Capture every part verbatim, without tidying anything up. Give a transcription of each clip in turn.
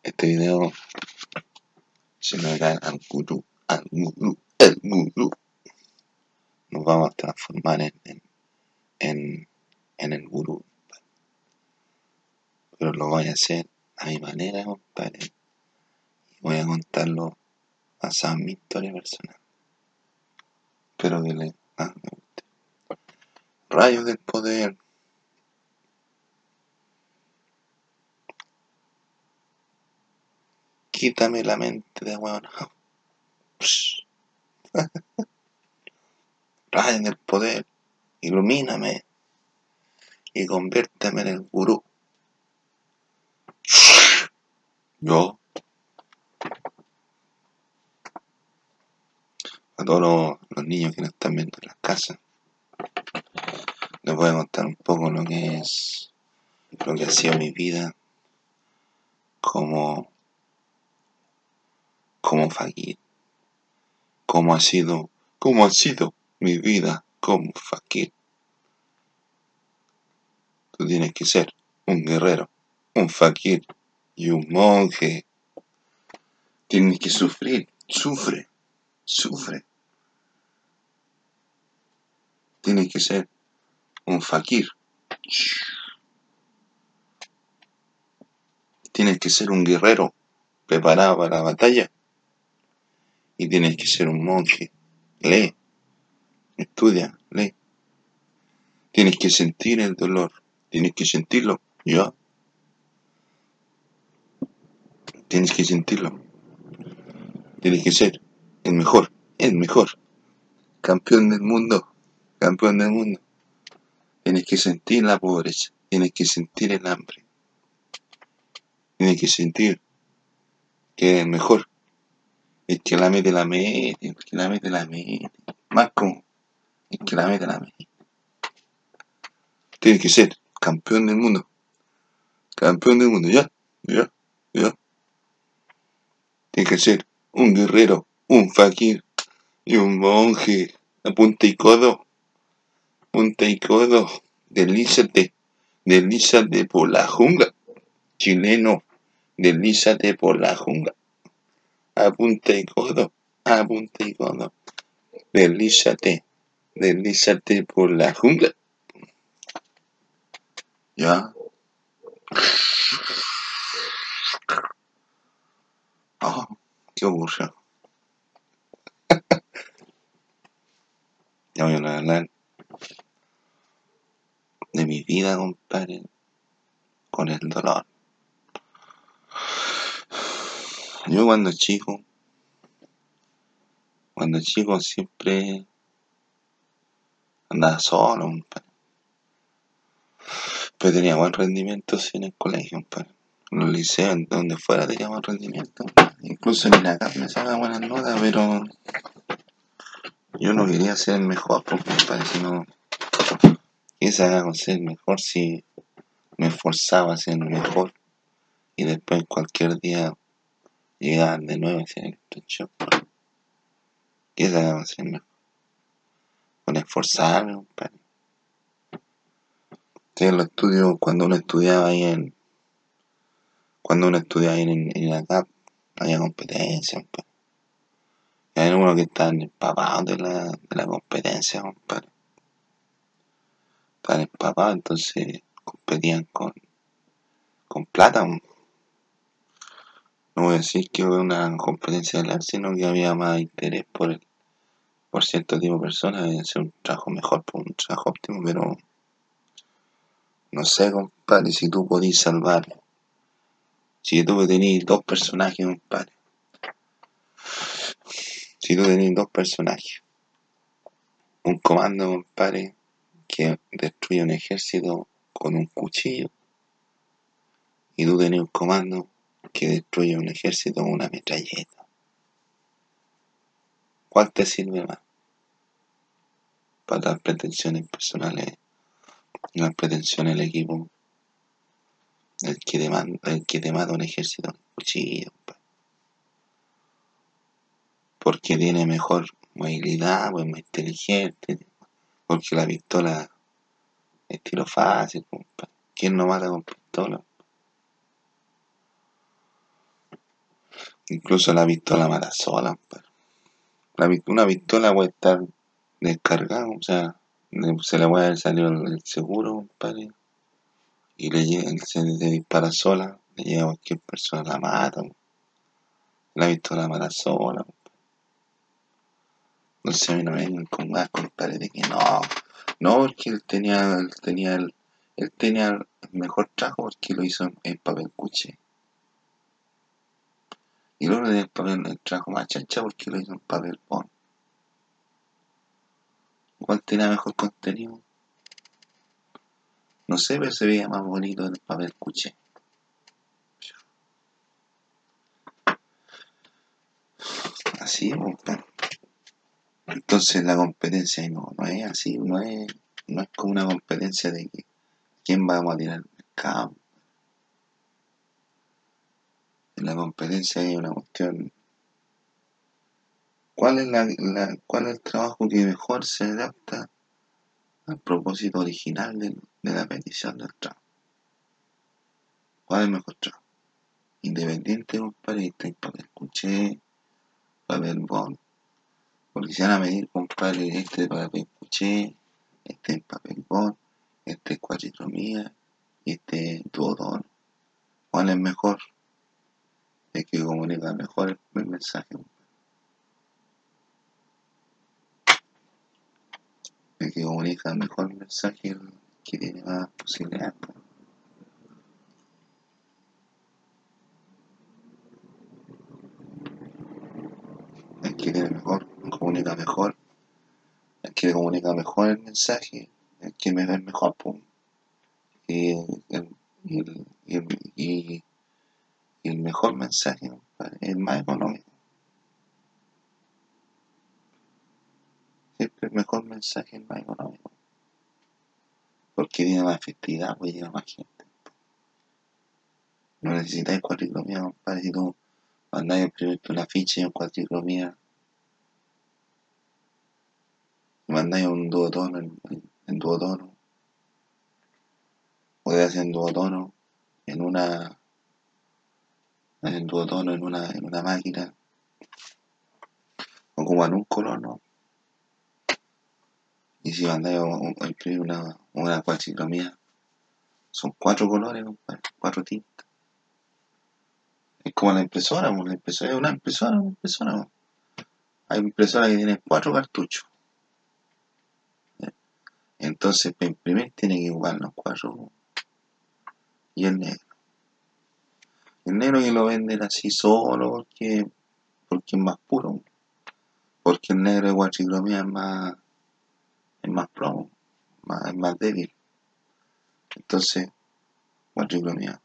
Este video se nos da al gurú, al gurú, el gurú. Nos vamos a transformar en, en, en, en el gurú, pero lo voy a hacer a mi manera, compadre. Y voy a contarlo basado en mi historia personal. Espero que le ah, me guste. Rayos del poder. Quítame la mente de hueón. Rayos del poder. Ilumíname y conviérteme en el gurú. Yo, a todos los, los niños que nos están viendo en las casas, les voy a contar un poco lo que es, lo que ha sido mi vida como, como fakir. Cómo ha sido, cómo ha sido mi vida como fakir. Tú tienes que ser un guerrero, un fakir y un monje. Tienes que sufrir, sufre, sufre. Tienes que ser un fakir. Tienes que ser un guerrero preparado para la batalla. Y tienes que ser un monje. Lee, estudia, lee. Tienes que sentir el dolor. Tienes que sentirlo. Yo. Tienes que sentirlo. Tienes que ser el mejor, el mejor. Campeón del mundo. Campeón del mundo. Tienes que sentir la pobreza. Tienes que sentir el hambre. Tienes que sentir que eres el mejor. El que la mete, la mete. El que la mete, la mete. Más como. El que la mete, la mete. Tienes que ser campeón del mundo. Campeón del mundo. Ya, ya, ya. Tienes que ser un guerrero, un fakir y un monje. A punta y codo. Punta y codo. Deslízate. Deslízate por la jungla. Chileno. Deslízate por la jungla. A punta y codo. A punta y codo. Deslízate. Deslízate por la jungla. Ya. Oh, qué aburrido. Ya voy a hablar de mi vida, compadre, con el dolor. Yo cuando chico, cuando chico siempre andaba solo, compadre. Pero tenía buen rendimiento en el colegio, compadre. En los liceos, donde fuera tenía buen rendimiento. Incluso en la casa me sacaba buenas notas, pero yo no quería ser el mejor, porque, compadre, sino que sacaba con ser mejor si me esforzaba a ser mejor. Y después cualquier día llegaban de nuevo a hacer el shock. ¿Qué sacaba con ser mejor? Con esforzarme, compadre. Sí, en los estudios, cuando uno estudiaba ahí en. Cuando uno estudiaba ahí en, en la C A P, había competencia, compadre. Y había uno que estaban empapados de la, de la competencia, compadre. Estaban empapados, entonces competían con, con plata. No voy a decir que hubo una competencia de arte, sino que había más interés por el, por cierto tipo de personas en hacer un trabajo mejor, por un trabajo óptimo, pero no sé, compadre, si tú podís salvar. Si tú tenés dos personajes, compadre. Si tú tenés dos personajes. Un comando, compadre, que destruye un ejército con un cuchillo. Y tú tenés un comando que destruye un ejército con una metralleta. ¿Cuál te sirve más? Para las pretensiones personales, las pretensiones del equipo. El que te, manda, el que te mata un ejército con un cuchillo, compadre. Porque tiene mejor movilidad, pues más inteligente. Porque la pistola es tiro fácil, compadre. ¿Quién no mata con pistola? Incluso la pistola mata sola, compadre. La, una pistola puede estar descargada, o sea, se le puede haber salido el, el seguro, compadre, y le llega, se, se dispara sola, le llega a cualquier persona, la mata. La pistola mata sola. No sé, a mí no me vengan con más, compadre, de que no. No, porque él tenía, él tenía el, él tenía el mejor trabajo porque lo hizo en, en papel cuché. Y luego tenía el papel, el trabajo más chancha porque lo hizo en papel bond. ¿Cuál tenía mejor contenido? No sé, pero se veía más bonito en el papel cuché. Así, compadre. Entonces la competencia no, no es así, no es, no es como una competencia de que quién vamos a tirar al mercado. En la competencia hay una cuestión. ¿Cuál es, la, la, ¿Cuál es el trabajo que mejor se adapta al propósito original de, de la petición del trabajo? ¿Cuál es el mejor trabajo? Independiente, compadre, está en papel cuché, papel bond. Porque si van a medir, compadre, este de papel cuché, este en papel bond, este es cuatricromía y este duotono. ¿Cuál es mejor? El que comunica mejor el, el mensaje. El que comunica mejor el mensaje, el que tiene más posibilidades. El que tiene mejor, comunica mejor, el que comunica mejor el mensaje, el que me ve mejor, pum. Y el, y el, y el, y el mejor mensaje, compadre, es el más económico. Siempre el mejor mensaje es el más económico. Porque tiene más efectividad, pues llega más gente. No necesitáis cuatricromía, compadre. Si tú mandáis a imprimir una ficha en cuatricromía, mandáis un duotono en, en, en duotono, podés hacer en duotono en una en duotono en una, en una máquina, ocupan un color, ¿no? Y si mandáis a imprimir una, una cuatricromía, son cuatro colores, compadre, cuatro tintas. Es como la impresora, la impresora es una impresora, una impresora. Hay impresoras que tienen cuatro cartuchos. Entonces, para imprimir tiene que ocupar los cuatro y el negro. El negro que lo venden así solo porque, porque es más puro. Porque el negro de cuatricromía es más, es más plomo, más, es más débil. Entonces, cuatricromía.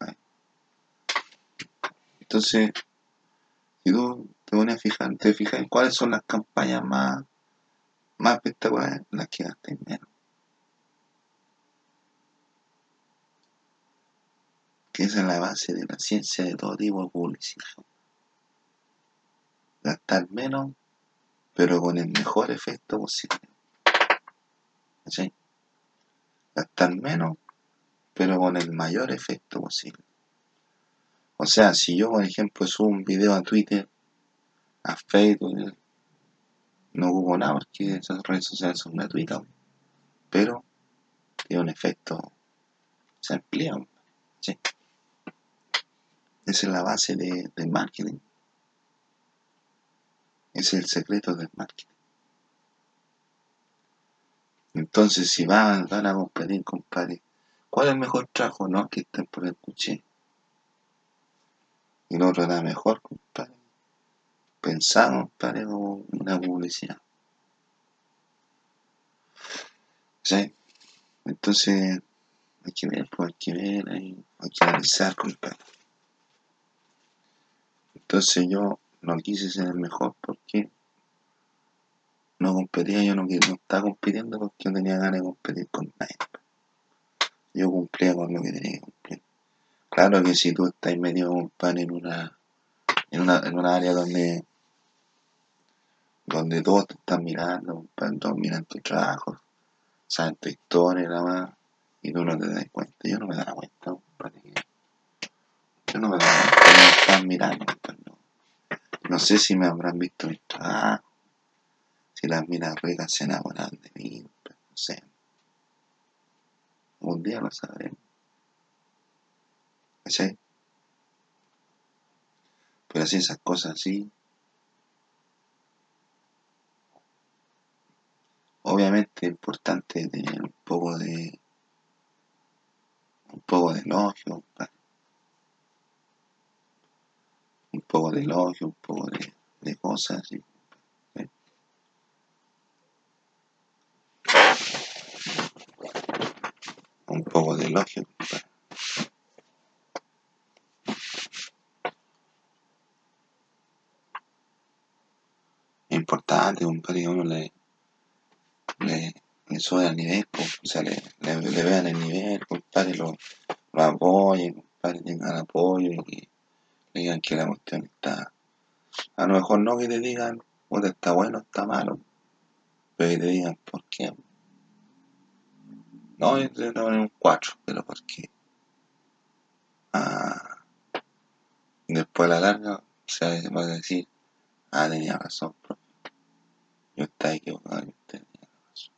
Entonces, si tú te pones a fijar, te fijas en cuáles son las campañas más, más espectaculares, las que gastan menos. Que esa es la base de la ciencia de todo tipo de publicidad. Gastar menos, pero con el mejor efecto posible. ¿Sí? Gastar menos, pero con el mayor efecto posible. O sea, si yo, por ejemplo, subo un video a Twitter, a Facebook, no ocupo nada porque esas redes sociales son gratuitas, pero tiene un efecto, se amplía. ¿Sí? Esa es la base de, del marketing. Ese es el secreto del marketing. Entonces, si van, van a competir, compadre, ¿cuál es el mejor trabajo? No, que estén por el cuché. Y el otro era mejor, compadre. Pensamos, compadre, como una publicidad. ¿Sí? Entonces, hay que ver, pues, hay que ver, hay, hay que analizar, compadre. Entonces yo no quise ser el mejor porque no competía, yo no, no estaba compitiendo porque no tenía ganas de competir con nadie. Yo cumplía con lo que tenía que cumplir. Claro que si tú estás metido, compadre, en una, en una, en una área donde, donde todos te están mirando, compadre, todos miran tu trabajo, saben tu historia nada más, y tú no te das cuenta. Yo no me daba cuenta, compadre. Yo no me daba cuenta, no me estaban mirando, compadre. No. No sé si me habrán visto mis trabajos, si las minas ricas se enamoran de mí, no sé. Un día lo sabremos, ¿cachai? Pero así esas cosas así, obviamente es importante tener un poco de, un poco de elogio, un poco de elogio, un poco de, de cosas así. ¿Sí? Un poco de elogio. Es importante, compadre, que uno le, le, le sube al nivel, pues, o sea, le, le, le vean el nivel, compadre, lo, lo apoyen, compadre, tengan apoyo y que le digan que la cuestión está. A lo mejor no que te digan, puta, está bueno, está malo, pero que te digan por qué. No, yo te voy a poner un cuatro, pero por qué. Ah, después a la larga, o sea, se va a decir, ah, tenía razón, profe, yo estaba equivocado, yo tenía razón.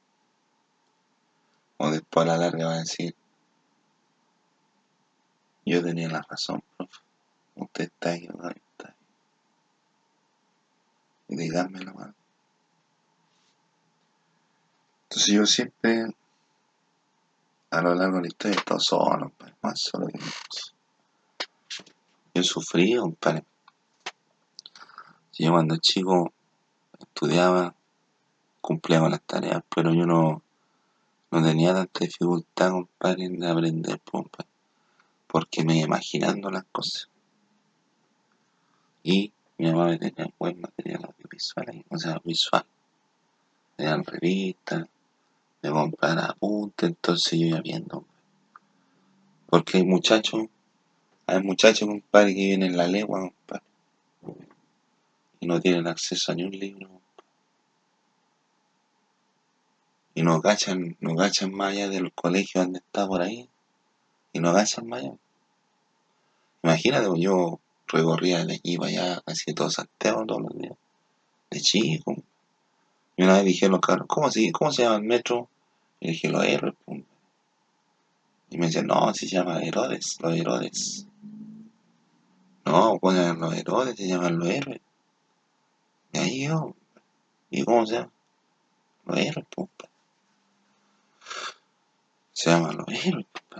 O después a la larga va a decir, yo tenía la razón, profe, usted está equivocado, yo estaba equivocado. Y díganmelo, man. Entonces yo siempre, a lo largo de la historia, he estado solo, pues, más solo que muchos. Yo sufrí, compadre. Yo cuando chico estudiaba, cumplía con las tareas, pero yo no, no tenía tanta dificultad, compadre, en aprender, pues, compadre, porque me iba imaginando las cosas. Y mi mamá me tenía buen material audiovisual, o sea, visual. Tenían revistas, me compraban apuntes, entonces yo iba viendo. Porque hay muchachos, hay muchachos, compadre, que viven en la legua, compadre, y no tienen acceso a ni un libro, y no cachan, no cachan más allá del colegio donde está por ahí, y no cachan más allá. Imagínate, pues, yo recorría de aquí para allá casi todo Santiago todos los días, de chico. Y una vez dije a los cabros, ¿cómo se, cómo se llama el metro? Y dije, los héroes, pum. Y me decían, no, se llama Herodes, los Herodes. No, ponen los Herodes, se llaman los héroes. Y ahí yo, ¿y cómo se llama? Los héroes, pum. Se llaman los héroes, pum.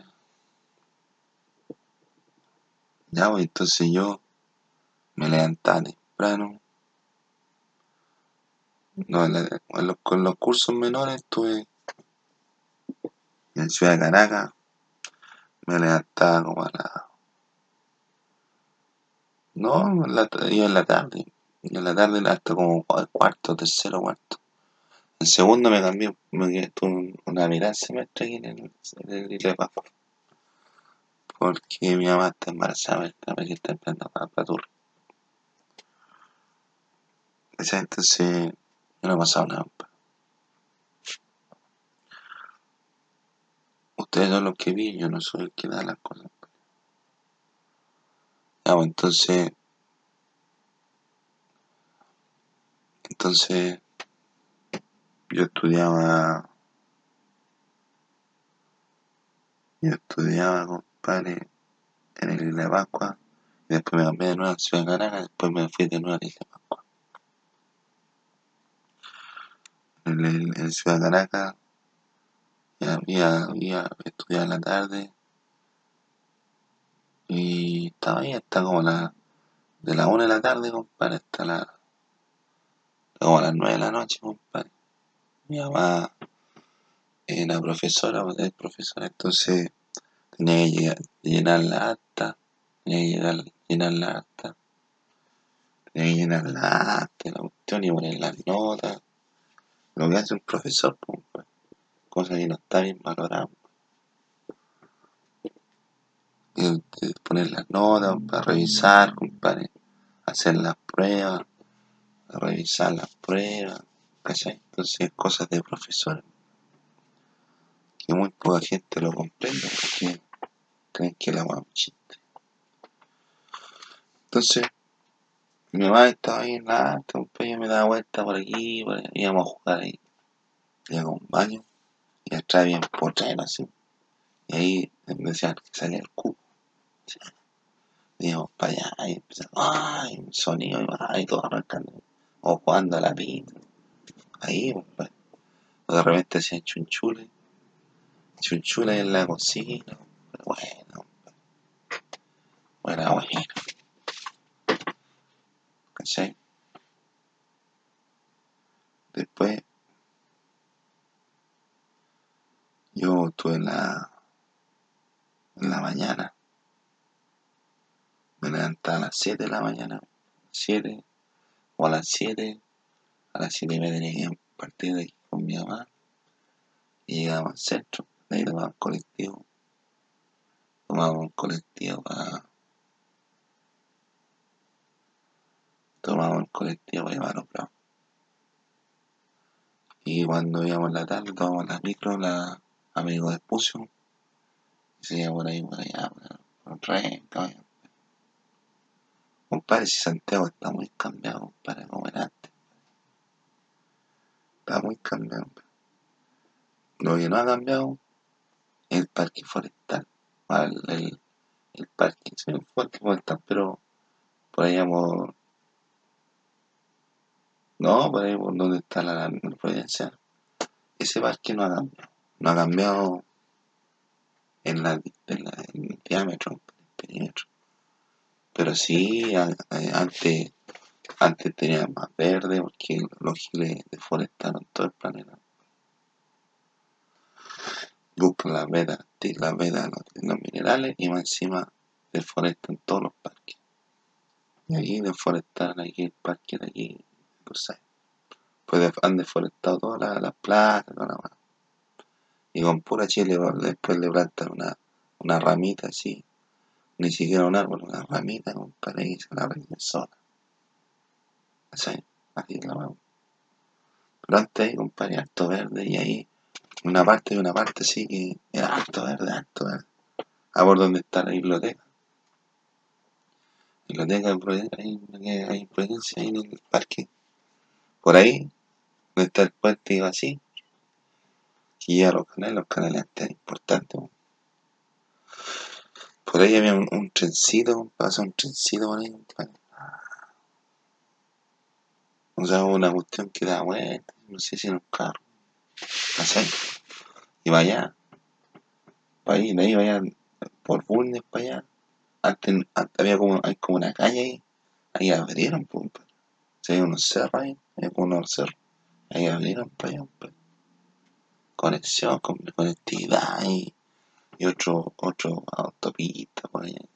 Ya, pues entonces yo me levantaba temprano. No, en la- en los- con los cursos menores estuve en Ciudad de Caracas, me levantaba como a la. No, en la, iba en la tarde. Y en la tarde hasta como al cuarto, tercero, cuarto. En segundo me cambié, me quedé tuve una mirada al semestre aquí en el, en el Isla de Pascua. Porque mi mamá está embarazada, me que está esperando para la turra. Entonces, no ha pasado nada. Ustedes son los que vi, yo no soy el que da las cosas. Ya, pues, entonces, entonces yo estudiaba, yo estudiaba, compadre, en el Isla de Pascua, y después me cambié de nuevo a Ciudad de Caracas, después me fui de nuevo a la Isla de Pascua. En, el, en Ciudad de Caracas, ya había, había estudiado en la tarde, y estaba ahí hasta como la, de la una de la tarde, compadre, hasta la, como a las nueve de la noche, compadre. Mi mamá era profesora, pues, es profesora, entonces tenía que llegar- llenar la acta, tenía que llegar, llenar la acta, tenía que llenar la acta, la cuestión y poner las notas, lo que hace un profesor, pues, pues, cosa que no está bien valorada. Y, y poner las notas para revisar, compadre, hacer las pruebas, revisar las pruebas, ¿cachai? Entonces, cosas de profesor que muy poca gente lo comprende porque creen que la hueá es un chiste. Entonces, mi mamá estaba ahí en la alta, compadre, yo me daba vuelta por aquí, por allá, íbamos a jugar ahí. Iba a un baño y atrás bien potrero así. Y ahí me decían que salía el cubo. Y íbamos para allá y empezamos, ¡ay! Un sonido y ¡ay! Todo arrancando. O jugando a la pinta. Ahí, compadre. O de repente hacían chunchules. Chunchules en la cocina. Pero bueno, bueno, bueno. ¿Cachai? Después yo estuve en la, en la mañana. Me levantaba a las siete de la mañana. siete o a las siete. A las siete y media tenía que partir de aquí con mi mamá. Y llegaba al centro. De ahí tomaba el colectivo. Tomaba un colectivo para. Tomaba el colectivo para llevar a los bravos. Y cuando íbamos en la tarde, tomábamos la micro, la amigo de Pucio. Y se iba por ahí, por allá, por, por Renca. Compadre, si Santiago está muy cambiado, compadre, como era antes. Está muy cambiado. Lo que no ha cambiado es el parque forestal. El, el, el parque, sí, el parque forestal, pero por allá por. No, por ahí por donde está la, la Providencia. Ese parque no ha cambiado. No ha cambiado en, la, en, la, en el diámetro, en el perímetro. Pero sí, a, a, antes, antes tenía más verde porque los giles deforestaron todo el planeta. Buscan las vedas, las vedas, los, los minerales y más encima deforestan todos los parques. Y aquí deforestaron aquí el parque de aquí, no sé. Pues han deforestado todas las la placas, toda la mano. Y con pura chile después le plantan una, una ramita así, ni siquiera un árbol, una ramita, compadre, y se la prenden sola. Así, así es la mano. Pero antes ahí, compadre, harto verde y ahí una parte de una parte sí que era harto verde, harto verde. Ah, por donde está la biblioteca. Biblioteca de Providencia, ahí, ahí en Providencia, ahí en el parque. Por ahí, donde está el puente iba así, y ya los canales, los canales antes eran importantes. Por ahí había un, un trencito, pasa un trencito por ahí, compadre. O sea, una cuestión que da vuelta, no sé si en un carro, no sé. Y vaya, para ahí, de ahí vaya por Bulnes para allá. Antes, antes había como, hay como una calle ahí, ahí abrieron, pues, compadre. O sea, hay unos cerros ahí, hay como unos cerros, ahí abrieron para allá, compadre. Conexión, con, conectividad y, y otro, otro autopista por allá.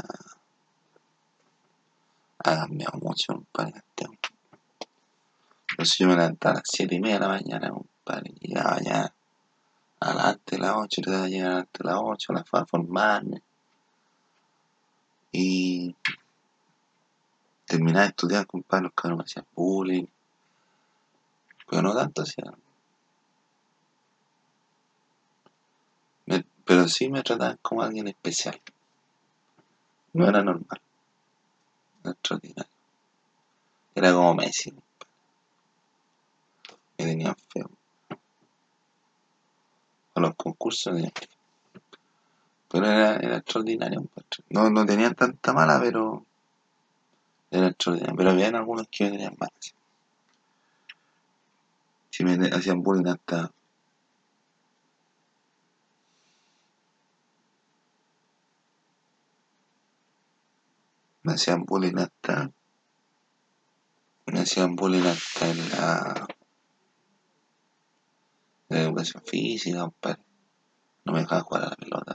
Ha cambiado mucho, compadre. Entonces yo me levantaba a las siete y media de la mañana, compadre, y llegaba ya a las antes de las ocho, trataba de llegar antes de las ocho, a las para formarme. Y terminaba de estudiar, compadre, los cabros me hacían bullying, pero no tanto hacían. Pero sí me trataban como alguien especial. No era normal, era extraordinario. Era como Messi, que tenían feo. Con los concursos tenían feo. Pero era, era extraordinario, compadre. No, no tenían tanta mala, pero era extraordinario. Pero había algunos que tenían malas. Si me hacían bullying hasta. Me hacían bullying hasta. Me hacían bullying hasta en la, en la educación física, compadre. No me dejaban jugar a la pelota.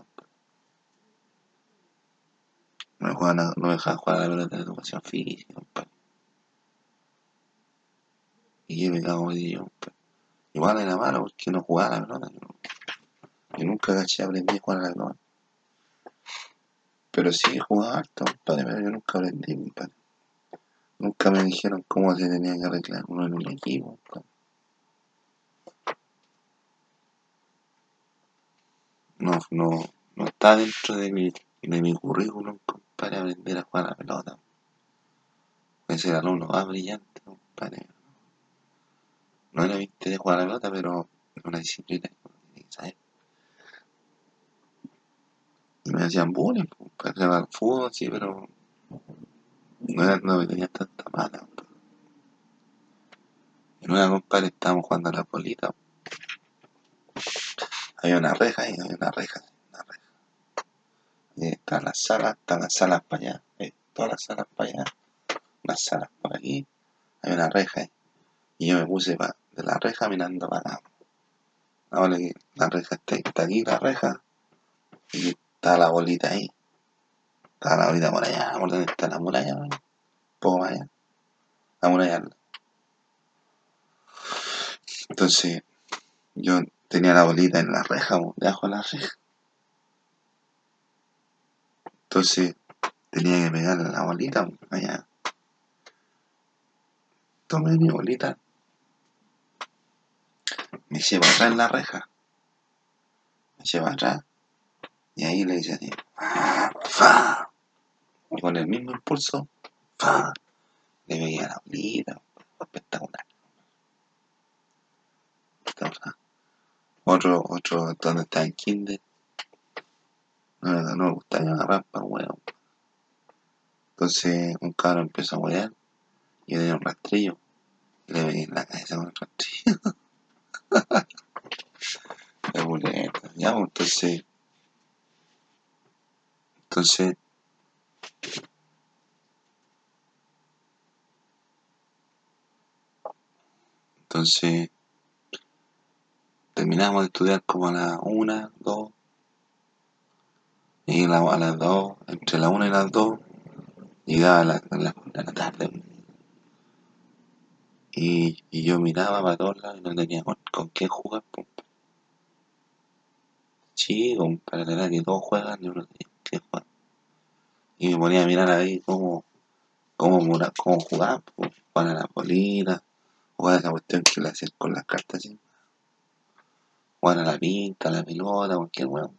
No me, jugaban a- no me dejaban jugar a la pelota en la educación física, compadre. Y yo me cago en ello, compadre. Igual era malo porque no jugaba a la pelota. Yo, yo nunca caché aprendí a jugar a la pelota. Pero sí jugaba harto, compadre, pero yo nunca aprendí, compadre. Nunca me dijeron cómo se tenía que arreglar uno en un equipo, compadre. No, no, no está dentro de mi, de mi currículum, compadre, aprender a jugar a la pelota. ese era el alumno más brillante, compadre. No era mi interés jugar a la pelota, pero es una disciplina que uno tiene que saber. Y me hacían bullying, pues, para jugar al fútbol, sí, pero no, era, no me tenía tanta mala, compadre. En una, compadre, estábamos jugando a la bolita. Había una reja ahí, había una reja, una reja. Y están las salas, están las salas para allá, eh, todas las salas para allá, las salas por aquí, hay una reja ahí. Y yo me puse pa, de la reja mirando para acá. Ahora que la reja está, está aquí, la reja, y está la bolita ahí. Está la bolita por allá, por donde está la muralla, ¿no? Un poco más allá. La muralla. Entonces, yo tenía la bolita en la reja, debajo de la reja. Entonces, tenía que pegarle a la bolita, allá. Tomé mi bolita, me eché para atrás en la reja, me eché para atrás, y ahí le hice así, ¡fa! Y con el mismo impulso, ¡fa! Le pegué a la bolita, espectacular. Espectacular. Otro, otro, donde está en kinder, no, no me gustaba agarrar para el huevo. Entonces, un cabrón empezó a huear, y yo tenía un rastrillo, y le pegué en la cabeza con el rastrillo. La boleta, ya, pues, entonces, entonces, entonces, terminamos de estudiar como a las una, dos, y la- a las dos, entre la una y las dos, llegaba la, la, la, la tarde, y, y yo miraba para todos lados y no tenía con, con quién jugar, pues. Sí, compadre, la verdad que todos juegan y uno no tenía con quién jugar. Y me ponía a mirar ahí cómo, cómo, mura- cómo jugaban, pues, jugar a la bolita, jugar a esa cuestión que le hacían con las cartas, así, jugar a la pinta, a la pelota, cualquier weón.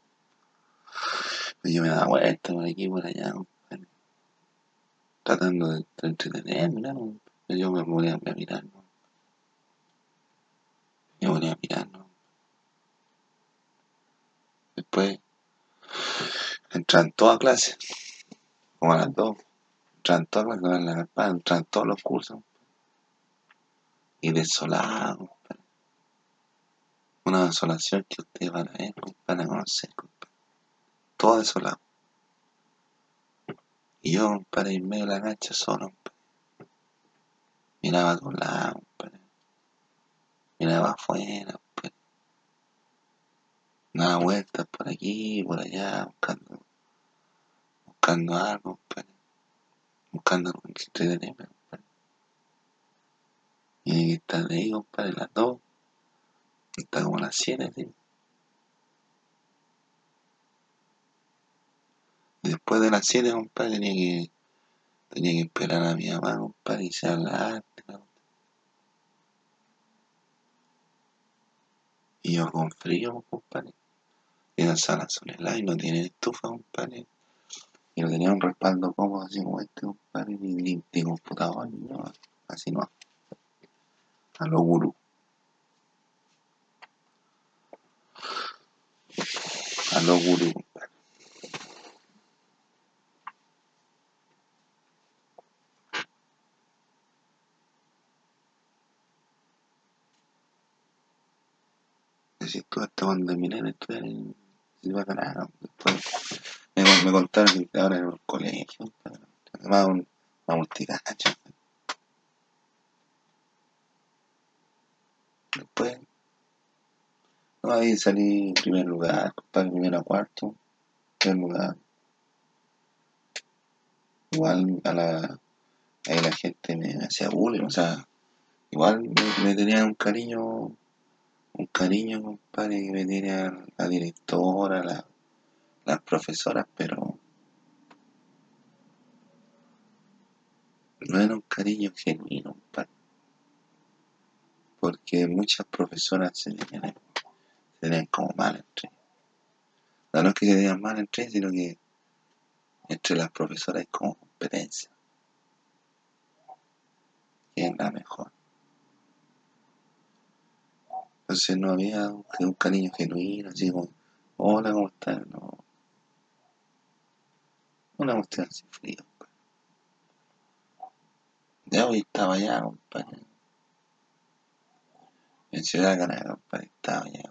Pues yo me daba vuelta por aquí, por allá, compadre, tratando de, de entretenerme, ¿no? Pero yo me ponía a mirar, ¿no? Me ponía a mirar, ¿no? Después entran todas a clase, como a las dos, entran todas a clase, en la campana, entran todos los cursos, y desolado, compadre. Una desolación que ustedes van a ver, van a conocer, compadre. Todo desolado. Y yo, compadre, en medio de la cancha solo, compadre. Miraba a todos lados, compadre. Miraba afuera, compadre. Daba vueltas por aquí, por allá, buscando, buscando algo, compadre. Buscando algo que entretenerme, compadre. Y está de ahí, compadre, las dos. Está como las siete, ¿sí? Y después de las siete, compadre, tenía que, tenía que esperar a mi mamá, compadre, y se la arte, ¿no? Y yo con frío, compadre. Y la sala sola y no tiene estufa, compadre. Y no tenía un respaldo cómodo así como este, compadre, ni, ni, ni computador, ni nada. Así no, a lo gurú, a lo gurú, compadre. Así estuve hasta cuando terminé de estudiar en Silvacarán. Después me, me contaron que ahora en el colegio, compadre. Además, un, una multicancha. Después, no, ahí salí en primer lugar, compadre, primero a cuarto, primer lugar. Igual a la, ahí la gente me, me hacía bullying, o sea, igual me, me tenía un cariño, un cariño, compadre, que me tenía la directora, la, las profesoras, pero no era un cariño genuino, compadre, porque muchas profesoras se tenían, se tenían como mal entre ellas. No, no es que se tenían mal entre ellas, sino que entre las profesoras hay como competencia. la mejor. Entonces no había un, un cariño genuino, así como, hola, ¿cómo estás? No, una cuestión así fría, compadre. Ya hoy estaba allá, compadre. En Ciudad Canadá, compadre, estaba allá.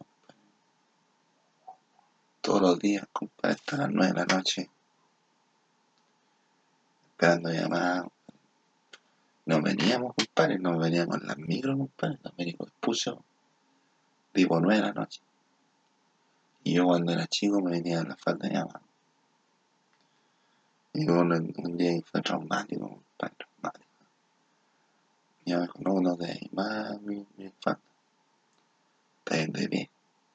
Todos los días, compadre, hasta las nueve de la noche, esperando llamadas. Nos veníamos, compadre, nos veníamos en las micros, compadre, los médicos puso tipo nueve de la noche. Y yo cuando era chico me venía en la falda de llamadas. Y un, un día fue traumático, compadre, traumático. Y yo me dijo, no, no te des más mi, mi falda, te de pie.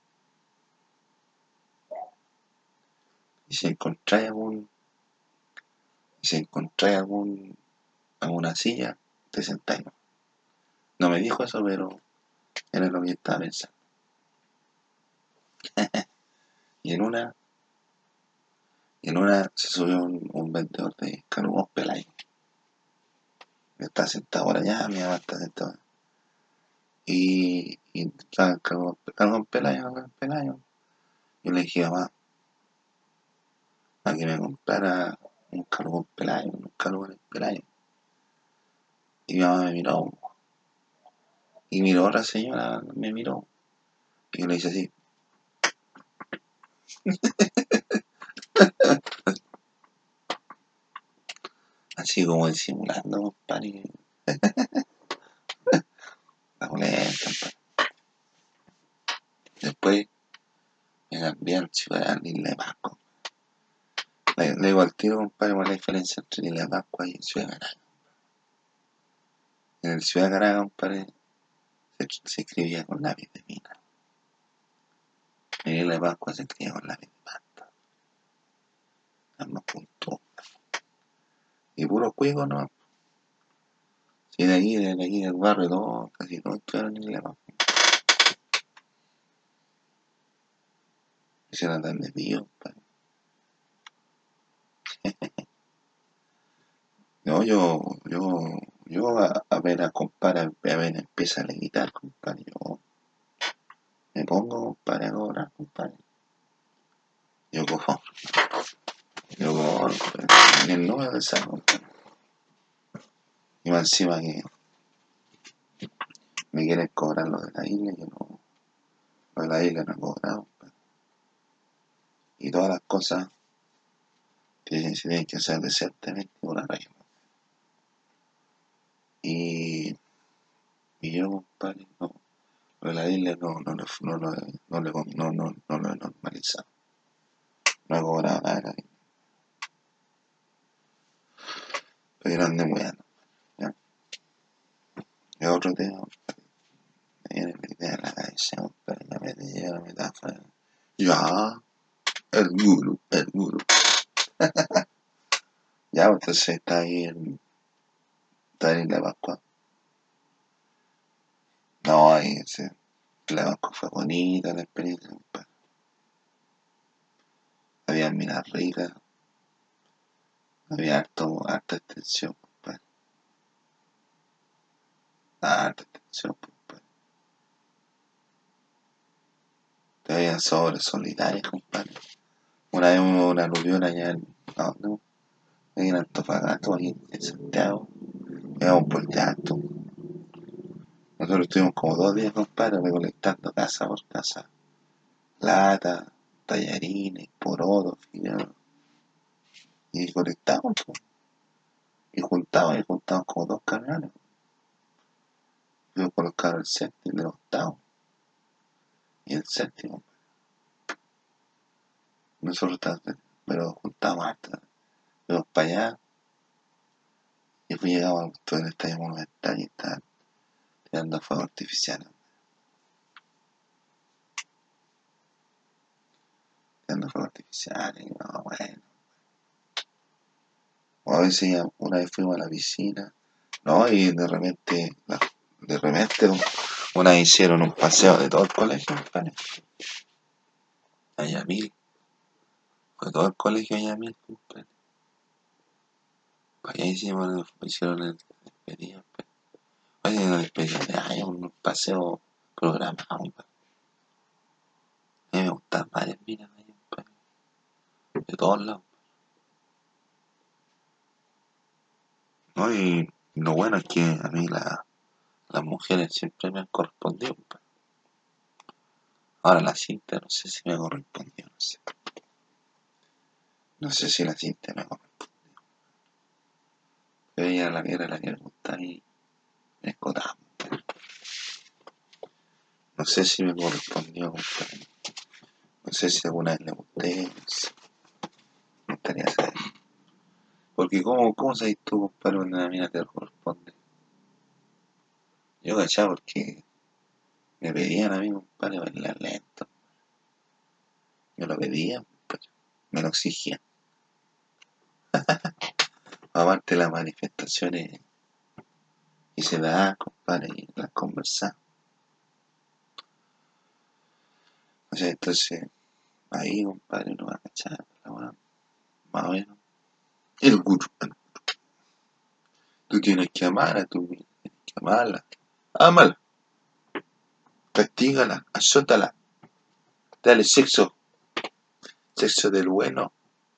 Y si encontráis algún, y si encontráis algún, alguna silla, te sentáis. No me dijo eso, pero era lo que yo estaba pensando. Y en una, y en una se subió un, un vendedor de carugos pelados. Está sentado por allá, mi mamá está sentada. Y, y está carugos pelados, carugos pelados. Yo le dije, mamá, a que me comprara un carugón pelados, un carugón pelados. Y mi mamá me miró. Y miró a otra señora, me miró. Y yo le hice así. Así como disimulando, compadre. La molesta, compadre. Después me cambié al Ciudad de Isla de Pascua. Le, le digo al tiro, compadre, cuál es la diferencia entre Isla de Pascua y Ciudad de Caracas. En el Ciudad de Caracas, compadre, se, se escribía con lápiz de mina. En Isla de Pascua se escribía con lápiz de pasta. Ambos puntos. Y puro cuico, ¿no? Si de aquí, de aquí del barrio, todo, casi todos estudiaron en Isla de Pascua. Y se la dan de pillo, compadre. No, yo, yo, yo apenas compara, apenas empieza a levitar, compadre, yo me pongo, compadre, a cobrar, compadre. Yo cojo, yo cojo, ni el número de esa, compadre. Y más encima que me quieren cobrar lo de la isla, yo no, lo de la isla no he cobrado, compadre. Y todas las cosas que se tienen que hacer decentemente por la regla. Y, y yo, compadre, no, lo de la isla no, no, no, no, no, no, no, no, no, no lo he normalizado. No he cobrado nada de la isla. Estoy grande weando. ¿Ya? Es otro tema, me viene la idea en la cabeza, compadre, la metí la metáfora. Ya, el guru, el guru. Ya, pues, entonces está ahí en, está en la Pascua. No, ahí, sí, la Pascua fue bonita la experiencia, compadre. Había minas ricas, había harto, harta extensión, compadre. Harta extensión, compadre. Te habían sobres solitarias, compadre. Una vez hubo una aluvión allá en, no, no, ahí en Antofagasta, aquí en Santiago. Íbamos por el alto. Nosotros estuvimos como dos días, compadre, recolectando casa por casa. Lata, tallarines, porotos, fideos. Y colectamos, po. Y juntamos, y juntamos como dos camiones. Fuimos por los carros el séptimo, el octavo. Y el séptimo. Nosotros estábamos, pero juntamos hasta. Fuimos para allá. Y fui llegado al punto del estadio monumental y estaban tirando fuegos artificiales. Tirando fuegos artificiales, y no, bueno. O a veces ya una vez fuimos a la piscina, ¿no? Y de repente, la- de repente, una vez hicieron un paseo de todo el colegio, compadre. A Yamil, fue todo el colegio a Yamil, compadre. Para allá hicimos, hicieron el despedida, compadre. Oye, una despedida de año, un paseo programado, compadre. A mí me gustan varias minas ahí, compadre, de todos lados. ¿No? Y lo bueno es que a mí la, las mujeres siempre me han correspondido, compadre. Ahora la cinta no sé si me correspondió, no sé. No sé si la cinta me correspondió. Pero ella era la que era la que me gustaba y me escotaba. No sé si me correspondió, compadre. No sé si alguna vez le gusté, no sé. Me gustaría saber. Porque cómo, cómo sabes tú, compadre, cuando una mina te corresponde. Yo cachaba porque me pedían a mí, compadre, bailar lento. Yo lo pedía, compadre. Me lo exigían. Aparte las manifestaciones y se da, compadre, y las conversamos. O sea, entonces, ahí, compadre, uno va a cachar, la weá, más o menos. El gurú. Tú tienes que amar a tu mina, tienes que amarla. Ámala, castígala, azótala, dale sexo, sexo del bueno.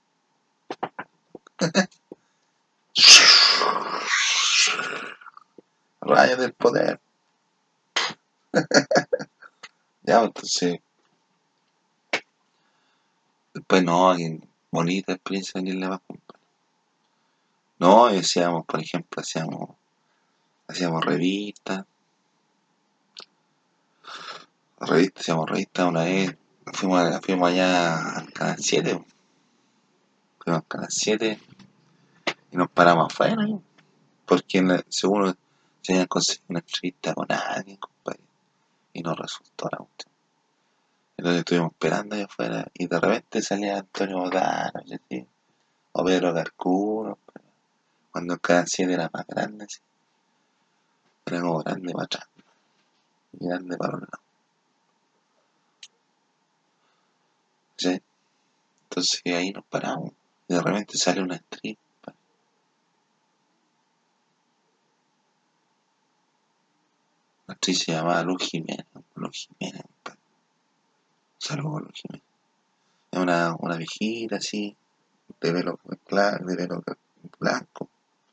Rayos del poder. Ya, entonces, después no, que bonita experiencia venirle más, compadre. No, y hacíamos, por ejemplo, hacíamos, hacíamos revistas, revistas, hacíamos revistas una vez, fuimos, a- fuimos allá al Canal siete, fuimos al Canal siete y nos paramos afuera, ¿no? Porque en la- según se habían conseguido una entrevista con alguien, compadre, y no resultó la cuestión. Entonces estuvimos esperando allá afuera y de repente salía Antonio Botano, y así, o Pedro Carcuro, cuando el Canal siete era más grande, así, era como grande para atrás y grande para los lados. ¿Sí? Entonces ahí nos paramos y de repente sale una actriz, compadre. La actriz se llamaba Luz Jiménez, Luz Jiménez, compadre. Saludos, Luz Jiménez. Es una, una viejita así, de pelo claro, de pelo blanco.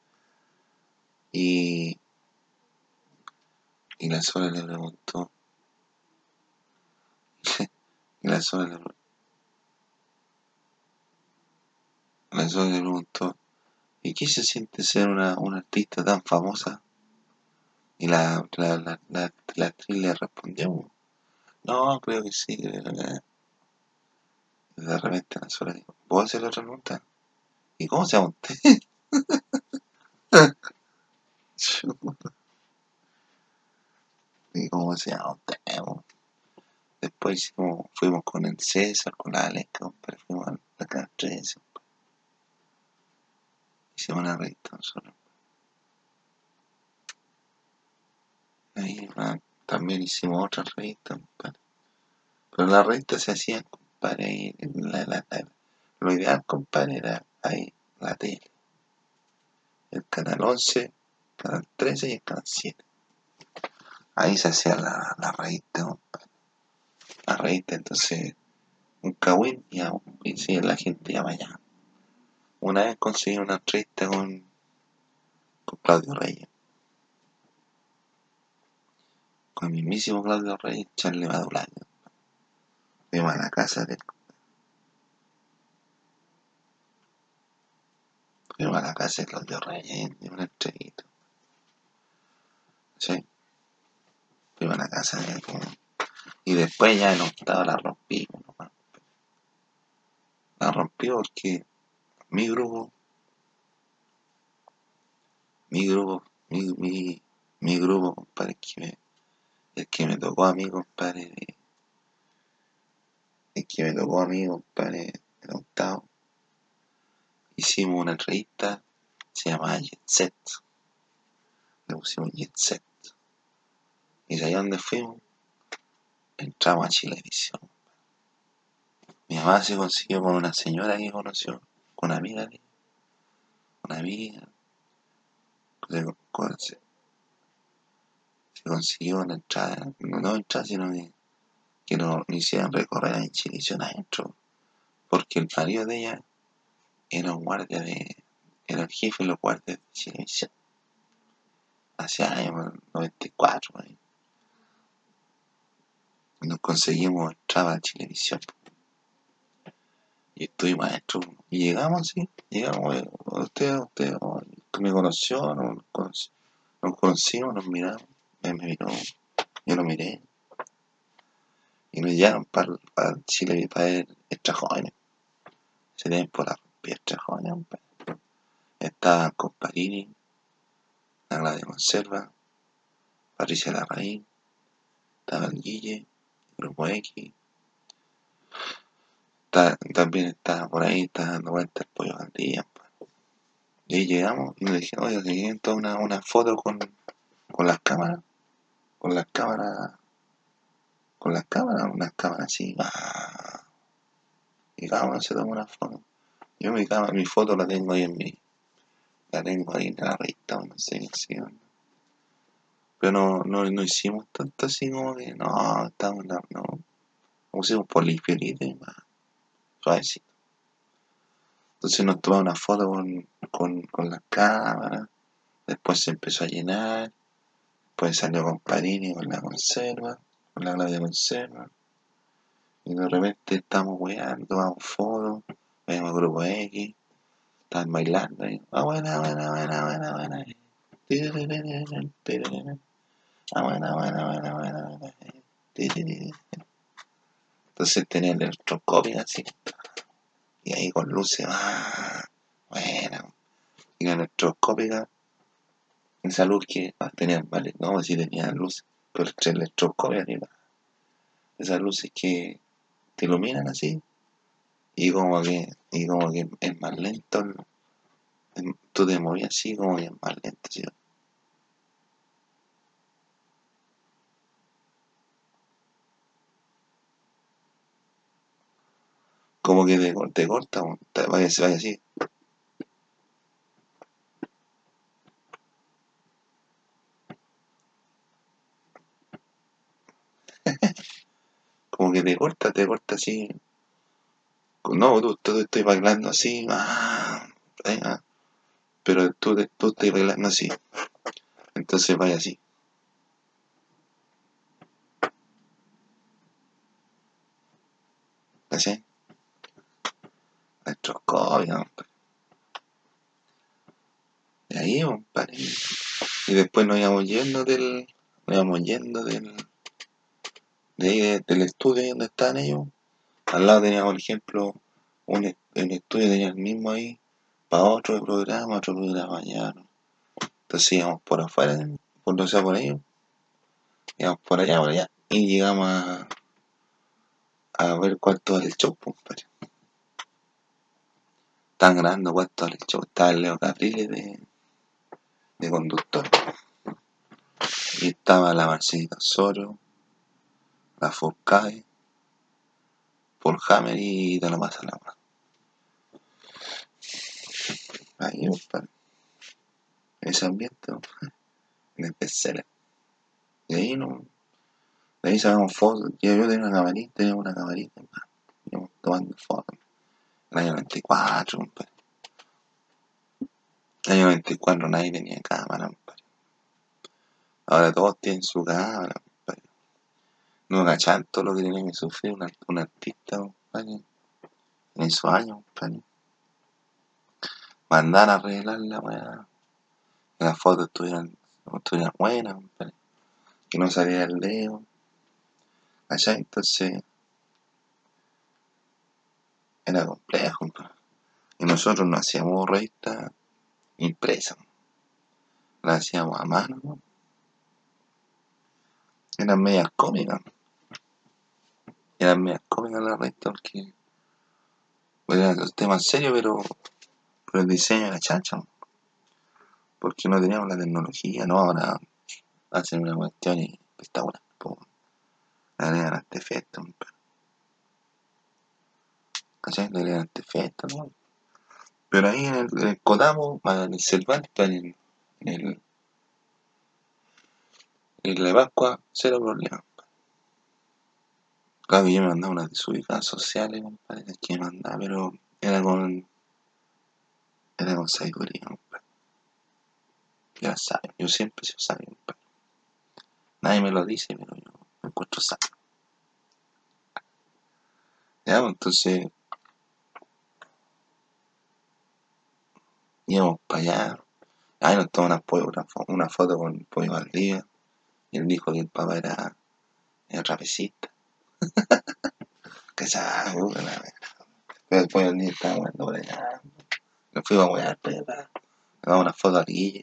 Y, y la sola le preguntó, y la sola le, la sola le preguntó, ¿y qué se siente ser una, una artista tan famosa? Y la, la, la, la, la actriz le respondió, no, creo que sí. creo que-". Y de repente la sola dijo, ¿puedo hacer otra pregunta? ¿Y cómo se llama usted? ¿Y cómo se llama usted? Después hicimos, fuimos con el César, con la Alex, compadre, fuimos a la Canal trece, hicimos una revista nosotros. Ahí ah, también hicimos otra revista, compadre. Pero las revistas se hacían, compadre, ahí en la, la, la- lo ideal, compadre, era ahí la tele, el canal once, canal trece y el canal siete. Ahí se hacía la, la revista, compadre. La revista, entonces, un cagüín y, a- y sí, la gente ya vaya. Una vez conseguí una entrevista con, con Claudio Reyes, con el mismísimo Claudio Reyes, Charlie Badulaño. Fuimos a la casa de él, fuimos a la casa de Claudio Reyes y una entrevista. Sí, fuimos a la casa de él. Y después ya en octava la rompí, nomás. La rompí porque mi grupo, mi grupo, mi, mi, mi grupo, compadre, el que me, el que me tocó a mí, compadre, el que me tocó a mí, compadre, en octavo, hicimos una entrevista, se llamaba Jet Set, le pusimos Jet Set. Y de ahí donde fuimos, entramos a Chilevisión. Mi mamá se consiguió con una señora que conoció, con una amiga de una amiga, se, se consiguió una entrada, no, no entrada, sino que, que no, no hicieran recorrer a Chilevisión adentro, porque el marido de ella era un guardia de, era el jefe de los guardias de Chilevisión, hace años, noventa y cuatro, ahí. Y nos conseguimos entrar a Chilevisión. Y estuvimos adentro. Y llegamos, sí. Llegamos. eh, Usted, usted, oh, me conoció, no nos conoció. Nos conocimos, nos miramos. Él me miró, yo lo miré. Y nos llevaron para, para Chile, para ver Extra Jóvenes. Ese tiempo la rompí Extra Jóvenes, compadre. Estaban Comparini, la Gladia Conserva, Patricia Larraín, estaba el Guille, Grupo X. Está, también estaba por ahí, estaba dando vueltas el Pollo Valdivia. Y ahí llegamos y nos dijeron, oiga, que quieren toda una, una foto con, con las cámaras, con las cámaras, con las cámaras, unas cámaras así, ¡ah! Y cada uno se toma una foto. Yo mi cámara, mi foto la tengo ahí en mi, la tengo ahí en la revista, no sé qué sé, ¿no? Pero no, no, no hicimos tanto así como que, no, estamos, no, no, pusimos polifiolito y más, suavecito. Entonces nos tomamos una foto con, con, con las cámaras, después se empezó a llenar, después salió con Parini con la conserva, con la Claudia Conserva, y de repente estamos weando, tomamos fotos, vemos Grupo X, están bailando ahí, ah buena, buena, buena, buena, buena, ah buena, buena, buena, buena, buena, entonces tenía el electroscopio así, y ahí con luces, ah, buena, y la electroscópica, esa luz que ah, tenían, vale, no, si tenían luces, pero el electroscopio arriba, esas luces que te iluminan así, y como que, y como que es más lento, tú te movías así como que es más lento, ¿sí? Como que te, te corta, te, vaya, vaya así, como que te corta, te corta así, no, tú, tú estoy bailando así, ah, venga, pero tú, tú estás bailando así, entonces vaya así, ¿así? Electroscopio, y ahí, compadre. Y después nos íbamos yendo del, nos íbamos yendo del, de ahí del estudio donde estaban ellos. Al lado teníamos, por ejemplo, un, el estudio tenía el mismo ahí, para otro programa, otro programa allá, ¿no? Entonces íbamos por afuera, por no sé, por ahí, íbamos por allá, por allá, y llegamos a, a ver cuánto vale el show, compadre. Tan grande cuánto vale el show. Estaba el Leo Capriles de, de conductor. Y estaba la Marcelita Osorio, la Forcae, Paul Hammer y te lo pasa la mano. Ahí, compadre. Ese ambiente, en el bestseller. De ahí no, de ahí sacamos fotos. Yo, yo tenía una camarita, tenía una camarita, íbamos tomando fotos. En el año noventa y cuatro, compadre. En el año noventa y cuatro nadie tenía cámara, compadre. Ahora todos tienen su cámara, compadre. No cachan todo lo que tiene que sufrir un, un artista, compadre, en esos años, compadre. Mandar a arreglar la weá. Que las fotos estuvieran, estuvieran buenas, compadre. Que no saliera el dedo. Allá entonces era complejo, compadre. Y nosotros no hacíamos revistas impresas, las hacíamos a mano, ¿no? Eran medias cómicas, eran medias cómicas las revistas porque eran los temas serios, pero, pero el diseño era chacha, ¿no? Porque no teníamos la tecnología, no, ahora hacen una cuestión y espectacular, pues, agregan este efecto, ¿cachai? Le agregan este efecto, ¿no? Pero ahí en el, en el Cotamo, en el Cervantes, en el, en el, Isla de Pascua, cero problema. Claro que yo me mandaba unas desubicadas sociales, compadre, las que me mandaba, pero era con, era con sabiduría, compadre. Ya saben, yo siempre soy sabio, compadre. Nadie me lo dice, pero yo me encuentro sabio. Ya, pues, entonces íbamos para allá. Ahí nos tomó una, una, una foto con Pollo Valdivia. Y él dijo que el papá era, era trapecista. Que esa puta la wea. Pero el Pollo Valdivia estaba jugando por allá. Nos fuimos a jugar para allá. Nos damos una foto a Guille.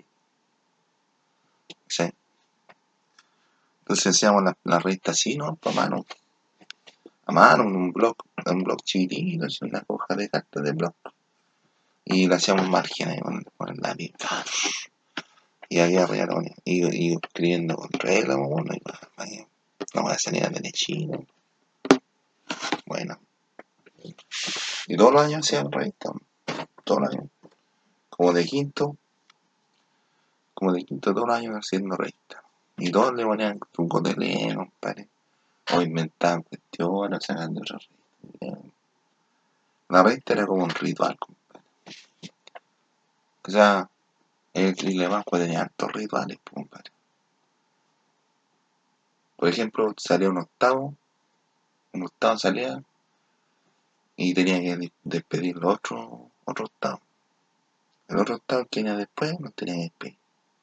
¿Sí? Entonces hacíamos la, la revista así, ¿no? A mano. A mano, en un blog, un blog chiquitito, así, una hoja de cartas de blog. Y le hacíamos márgenes con, con el lápiz. Y había arriba, y, y escribiendo con reglas, bueno, y no voy a salir a derechino. Bueno. Y todos los años hacían revistas. Todos los años. Como de quinto. Como de quinto todos los años haciendo revistas. Y todos le ponían trucos de leer, compadre. O inventaban cuestiones, o sacan de otras revistas. La revista era como un ritual, compadre. O sea, el Isla de Pascua tenía hartos rituales, compadre. Por ejemplo, salía un octavo. Un octavo salía. Y tenía que despedir los otros otro octavos. El otro octavo que venía después nos tenía que despedir.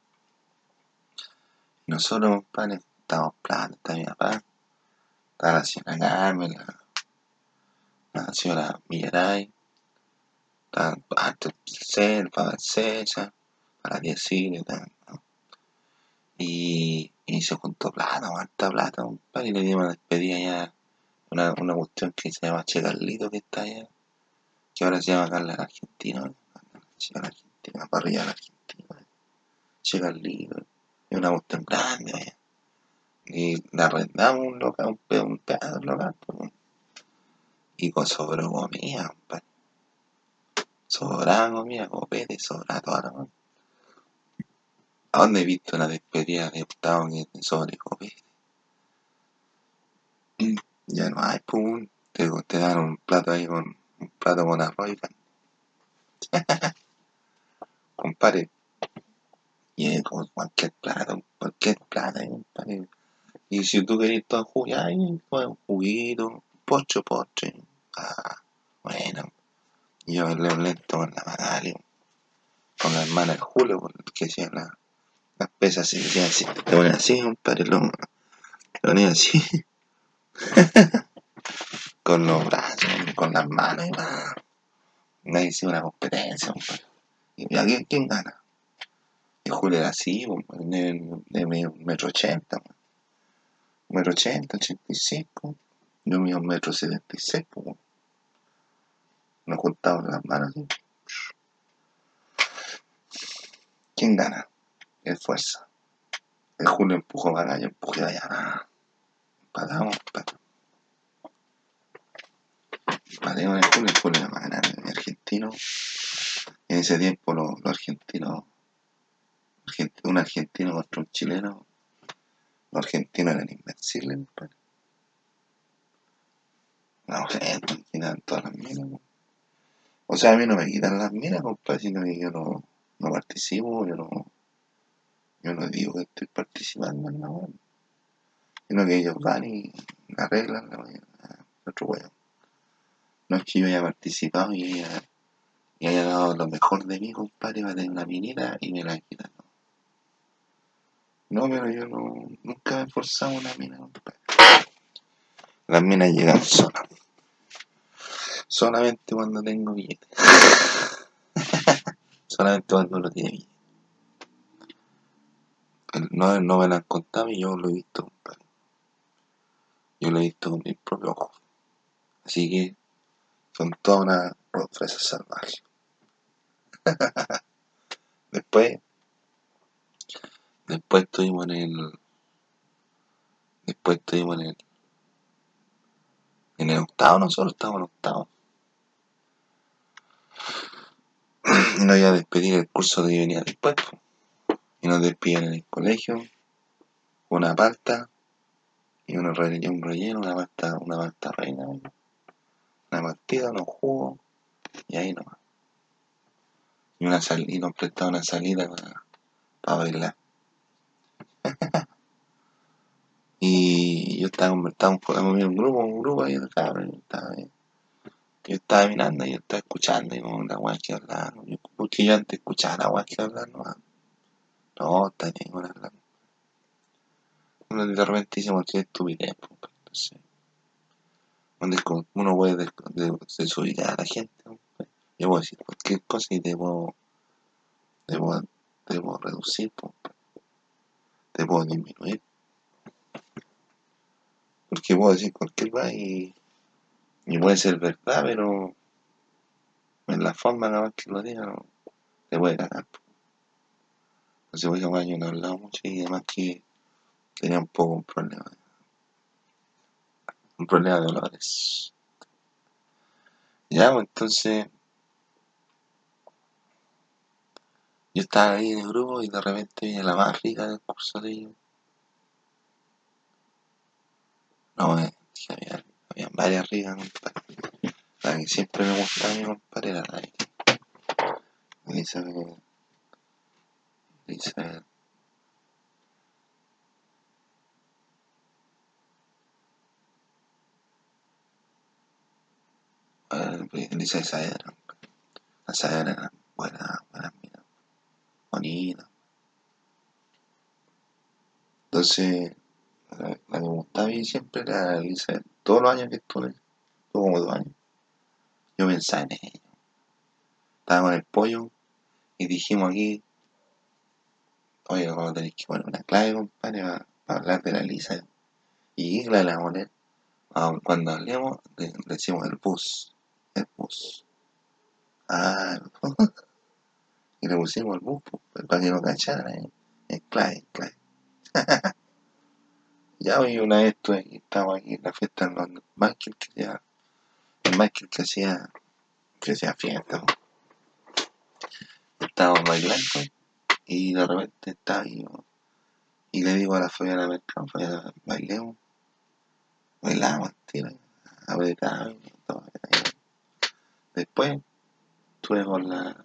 Nosotros, compadre, estábamos plata, está mi papá, está la señora Carmen, la, la señora Millaray, está hasta el César, el papá César, a la tía Silvia, ¿no? Y, y se juntó plata, harta plata, compadre, y le dimos una despedida ya, una, una cuestión que se llama Che Carlito, que está allá, que ahora se llama Carla Argentina, ¿no? Che Argentina, parrilla de la Argentina, Che Carlito, es una cuestión grande, vaya. Y le arrendamos un local, un pedazo, un pedazo de local, pues, y con sobró comida, compadre. Sobraba comida, copete, sobraba toda la comida. ¿A dónde he visto una despedida de octavo que te sobre copete? Mm, ya no hay, pues, te, te dan un plato ahí con un plato con arroz y pan. Compadre, y es como cualquier plato, cualquier plato, compadre. Y si tú querés todo jugo, ya hay pues, un juguito, postre, postre. Ah, bueno. Y yo leo lento con la Magali, con la hermana de Julio, porque hacía la, las pesas así, decían así, te ponen así, compadre, lo, te ponen así, con los brazos, con las manos, y va. Nadie hacía una competencia, compadre. ¿Y a quién, quién gana? Y Julio era así, compadre, de, de medio metro ochenta, metro ochenta, ochenta y cinco, yo mido un metro setenta y seis, pues, nos juntábamos las manos así. ¿Quién gana? Es fuerza. El Julio empujó para acá, yo empujé para allá. Patamos, patamos. Patemos en el Julio, el Julio era más grande, el argentino. En ese tiempo los, los argentinos, un argentino contra un chileno, los argentinos eran invencibles, compadre. No sé, me quitan todas las minas, compadre. O sea, a mí no me quitan las minas, compadre, sino que yo no, no participo, yo no, yo no digo que estoy participando en la web, sino que ellos van y arreglan la web, otro weón. No es que yo haya participado y haya, y haya dado lo mejor de mí, compadre, para tener una minita y me la quitan. No, pero yo no, nunca me he forzado una mina, compadre. Las minas llegan solas. Solamente cuando tengo billete. Solamente cuando lo tiene billete. No, no me lo han contado y yo lo he visto, compadre. Yo lo he visto con mis propios ojos. Así que son toda una fresa salvaje. Después, después estuvimos en el. Después estuvimos en el. En el octavo, nosotros estábamos en el octavo. Y nos iba a despedir el curso de venía después. Y nos despiden en el colegio. una palta y un relleno, un relleno, una palta, una palta reina, una partida, unos jugos, y ahí nomás. Y una sal, y nos prestaba una salida para, para bailar. Y yo estaba conversando con un grupo, un grupo ahí de cabros, yo estaba, yo estaba mirando y yo estaba escuchando y como la weá que hablar, porque yo antes escuchaba la weá que hablar, no, no, está bien con hablar. Uno de repente dice cualquier estupidez, pues, entonces, donde uno puede de, de, desubicar a la gente, pues. Yo puedo decir cualquier cosa y debo, debo, debo reducir, pues, debo disminuir, porque puedo decir cualquier cosa y, y puede ser verdad, pero en la forma nada más que lo diga, no, te puede cagar. Entonces, voy a yo no he hablado mucho y además que tenía un poco un problema, un problema de olores. Ya, pues entonces, yo estaba ahí en el grupo y de repente viene la más rica del curso de ellos. No, eh, que había, había varias ricas, compadre. La que siempre me gustaba mi compadre era la de Elizabeth, Elizabeth, eh, Elizabeth Saavedra. La Saavedra era buena, buena mina, bonita. Entonces, la, la que me gustaba a mí siempre era Elizabeth. Todos los años que estuve, estuve como dos años, yo pensaba en ella. Estaba con el pollo y dijimos aquí, oye, vamos a tener que poner una clave, compadre, para, para hablar de la Elizabeth. ¿Y qué clave le vamos a poner? Ah, cuando hablemos, le, le decimos el bus, el bus. Ah, y le pusimos el bus, pues, para que no cacharan, eh. El clave, el clave. Ya hoy una vez estuve aquí, estaba aquí en la fiesta en Londres. Michael que hacía, el Michael que hacía, que hacía fiesta, po. Estábamos bailando y de repente estaba ahí, ¿no? Y le digo a la Fabiana Mercado, Fabiana, bailemos, bailamos, tira, apretado y todo. Después estuve con la,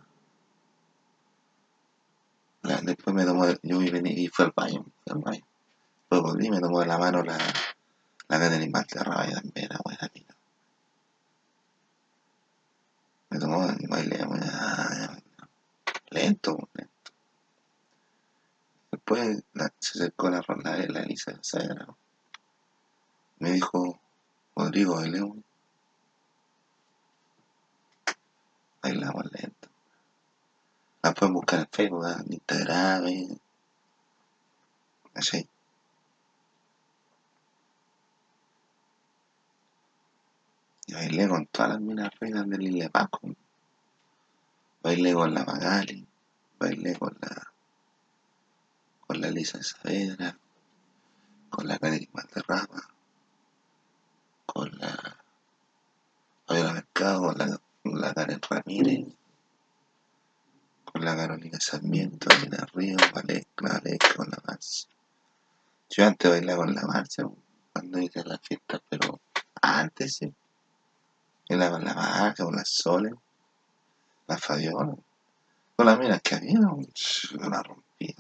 la después me tomó, yo y vení y fue al baño, fue al baño. Después volví, me tomó de la mano la, la Catherine Valderrama y también era buena mina. Me tomó y bailemos, ah, lento, lento. Después la, se acercó la, la, la Elisa Sagra. Me dijo, Rodrigo, bailemos, bailamos lento. La pueden buscar en Facebook, ¿eh? En Instagram, ¿eh? Así. Y bailé con todas las minas reinas del Isla Paco. Bailé con la Magali, bailé con la, con la Lisa Saavedra, con la Catherine Valderrama, con la Fabiola Mercado, con la, con la Karen Ramírez, con la Carolina Sarmiento, Lina Ríos, Valesca, Valesca, con la Marcia. Yo antes bailaba con la Marcia, cuando hice las fiestas, pero antes sí. Bailaba con la Marcia, con la Sole, la Fabiola, con las minas que había, yo la rompía.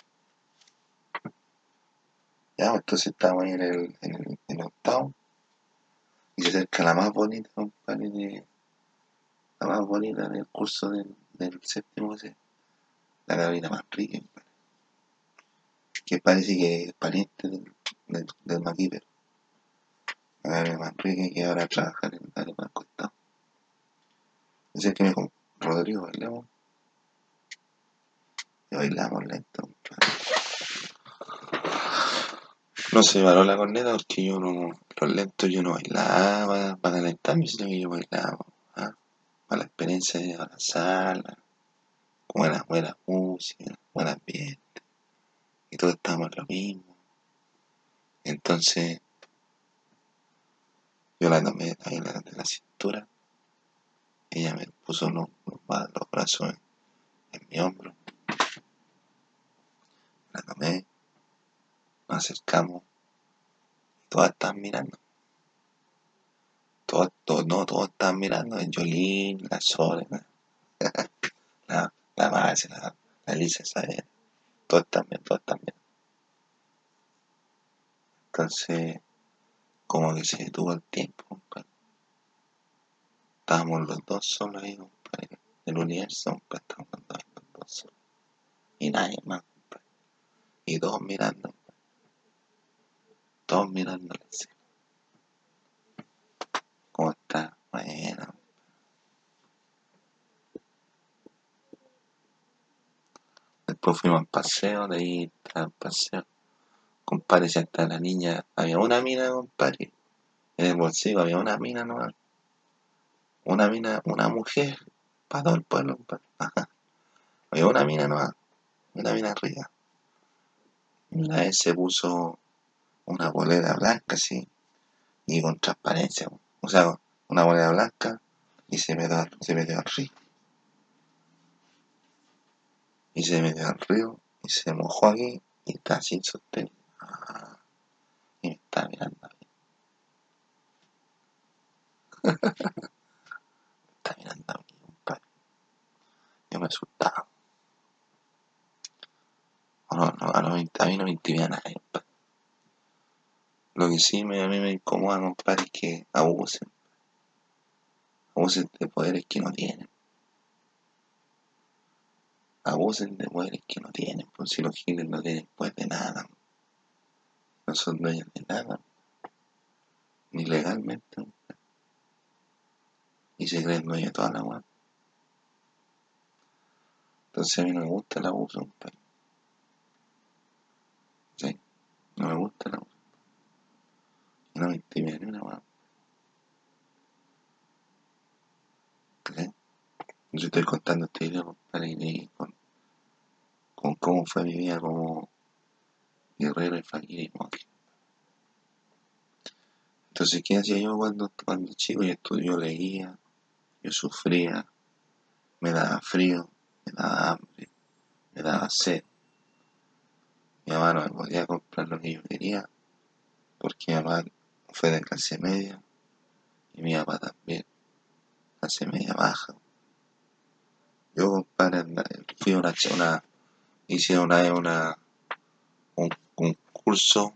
Ya, entonces estábamos ahí en el, en el, en el octavo, y se acerca la más bonita, compadre, de, la más bonita del curso del, del séptimo C, la Carolina Manrique, que parece que es pariente del, del, del Maquíper. La Carolina Manrique que ahora trabaja en el área más costado. Dice que me dijo, Rodrigo, bailamos. Y bailamos lento, compadre. No se paró la corneta porque yo no, los lentos yo no bailaba para calentarme, sino que yo bailaba, ¿ah? Para la experiencia de abrazarla, buena, buena música, buen ambiente, y todos estábamos lo mismo. Entonces yo la tomé ahí la, de la cintura, ella me puso los, los, los brazos en, en mi hombro, la tomé, nos acercamos, todas estaban mirando. Todos, todos, no, todos estaban mirando. El Yolín, la Sole, la, la, la Marcia, la, la Elisa, ¿sabes? Todos están viendo, todos están viendo. Entonces, como que se detuvo el tiempo, compadre. Estábamos los dos solos ahí, compadre. El universo, compadre, estábamos los dos, los dos solos. Y nadie más, compadre. Y todos mirando, todos mirando al cielo. ¿Cómo está? Bueno. Después fuimos al paseo, de ahí al paseo. Compadre, si hasta la niña, había una mina, compadre. En el bolsillo había una mina nomás. Una mina, una mujer, para todo el pueblo, compadre. Ajá. Había una mina nomás, una mina arriba. Y una vez se puso una bolera blanca así, y con transparencia. O sea, una bolera blanca y se metió, se metió al río. Y se metió al río y se mojó aquí y está sin sostén. Ah, y me está mirando a mí. Me está mirando a mí, compadre. Yo me asustaba. No, no, no, a, no, a mí no me intimida nadie, compadre. Lo que sí me, a mí me incomoda, compadre, es que abusen. Abusen de poderes que no tienen. Abusen de poderes que no tienen. Por si los giles no tienen pues de nada. No son dueños de nada. Ni legalmente. Y se creen dueños de toda la web. Entonces a mí no me gusta el abuso, compadre. Sí, no me gusta el abuso. Y no me intimida ni una web. ¿Sí? Yo estoy contando este video, compadre, y con, con cómo fue mi vida como guerrero y fakir y monje. Entonces, ¿qué hacía yo cuando, cuando chico? Yo estudié, yo leía, yo sufría, me daba frío, me daba hambre, me daba sed. Mi mamá no me podía comprar lo que yo quería, porque mi mamá fue de clase media y mi papá también, clase media baja. Yo, compadre, fui a una, una hice una vez una, un, un curso,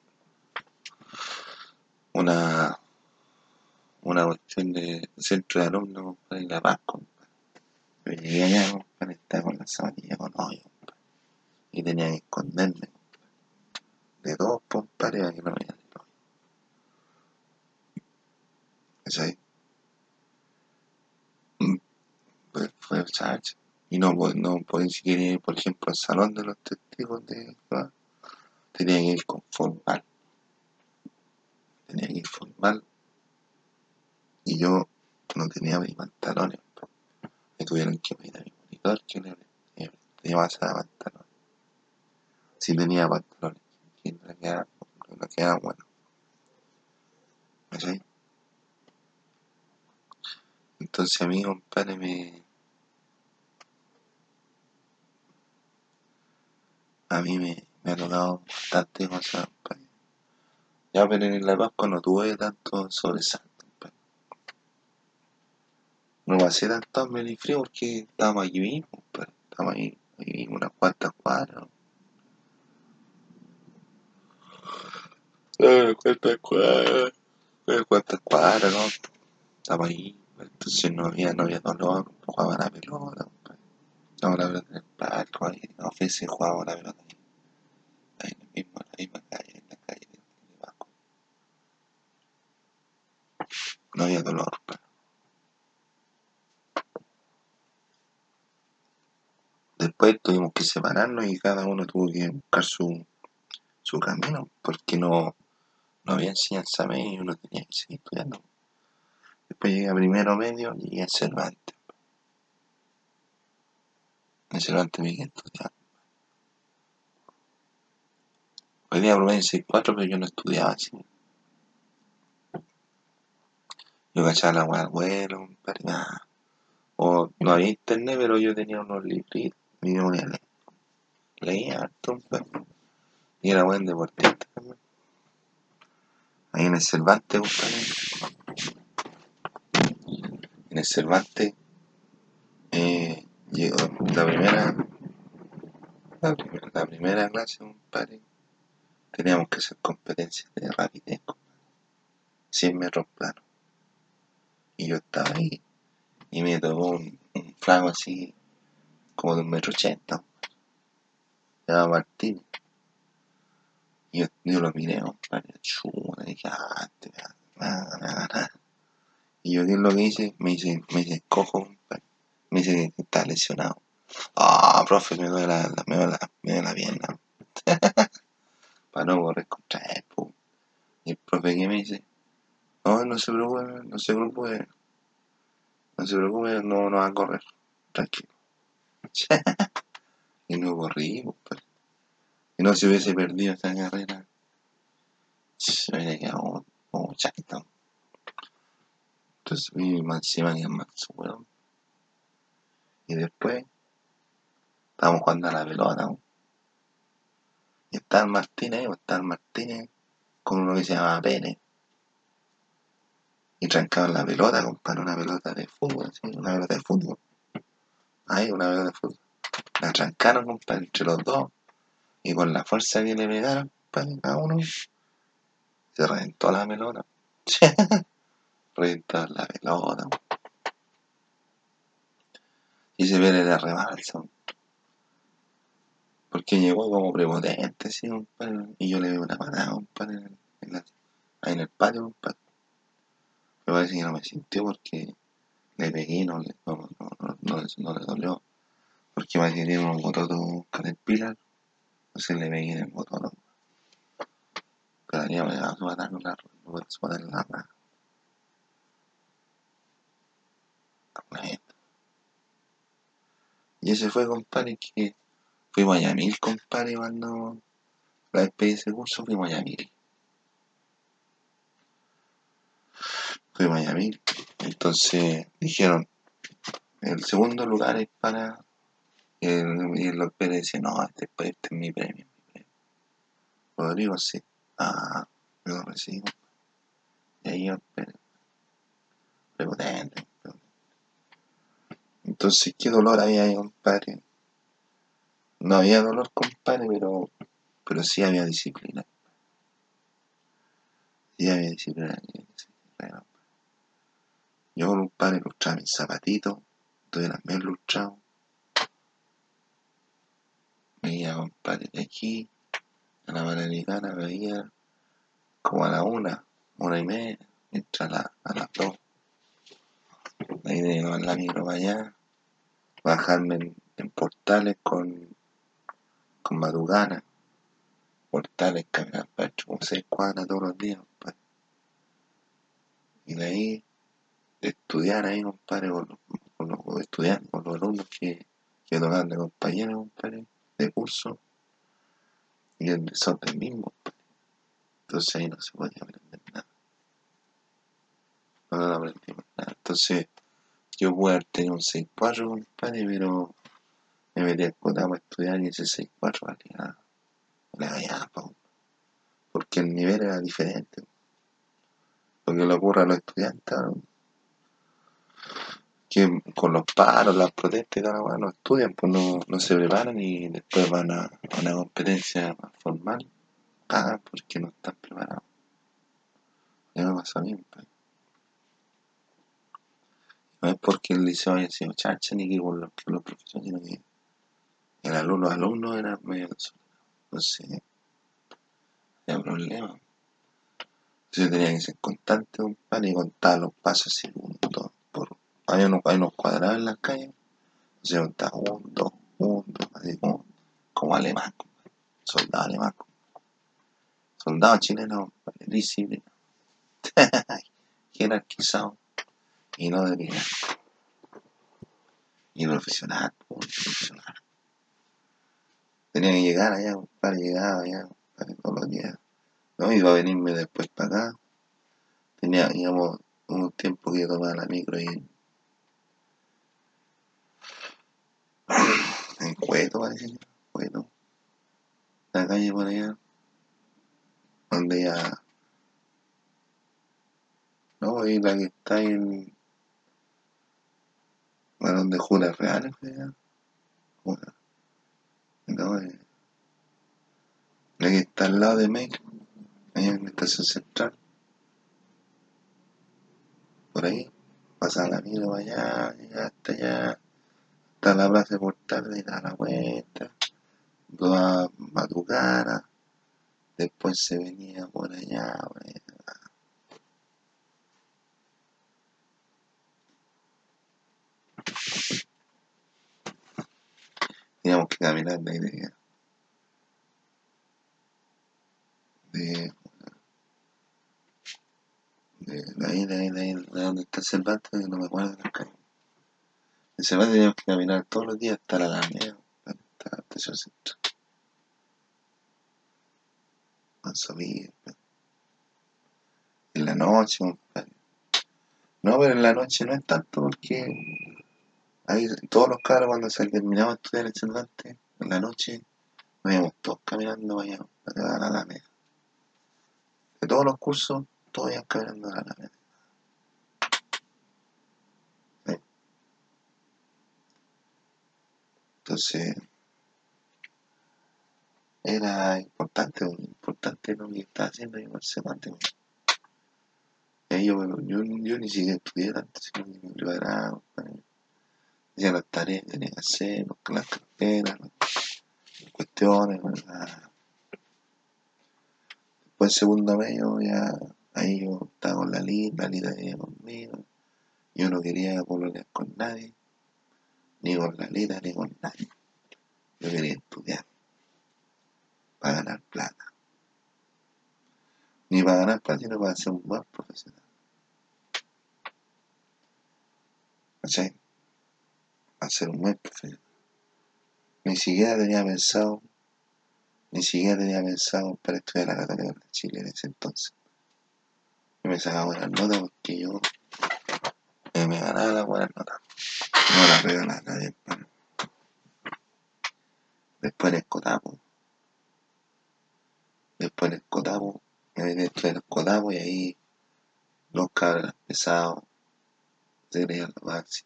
una, una cuestión de centro de alumnos, compadre, en La Paz, compadre. Yo llegué allá, compadre, estaba con la zapatilla con hoyo, compadre, y tenía que esconderme, compadre, de todos, compadre, para que no me vieran el hoyo. Eso ahí, mm, pues fue el chacho. Y no, no podía ni siquiera ir, por ejemplo, al salón de los testigos de Jehová. Tenía que ir con formal, tenía que ir formal, y yo no tenía mis pantalones, pues. Me tuvieron que pedir a mi monitor que le llevase pantalones. Si tenía pantalones, que no quedaba, no quedaba bueno. ¿Sí? Entonces a mí, compadre, me, a mí me, me ha tocado bastante cosas, compadre. Ya, pero en la Pascua no tuve tanto sobresalto, compadre. No pasé tanto hambre ni frío porque estábamos aquí mismo, compadre. Estábamos ahí, ahí mismo, unas cuantas cuadras. Eh, cuántas cuadras, eh, cuántas cuadras, ¿no? Estaba ahí, entonces no había, no había dolor, jugaba la pelota, compadre. Jugaba la pelota en el parque, ahí, a veces jugaba la pelota ahí, ahí en, el mismo, en la misma calle, en la calle de, de Vasco. No había dolor, compadre. Después tuvimos que separarnos y cada uno tuvo que buscar su, su camino, porque no, no había enseñanza media y uno tenía que seguir estudiando. Después llegué a primero medio y llegué a Cervantes. En Cervantes me quedé estudiando. Hoy día probé seis cuatro, pero yo no estudiaba así. Yo cachaba la weá al vuelo, compadre, nada. O no había internet, pero yo tenía unos libritos y yo leía, leía harto, compadre. Y era buen deportista también. Ahí en el Cervantes, compadre. En el Cervantes eh, llegó la primera, la primera, la primera clase, compadre. Teníamos que hacer competencias de rapidez, cien metros planos. Y yo estaba ahí y me tocó un, un flaco así como de un metro ochenta, se llama Martín. Y yo, yo lo miré, compadre, chula, dije, ah, te voy a ganar. Y yo, ¿qué es lo que hice? Me hice, me hice cojo, compadre. Me dice que está lesionado. Ah, profe, me duele la, la- me duele la, me duele la pierna. Para no correr contra él, po. Y el profe que me dice, no, no se preocupe, no se preocupe, no se preocupe, no, no va a correr, tranquilo. Y no corrí, compadre. Y no se hubiese perdido esta carrera, se hubiera quedado como chato. Entonces, y más encima que más weón. Y después, estábamos jugando a la pelota, weón. Y está el Martínez, o está el Martínez con uno que se llama Pérez. Y trancaban la pelota, compadre, una pelota de fútbol, así, una pelota de fútbol. Ahí, una pelota de fútbol. La trancaron, compadre, entre los dos. Y con la fuerza que le pegaron, compadre, a uno, se reventó la pelota. Reventó la pelota. Y se ve la rebalsa. Porque llegó como prepotente, así, compadre. Y yo le veo una patada, compadre, en, en la, ahí en el patio, compadre. Me parece que no me sintió porque le pegué y no le, no, no, no, no, le, no le dolió. Porque me que tiene unos bototos con el pilar. Entonces le pegué en el botón. Pero ya me va a matar una, no puedes matar la raja. Y ese fue, compadre, que fuimos a Yamil, compadre, cuando la despedí de ese curso, fuimos a Yamil. Fuimos a Yamil. Entonces dijeron, el segundo lugar es para... El, y el Pérez decía, no, este, este es mi premio. Mi premio. Rodrigo, sí. Ah, yo lo recibo. Y ahí el Pérez, prepotente. Entonces, ¿qué dolor había ahí, compadre? No había dolor, compadre, pero, pero sí había disciplina. Sí había disciplina. disciplina. Yo, compadre, lustraba mis zapatitos, estoy también lustrado. Veía, compadre, de aquí a la Panamericana, veía como a la una, una y media, mientras a, la, a las dos. Ahí de llevar la micro para allá, bajarme en, en portales con, con Madugana. Portales, caminar para como seis cuadras todos los días, compadre. Y de ahí, de estudiar ahí, compadre, con los, con los estudiantes, con los alumnos que, que tocaban de compañeros, compadre, de curso, y el desorden mismo, compadre. Entonces ahí no se podía aprender nada. No, no aprendimos nada. Entonces, yo pude haber tenido un seis cuatro, compadre, pero me metí al Cotamo a estudiar y ese seis cuatro valía la gallapa, porque el nivel era diferente. Lo que le ocurre a los estudiantes, que con los paros, las protestas y tal, no estudian, pues no, no se preparan y después van a, a una competencia más formal, ah, porque no están preparados. Ya me pasó a mí, pues. No es porque el liceo haya sido chacha ni que por los, por los profesores, sino que el alumno, los alumnos eran medio desordenados. Entonces, había problema. Entonces yo tenía que ser constante, compadre, y contar los pasos así, uno, dos, por... Había unos, hay unos cuadrados en las calles, entonces yo contaba uno, dos, uno, dos, así como, como alemán, compadre, soldado alemán, soldado chileno, compadre, disciplina, jerarquizado, y no debería, y profesional, profesional. Tenía que llegar allá, compadre, llegaba allá, compadre, todos los días. No iba a venirme después para acá. Tenía, digamos, un tiempo que yo tomaba la micro y en, en Cueto, parece que era, Cueto, la calle por allá. donde ya, no, y la que está ahí en, bueno, donde Juras Reales, pues, ya, Jura, no, eh, la que está al lado de Make, ahí en la estación central, por ahí, pasa la mira para allá, llega hasta allá, hasta la plaza de Portal y da la vuelta, toda Matucana, después se venía por allá, pues, teníamos que caminar de ahí de, de, de, de ahí, de ahí, de ahí, de donde está el Cervantes, que no me acuerdo de la calle. En Cervantes teníamos que caminar todos los días hasta la Alameda, hasta la estación central, a subir, pues, en la noche, compadre. No, pero en la noche no es tanto porque ahí todos los cabros cuando se terminaba de estudiar en Cervantes, en la noche, nos íbamos todos caminando para allá, para la Alameda. De todos los cursos, todos iban caminando a la Alameda. ¿Sí? Entonces, era importante, muy importante lo que estaba haciendo yo en Cervantes. Y ahí yo, yo, yo ni siquiera estudié tanto, sino que me preparaba, compadre. Hacía las tareas que tenía que hacer, las carpetas, las cuestiones, ¿verdad? Después en segundo medio ya, ahí yo estaba con la Lita, la Lita venía conmigo. Yo no quería pololear con nadie, ni con la Lita, ni con nadie. Yo quería estudiar, para ganar plata. Ni para ganar plata, sino para ser un buen profesional. ¿Cachai? Para ser un buen profesional. Ni siquiera tenía pensado, ni siquiera tenía pensado para estudiar la Católica de Chile en ese entonces. Yo me sacaba buenas notas porque yo eh, me ganaba las buenas notas. No las regalaba a nadie, hermano. Después en el Cotapo, después en el Cotapo, me vine a estudiar en el Cotapo y ahí los cabros eran pesados, se creían lo máximo.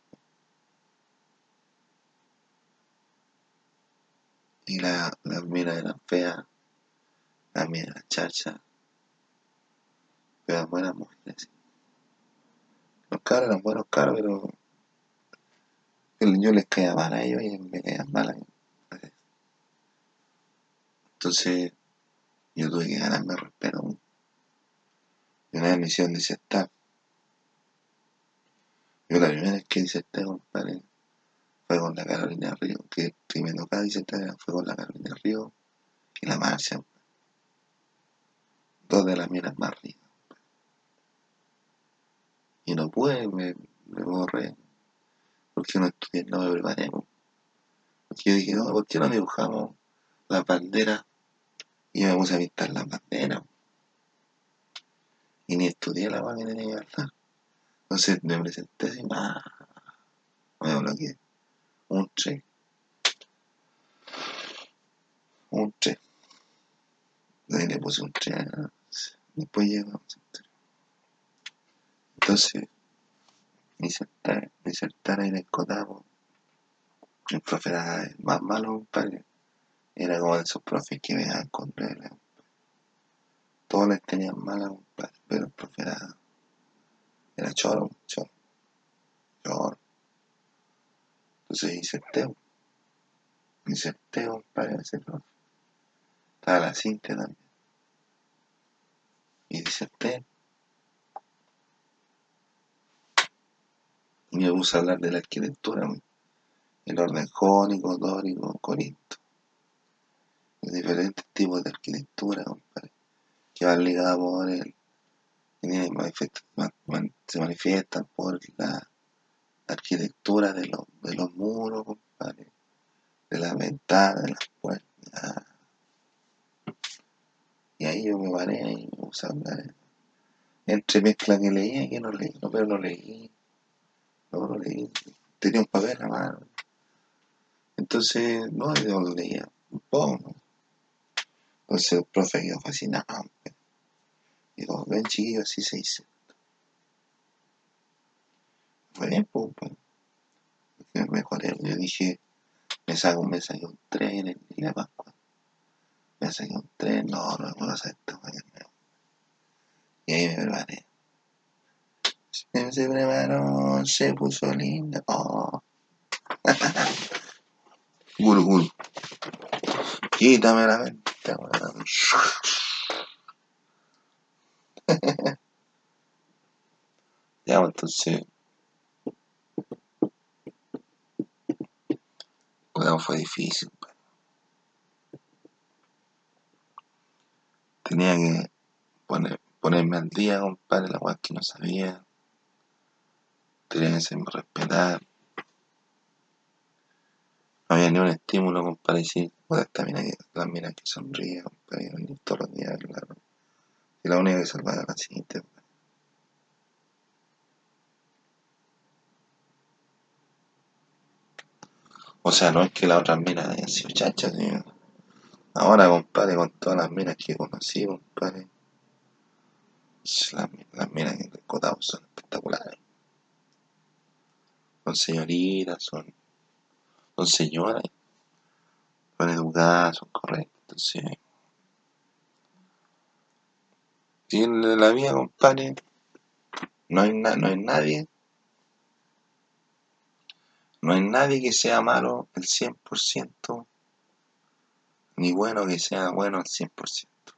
Y la, las minas eran feas, las minas eran chachas, pero eran buenas mujeres. Los cabros eran buenos cabros, pero yo les caía mal a ellos y ellos me caían mal a mí. Entonces yo tuve que ganarme el respeto. Y una vez me hicieron disertar. Yo la primera vez que diserté, compadre, fue con la Carolina Río, que, que me tocaba disertar fue con la Carolina Río y la Marcia, dos de las minas más ricas. Y no pude, me, me borré, porque no estudié, no me preparé. Porque yo dije, no, ¿por qué no dibujamos las banderas? Y yo me puse a pintar las banderas. Y ni estudié la vaina que tenía que hablar. Entonces me presenté así, ah, me bloqueé. Un tres, un tres. De ahí le puse un tres. Después llegamos. Entonces, disertar, disertar en el Cotapo. El profe era el más malo, compadre. Era como de esos profes que me daban con reglas. Todos les tenían mala, compadre, pero el profe era, era choro, choro, choro. Entonces diserté, diserté, compadre, ese profe. Estaba la Cintia también. Y diserté. Y me puse a hablar de la arquitectura, el orden jónico, dórico, corinto. Los diferentes tipos de arquitectura, compadre, que van ligados por el, que tienen manifest, man, man, se manifiestan por la arquitectura de los, de los muros, compadre, de las ventanas, de las puertas. Y ahí yo me paré y me puse a hablar. Entre mezcla que leía y que no leí, no, pero no leí, no, no leí. Tenía un papel en la mano. Entonces, no, yo lo leía un poco, ¿no? Entonces el profe quedó fascinado. Digo, ven chiquillo, así se dice. Fue bien, pues, pues, me mejoré. Yo dije, me saco, me saqué un tres en el día de Pascua. Me saqué un tres, no, no me puedo hacer esto, weón. Y ahí me preparé. Se preparó, se puso linda. Oh. Guru, guru. Quítame la venta, weón. Ya, pues, entonces, bueno, fue difícil. Tenía que poner, ponerme al día, compadre, la weá que no sabía. Tenía que hacerme respetar. No había ni un estímulo, compadre, sí. Puta, esta mina que, las minas que sonríe, compadre, venir todos los días, claro. Y la única que salvaba era la siguiente. O sea, no es que las otras minas hayan sido chachas, sino ahora, compadre, con todas las minas que conocí, compadre, las, las minas que he encontrado son espectaculares. Son señoritas, son, son señoras, son educadas, son correctas. Entonces, si en la vida, compadre, no hay, na, no hay nadie, no hay nadie que sea malo el cien por ciento, ni bueno que sea bueno al cien por ciento.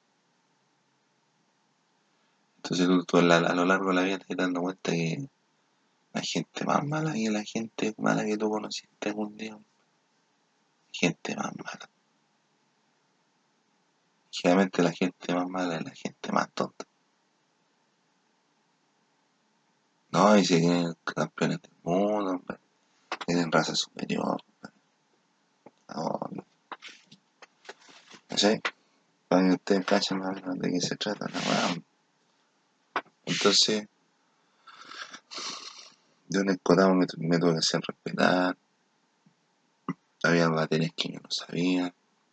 Entonces tú, tú a, la, a lo largo de la vida te estás dando cuenta que hay gente más mala que la gente mala que tú conociste algún día. Gente más mala. Generalmente la gente más mala es la gente más tonta. No, y se creen campeones del mundo, hombre. Tienen raza superior. No, no sé. Para que ustedes cachen más o menos de qué se trata la weá. Entonces, de un escotado me, me tuve que hacer respetar. Había materias que yo no sabía.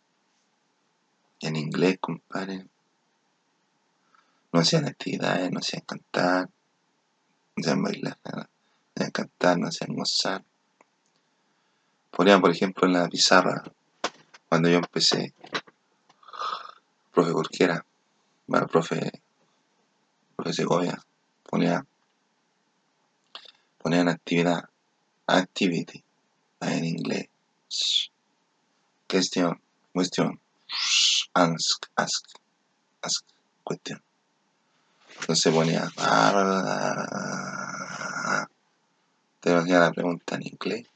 En inglés, compadre. No hacían actividades, no hacían cantar, no hacían bailar, nada. No hacían cantar, no hacían gozar. Ponían, por ejemplo, en la pizarra, cuando yo empecé, profe cualquiera, bueno, profe, profe Segovia, ponía, ponía en actividad, activity, en inglés, question, cuestión, ask, ask, ask, cuestión. Entonces ponía, ah, te hacía la pregunta en inglés,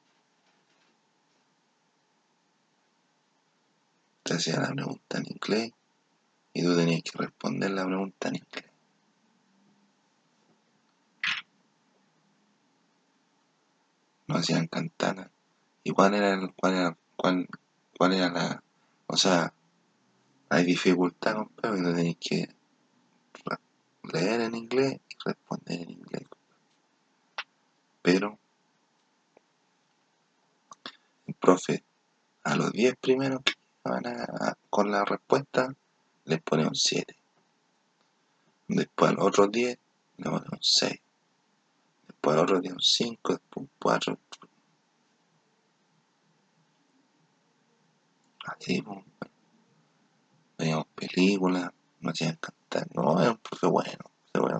te hacía la pregunta en inglés, y tú tenías que responder la pregunta en inglés. No hacían cantar. ¿Y cuál era, el, cuál era, cuál, cuál era la, o sea, hay dificultad, compadre, no tenéis que leer en inglés y responder en inglés. Pero el profe, a los diez primeros que van a, a, con la respuesta, les pone un siete. Después a los otros diez, le pone un seis. Después a los otros diez, un cinco. Después un cuatro. Así, pues, veíamos películas, nos hacían cantar. No, era un profe bueno, profe bueno.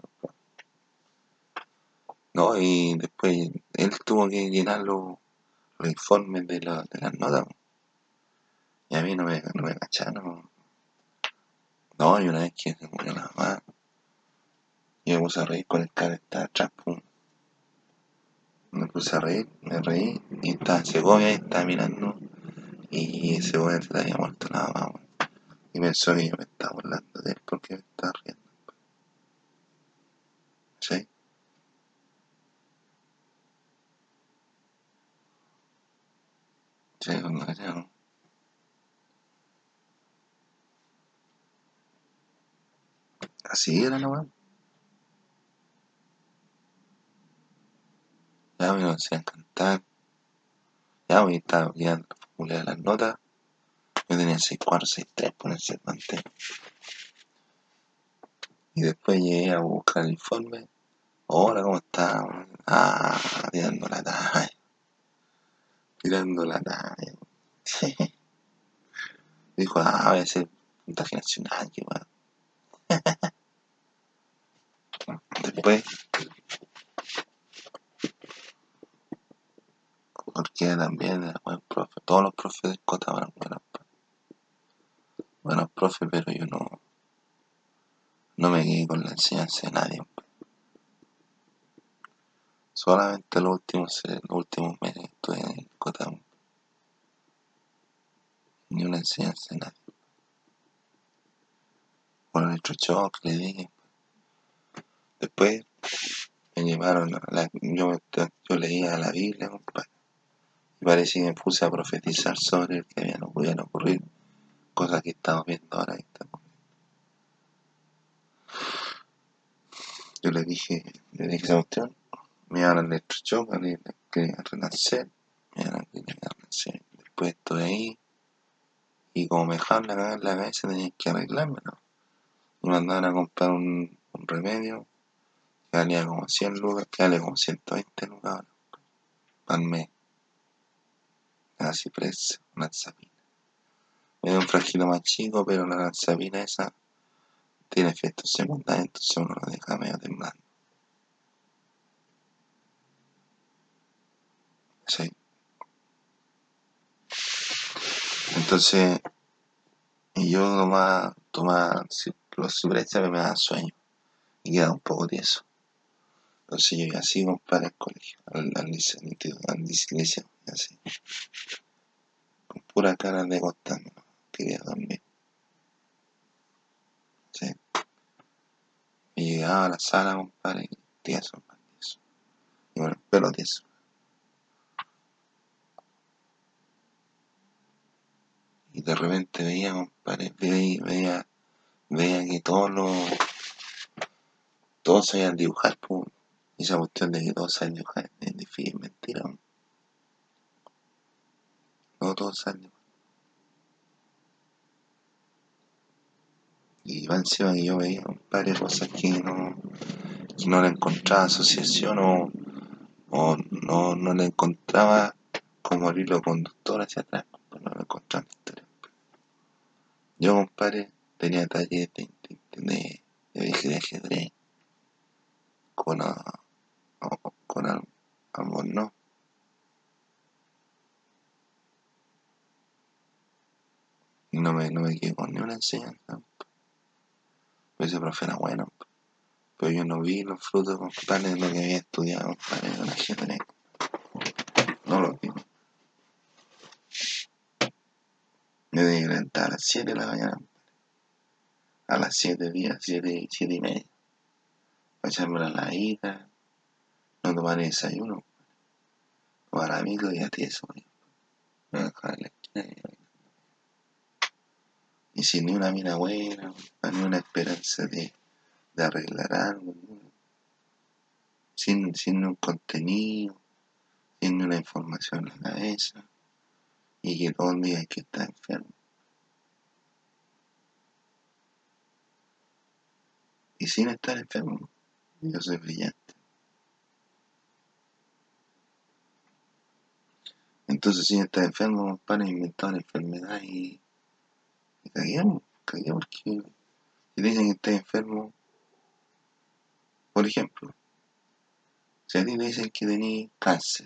No, y después él tuvo que llenar los, los informes de, la, de las notas. Y a mí no me, no me cacharon. No, y una vez que se murió la mamá, yo me puse a reír con el cara que estaba atrás. Pum. Me puse a reír, me reí, y estaba Segovia y estaba mirando. Y Segovia se le había muerto la mamá. Y pensó que yo me estaba burlando de él porque me estaba riendo. ¿Sí? Sí, cuando cacharon. Así era la mamá. Ya me lo hacían cantar. Ya me estaba guiando la fórmula de las notas. Yo tenía seis cuatro, seis tres por el Cervantes. Y después llegué a buscar el informe. Hola, ¿cómo está? Ah, tirando la talla, tirando la talla. Dijo, ah, voy a ser puntaje nacional, que bueno. Después, porque también era buen profe. Todos los profes de Escota eran buenos, buenos profes, pero yo no, no me quedé con la enseñanza de nadie. Solamente los últimos, los últimos meses estuve en Escota, ni una enseñanza de nadie. Con el electrochoque le dije. Después me llevaron a la, yo, yo leía la Biblia, compadre, y parece que me puse a profetizar sobre el que no podían ocurrir cosas que estamos viendo ahora. Yo le dije, le dije esa cuestión, me iban al electrochoque, me querían renacer, me iban a renacer. Después estuve ahí, y como me dejaban la cagada en la cabeza, tenía que arreglarme, ¿no? Me mandaban a comprar un, un remedio que valía como cien lucas, que vale como ciento veinte lucas ahora, al mes. Así presa, una lanzapina. Me dio un frasquito más chico, pero la lanzapina esa tiene efectos secundarios, entonces uno lo deja medio temblando. Sí. Entonces, y yo tomaba, tomaba los cipreses, pero me daban sueño y quedaba un poco tieso. Entonces yo iba así, compadre, al colegio, al, al liceo, al liceo, así, con pura cara de acostarme, ¿no? Quería dormir. Sí. Y llegaba a la sala, compadre, y tieso, tieso. Y con el pelo tieso. Y de repente veía, compadre, veía, veía, veía que todos los, todos sabían dibujar, pues. Y esa cuestión de que todos saben dibujar es difícil, mentira, ¿no? No todos saben dibujar. Y va encima que yo veía, compadre, cosas que no, que no le encontraba asociación o, o no, no le encontraba como el hilo conductor hacia atrás, pues no le encontraba la historia. Yo, compadre, tenía talleres de, de, de, de, de ajedrez con, a, con al, albornoz. Y no me, no me quedé con ni una enseñanza. Pues ese profe era bueno, pero yo no vi los frutos, compadre, de lo que había estudiado, compadre, en el ajedrez. No lo vi. Me tenía que levantar a las siete de la mañana, a las siete días, siete, siete y media, para echarme la ladita, no tomar desayuno, tomar amigos y a ti eso, me dejaba en la esquina y, y sin ni una mina buena, ni una esperanza de, de arreglar algo, sin, sin un contenido, sin una información en la cabeza, y que todo el día hay que estar enfermo. Y sin estar enfermo, yo soy brillante. Entonces, sin estar enfermo, compadre, inventaron enfermedad y, y caguemos, caguemos porque si dicen que estás enfermo, por ejemplo, si a ti te dicen que tenés cáncer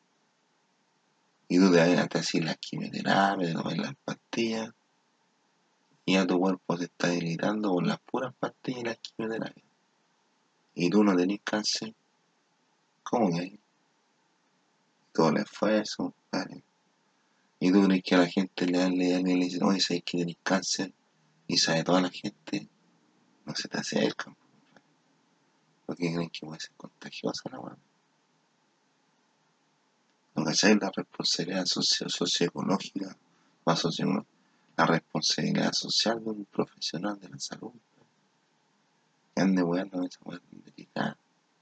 y tú te vas a hacer la quimioterapia, te tomas las pastillas y ya tu cuerpo se está debilitando por las puras pastillas y la quimioterapia y tú no tenés cáncer, ¿cómo que hay? Todo el esfuerzo, compadre. Y tú crees que a la gente le dan, le dan y le dicen, oye, sabes que tenés cáncer y sabe toda la gente, no se te acercan, porque creen que puede ser contagiosa la weá. ¿No cachai? La responsabilidad socio socioecológica o socio la responsabilidad social de un profesional de la salud. Que ande weando esa weá delicada.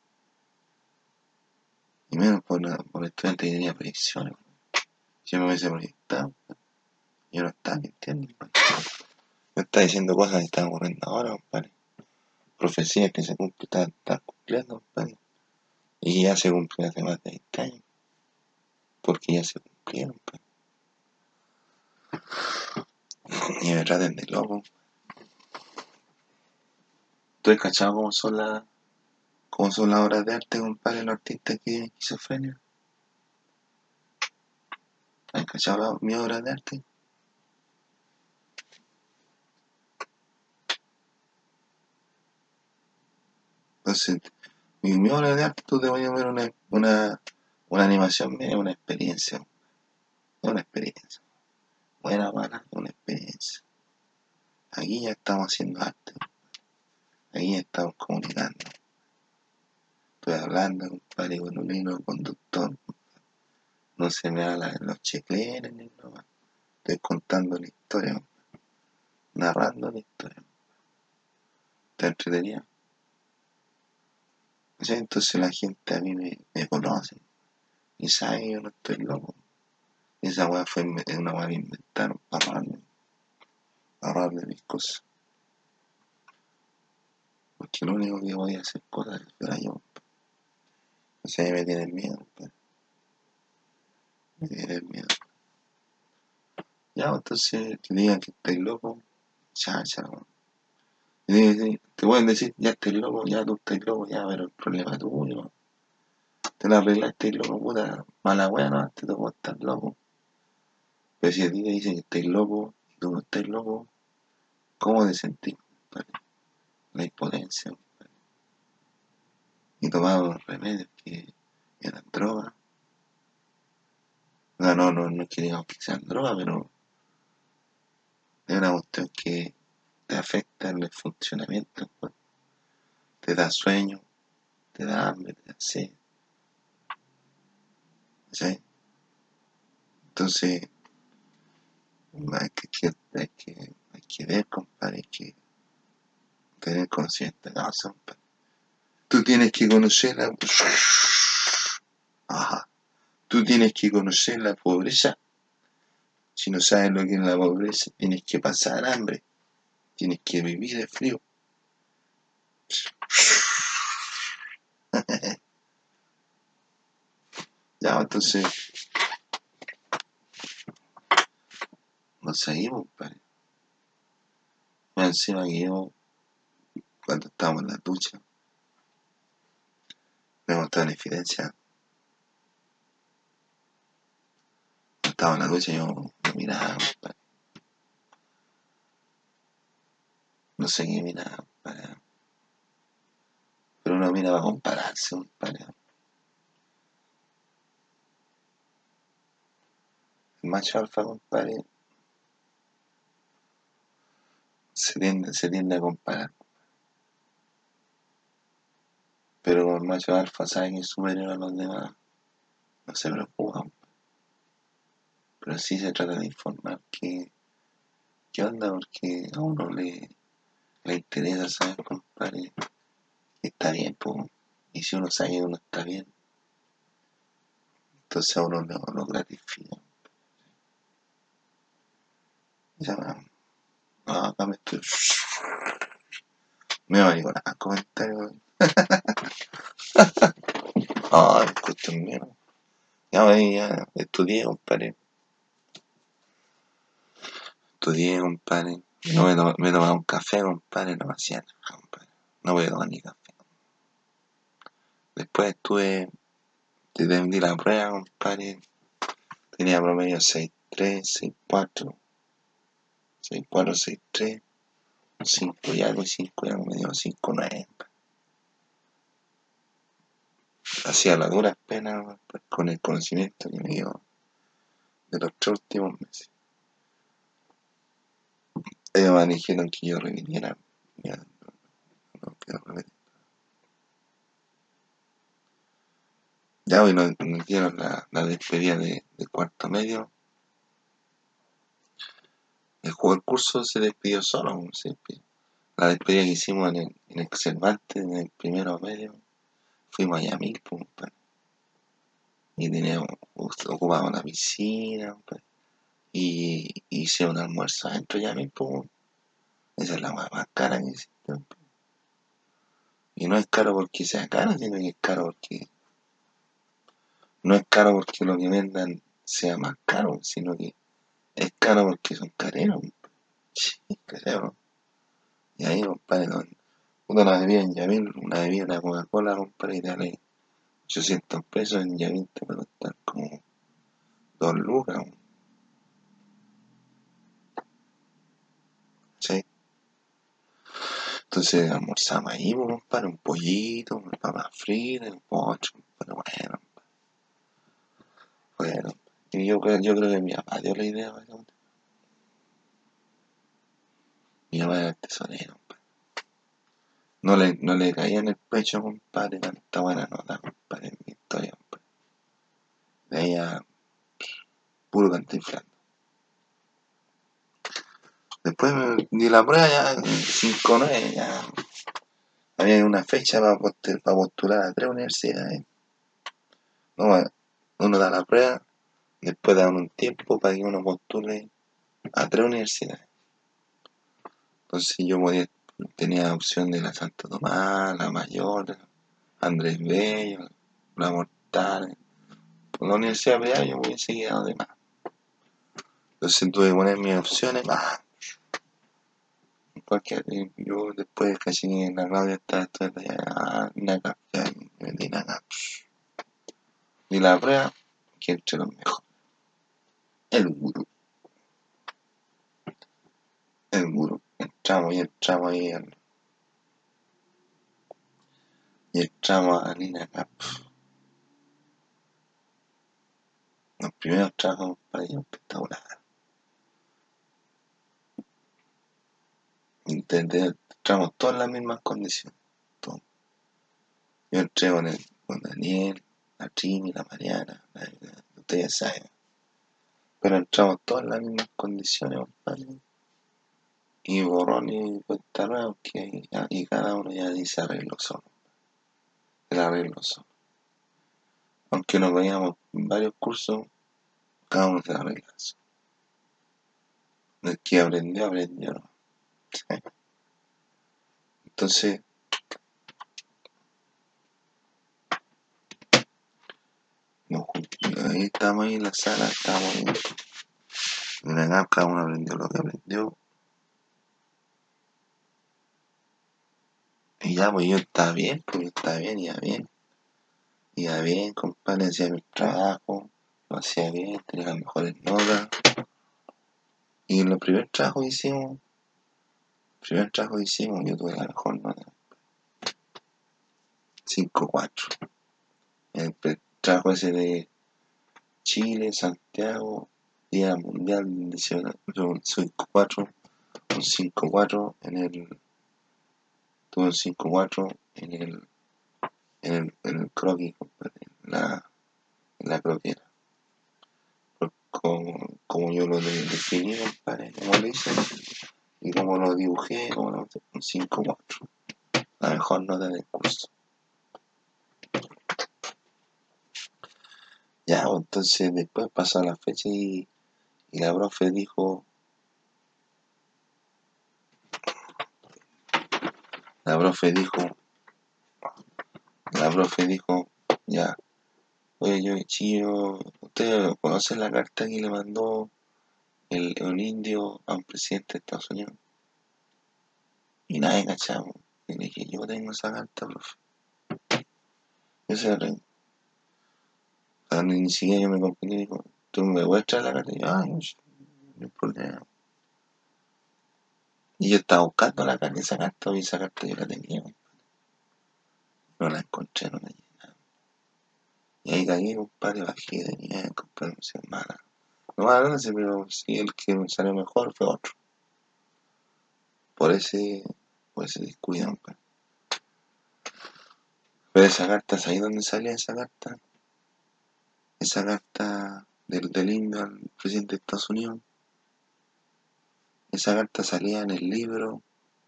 Y menos por, la, por el estudiante que tenía proyecciones. Si yo me hubiese proyectado, yo no estaba mintiendo, compadre. Me está diciendo cosas que están ocurriendo ahora, compadre. profecía que se cumple, está, está cumpliendo, compadre. Y ya se cumplió hace más de veinte años, porque ya se cumplieron, compadre. Y me traten de loco. ¿Tú has cachado cómo son las cómo son las obras de arte, compadre, los artistas que tienen esquizofrenia? ¿Has cachado mi obra de arte? Entonces, mi, mi obra de arte, tú te voy a ver una, una, una animación mía, una experiencia, es una experiencia. Buena, mala, una experiencia. Aquí ya estamos haciendo arte, aquí ya estamos comunicando. Estoy hablando, compadre, con un hilo conductor. No se me habla en los checleres ni nada. Estoy contando la historia, narrando la historia. ¿Te entretenía? O sea, entonces la gente a mí me, me conoce y sabe que yo no estoy loco. Esa weá fue una weá que inventaron para ahorrarme, para ahorrarme mis cosas. Porque lo único que voy a hacer cosas era yo. O sea, me tienen miedo, pues. Me tienen miedo. Ya, entonces, que digan que estoy loco, chacha, weón. Te pueden decir, ya estoy loco, ya tú estás loco, ya, pero el problema es tuyo. Te la arreglaste, loco, puta, mala weá, no, te tocó estar loco. Pero si a ti te dicen que estás loco y tú no estás loco, ¿cómo te sentís, compadre? La impotencia, compadre. Y tomaba unos remedios que eran drogas. No, no, no, no es que digamos que sean drogas, pero es una cuestión que te afecta en el funcionamiento, pues. Te da sueño, te da hambre, te da sed, ¿sí? Entonces, hay que, hay que, hay que ver, compadre, hay que tener consciente de causa, compadre. Tú tienes que conocer la... Ajá. Tú tienes que conocer la pobreza. Si no sabes lo que es la pobreza, tienes que pasar hambre. Tienes que vivir de frío. Ya, entonces, nos seguimos, compadre. Más encima que yo, cuando estábamos en la ducha, me mostraron evidencia. Cuando estaba en la ducha, yo me miraba, compadre. No sé qué miraba, compadre. Pero uno mira para compararse, compadre. El macho alfa, compadre, se tiende, se tiende a comparar. Pero como el macho alfa sabe que es superior a los demás, no se preocupa. Pero sí se trata de informar que, qué onda, porque a uno le, le interesa saber, compadre, que está bien, pues. Y si uno sabe que uno está bien, entonces a uno lo, lo gratifica. Ya, no, acá me estoy... Me va a llegar a comentarios. Ah, cuestión mía. Ya, ya, estudié, compadre. Estudié, compadre. No me, to- me tomaba un café, compadre, no me hacía nada, compadre. No voy a tomar ni café. Después estuve, te vendí la prueba, compadre. Tenía promedio seis tres, seis cuatro, seis cuatro, seis tres, cinco y algo, y cinco y algo, me dio cinco nueve. Hacía las duras penas, pues, con el conocimiento que me dio de los tres últimos meses. Ellos me dijeron que yo repitiera. Ya, no, no quiero repetir. Ya hoy nos, nos dieron la, la despedida de, de cuarto medio. El juego del curso se despidió solo, como se despidió. La despedida que hicimos en el, en el Cervantes, en el primero medio, fuimos a Yamil, pues, compadre. Y teníamos, ocupábamos una piscina, compadre. Y hice un almuerzo adentro de Yamil, pues. Esa es la más, más cara que existe, compadre. Y no es caro porque sea caro, sino que es caro porque... No es caro porque lo que vendan sea más caro, sino que es caro porque son careros. Sí, creo. Y ahí, compadre, no, una bebida en Yamil, una bebida, una Coca-Cola, compadre, y dale ochocientos pesos en Yamil, te puede costar como dos lucas, ¿sí? Entonces almorzamos ahí, pues, compadre, un pollito, un papas fritas, un pocho, pero bueno, bueno. Y yo, creo- yo creo que mi papá dio la idea, ¿no? Mi papá era el tesorero, compadre. No le, no le caía en el pecho, compadre, tanta buena nota, compadre, en mi historia, compadre. De ahí a puro cantinflando. Después me di la prueba ya, cinco nueve ya. Había una fecha para postular a tres universidades. No, uno da la prueba, después dan un tiempo para que uno postule a tres universidades. Entonces yo podía, tenía opción de la Santo Tomás, la Mayor, Andrés Bello, la Mortal. Por la universidad privada yo hubiese quedado de más. Entonces tuve que poner mis opciones, más. Cualquier, yo después casi en la radio estaba estudiando ya, nada, ya me metí nada. Ni la prueba, que entre los mejores. El gurú, el gurú. Entramos y entramos ahí al- y entramos a Nina Cap. Los primeros trabajos para ellos espectaculares. Entramos todas en las mismas condiciones. Todo. Yo entré con, el, con Daniel, la Trini, la Mariana, la, la, ustedes saben. Pero entramos todas en las mismas condiciones, compadre. Y borrón y cuenta nueva, que ya, y cada uno ya dice arreglo solo. El arreglo solo. Aunque nos veíamos en varios cursos, cada uno se arregla solo. El que aprendió, aprendió, ¿no? Entonces, nos, ahí estábamos ahí en la sala, estábamos ahí. En la G A P cada uno aprendió lo que aprendió. Y ya, pues yo estaba bien, pues yo estaba bien, iba bien. Iba bien, compadre, hacía mi trabajo, lo hacía bien, tenía las mejores notas. Y en los primeros trabajos que hicimos, el primer trabajo que hicimos, yo tuve la mejor nota, cinco cuatro. El trabajo ese de Chile, Santiago, Día Mundial de cinco cuatro, un cinco cuatro en el. Tuve un cinco cuatro en el. En el, en el croquis, compadre, en la, en la croquera. Como, como yo lo definí, compadre, como lo hice, y como lo dibujé, como lo, un cinco cuatro. La mejor nota del curso. Ya, pues, entonces después pasó la fecha y, y la profe dijo, la profe dijo, la profe dijo, ya, oye, yo, chillo, ¿usted conoce la carta que le mandó el, el indio a un presidente de Estados Unidos? Y nadie cachamos. Y le dije, yo tengo esa carta, profe. Yo se la tengo. O sea, ni, ni siquiera yo me comprendí y dijo, ¿tú me puedes traer la carta? Y yo, ah, no, no hay problema. Y yo estaba buscando la carta, esa carta, y esa carta yo la tenía. No la encontré, no la llené. Y ahí caí, compadre, bajé de nivel, compadre, no sé, mala. No mala, no sé, pero sí, el que me salió mejor fue otro. Por ese, por ese descuido, compadre. Pero esa carta, ¿sabes dónde salía esa carta? Esa carta del, del indio al presidente de Estados Unidos. Esa carta salía en el libro,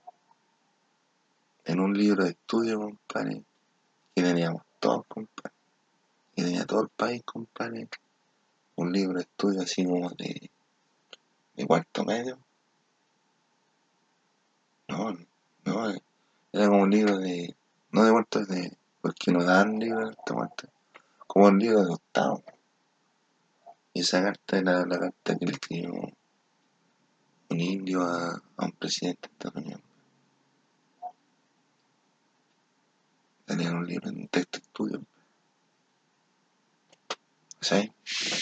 en un libro de estudio, compadre, que teníamos todos, compadre. Que tenía todo el país, compadre. Un libro de estudio así como de, de cuarto medio. No, no, era como un libro de, no de muertos de, porque no dan libros de muerte, como el libro de Octavo. Y esa carta era la carta que le escribió un indio a, a un presidente de Estados Unidos. Tenían un libro, un texto de estudio, ¿sabes?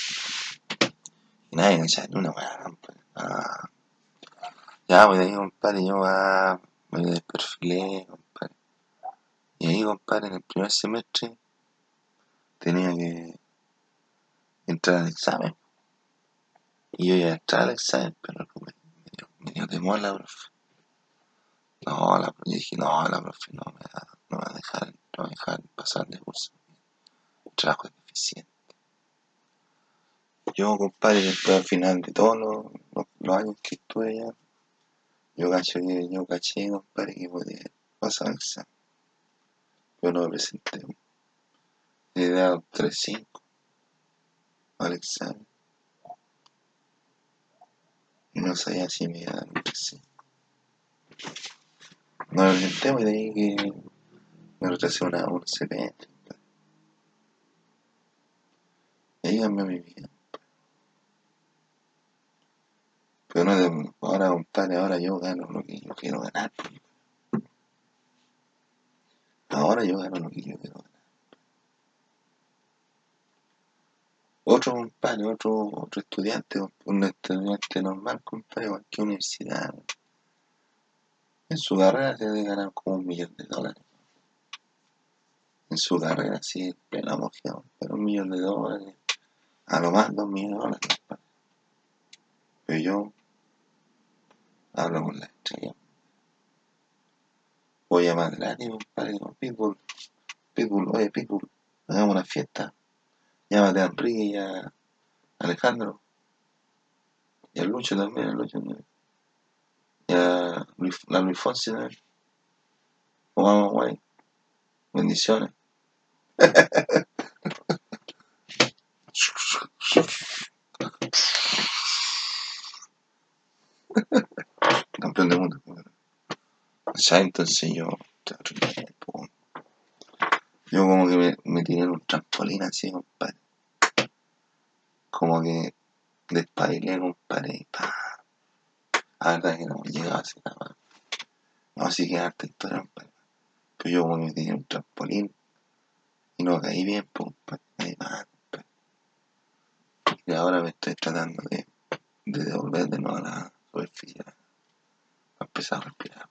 Y nadie me sabe una weá, compadre. Ah, ya, pues ahí, compadre, yo ah, me desperfilé, compadre. Y ahí, compadre, en el primer semestre tenía que entrar al examen. Y yo iba a entrar al examen, pero no, me, me, dio, me dio temor la profe. No, la, yo dije, no, la profe no me va, no me va a dejar, no me va a dejar pasar de curso. El trabajo es deficiente. Yo, compadre, después al final de todos los, los, los años que estuve allá, yo caché que yo caché, compadre, que podía pasar el examen. Yo no me presenté. Le he dado tres cinco al examen. Y no sabía si me iba a dar un tres cinco. No lo presenté, y de ahí que me retrasé una, una semestre. Y ahí cambió mi vida. Pero no de, ahora, compadre, ahora yo gano lo que yo quiero ganar. Ahora yo gano lo que yo quiero ganar. Otro compadre, otro, otro estudiante, un estudiante normal, compadre, cualquier universidad, en su carrera se debe ganar como un millón de dólares. En su carrera, sí, plena emoción, pero un millón de dólares, a lo más dos millones de dólares, compadre. Pero yo hablo con la estrella. Voy a llamar gratis, compadre, digo, Pitbull, Pitbull, oye, Pitbull, hagamos una fiesta. Llámate a Enrique y a Alejandro, y a Lucho también, a Lucho también. Y a Luis, la Luis Fonsi también. Vamos, guay. Bendiciones. Campeón del mundo. ¿Sabes? Entonces yo, yo como que me, me tiré en un trampolín así, compadre. Como que despabilé, compadre, y pa. La verdad es que no llegaba así nada más. No, así que harta historia, compadre. Pero yo como que me tiré en un trampolín y no caí bien, pues, compadre. Caí mal, compadre. Y ahora me estoy tratando de, de devolver de nuevo a la superficie. Para empezar a respirar.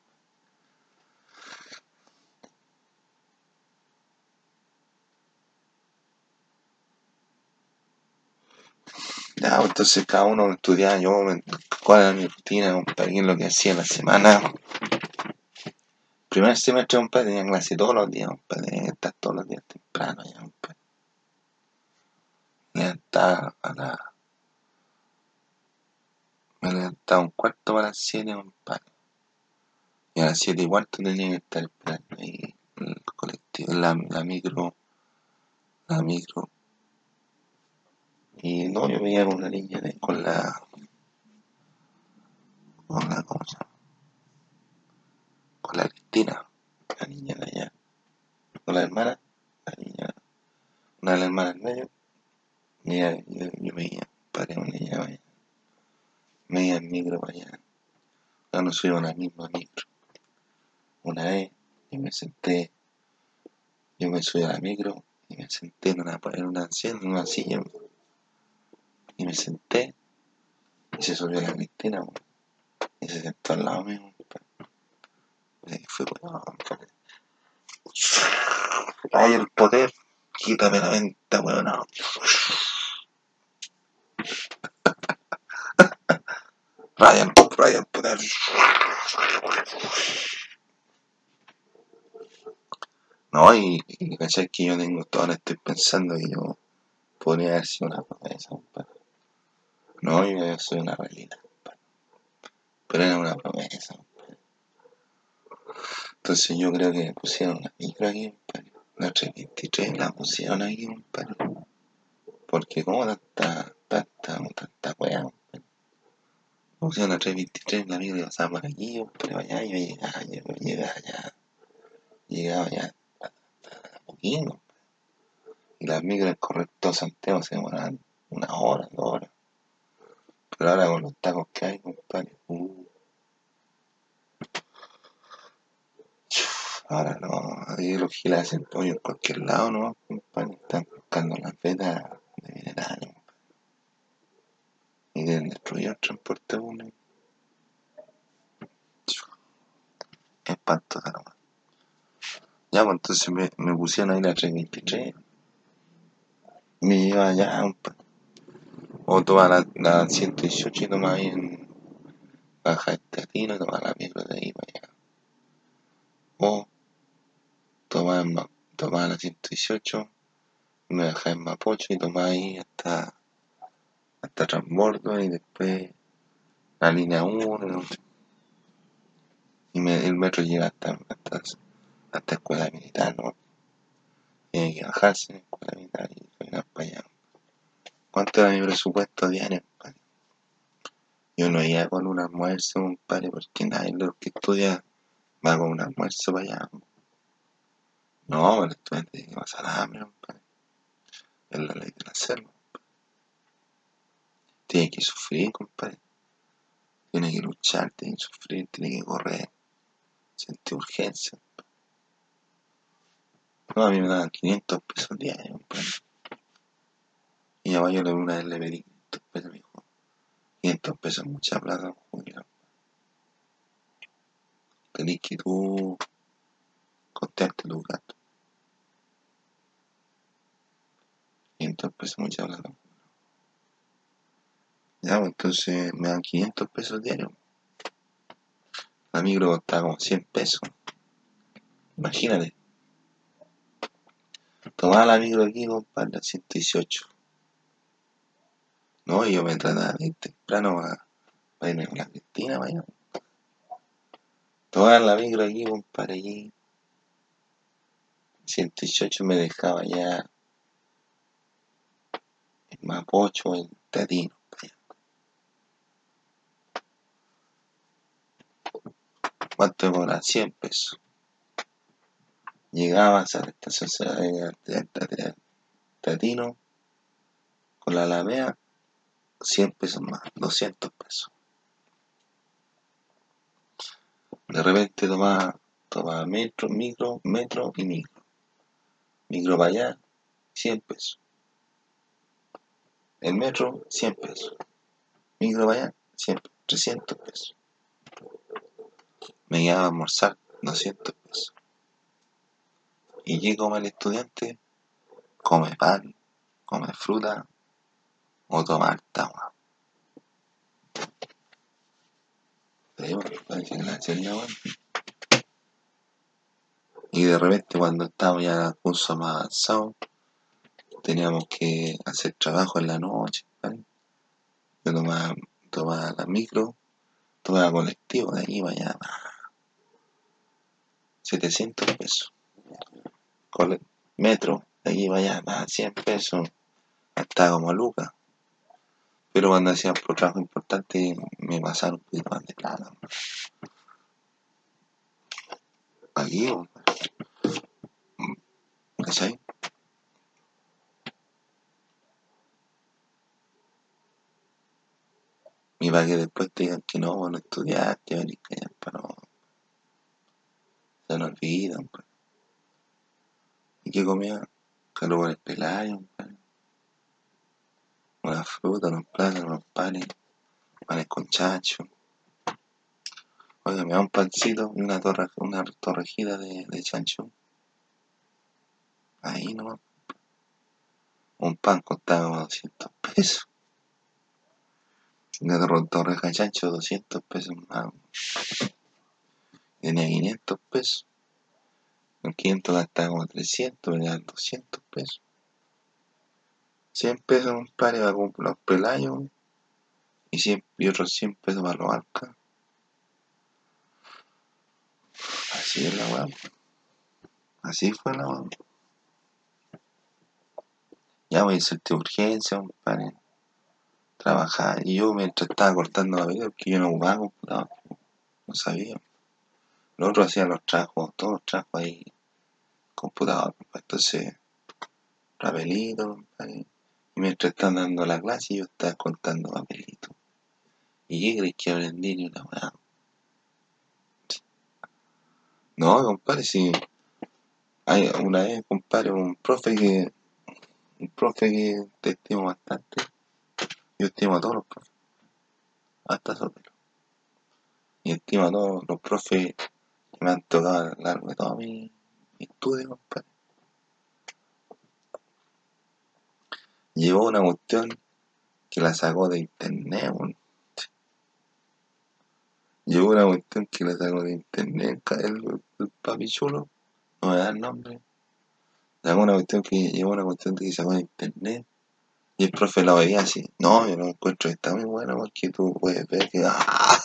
Ya, pues, entonces cada uno estudiaba, yo, cuál era mi rutina, compadre, qué es lo que hacía en la semana. Primer semestre, compadre, tenía clase todos los días, compadre, tenía que estar todos los días temprano ya, compadre. Me levantaba a la... Me levantaba un cuarto para las siete, compadre. Y a las siete y cuarto tenía que estar esperando ahí el colectivo, la, la micro, la micro. Y no, yo veía con una niña, de, con la, con la, ¿cómo se llama? Con la Cristina, la niña de allá. Con la hermana, la niña, una de las hermanas en medio. Y yo, yo, yo me iba, compadre, con ella, vaya. Me iba en micro para allá. Yo no soy una misma micro. Una vez, y me senté, yo me subí a la micro y me senté en una, en una, en una silla y me senté y se subió la Cristina y se sentó al lado mío. Y fue bueno, ay, el poder, quítame la venta, weón. No. Ryan, Ryan, poder. No, y, y cachai que yo tengo todo, ahora estoy pensando que yo podría haber sido una promesa, compadre. No, yo soy una realidad, compadre. Pero era una promesa, compadre. Entonces yo creo que pusieron la micro aquí, compadre. La trescientos veintitrés la pusieron aquí, compadre. Porque como tanta, tanta, tanta wea, compadre. Pusieron la trescientos veintitrés la micro y pasaba por aquí, compadre, allá, y yo llegaba, yo llegaba allá. Llegaba ya aquí, ¿no? Y las micros en correr todo Santiago se demoran una hora, dos horas. Pero ahora con los tacos que hay, compadre, uh, ahora no, ahí los giles hacen pollo en cualquier lado, ¿no? Compadre, están buscando las vetas de minerales y quieren destruir el transporte público. Espantosa nomás. Ya, pues entonces me, me pusieron ahí la trescientos veintitrés. Me lleva allá, compadre. O toma la, la ciento dieciocho y toma ahí en Baja Estatino y toma la micro de ahí para allá. O toma, en Ma- toma la ciento dieciocho y me deja en Mapocho y toma ahí hasta, hasta Transbordo y después la línea uno, ¿no? Y me, el metro llega hasta, hasta, hasta Escuela Militar, ¿no? Tiene que bajarse en Escuela Militar y caminar para allá. ¿Cuánto era mi presupuesto diario, compadre? Yo no iba con un almuerzo, compadre, porque nadie de los que estudia va con un almuerzo para allá. No, el estudiante tiene que pasar hambre, compadre. Es la ley de la selva. Tiene que sufrir, compadre. Tiene que luchar, tiene que sufrir, tiene que correr. Sentir urgencia. No, a mí me daban quinientos pesos diarios, compadre. Y a yo una vez le pedí quinientos pesos, me dijo. quinientos pesos es mucha plata, jubilado. Tenés que tú costearte tu gasto. quinientos pesos es mucha plata. Ya, pues entonces me dan quinientos pesos diarios. La micro costaba como cien pesos. Imagínate. Tomaba la micro aquí, compadre, la ciento dieciocho. No, y yo me trataba de ir temprano a, a irme con la Cristina, vaya. Tomaba la micro aquí, compadre, aquí. ciento dieciocho me dejaba ya en Mapocho, en Tatino. ¿Cuánto me cobraba? cien pesos. Llegaba a la estación de Tatino con la Alameda, cien pesos más, doscientos pesos. De repente tomaba, tomaba metro, micro, metro y micro. Micro para allá, cien pesos. El metro, cien pesos. Micro para allá, cien, trescientos pesos. Me llevaba a almorzar, doscientos pesos. ¿Y qué come el estudiante? Come pan, come fruta o toma harta agua. Pero parece que la celda, bueno. Y de repente cuando estábamos ya en el curso más avanzado, teníamos que hacer trabajo en la noche, ¿vale? Yo tomaba, tomaba la micro, tomaba colectivo de allí para allá, setecientos pesos. Cole- metro, de allí para allá, más cien pesos, hasta como lucas. Pero cuando hacía por trabajo importante me pasaron un poquito más de plata. Aquí, ¿cachai? Y para que después te digan que no, no estudiaste, venís que ya, pero no, se nos olvidan, pues. ¿Y qué comía? Carbón pelayo, pues. Una fruta, unos plátanos, unos panes, panes con chacho. Oiga, me da un pancito y una, torre, una torrejita de, de chancho. Ahí nomás. Un pan costaba como doscientos pesos. Una torreja de chancho, doscientos pesos más. Tenía quinientos pesos. Con quinientos gastaba como trescientos, me dan doscientos pesos. cien pesos un par para comprar los pelayos y, cien, y otros cien pesos para los arcas. Así es la weá. Así fue la weá. Ya voy a hacerte urgencia, compadre. Trabajar. Y yo mientras estaba cortando la vida, porque yo no jugaba computador, no sabía. Los otros hacían los trabajos, todos los trabajos ahí computador, compadre. Entonces, papelito, compadre. Y mientras están dando la clase, yo estaba contando papelitos. ¿Y qué crees que aprendí ni una weá? No, compadre, si hay una vez, compadre, un profe que, un profe que te estimo bastante. Yo estimo a todos los profes, hasta Sotelo. Y estimo a todos los profes que me han tocado a lo largo de todo mi, mi estudio, compadre. Llevó una cuestión que la sacó de internet, weón. Llevó una cuestión que la sacó de internet, el, el papi chulo, no me da el nombre. Sacó una cuestión que llevó una cuestión que sacó de internet. Y el profe lo veía así. No, yo no encuentro que está muy bueno porque tú puedes ver que. ¡Ah!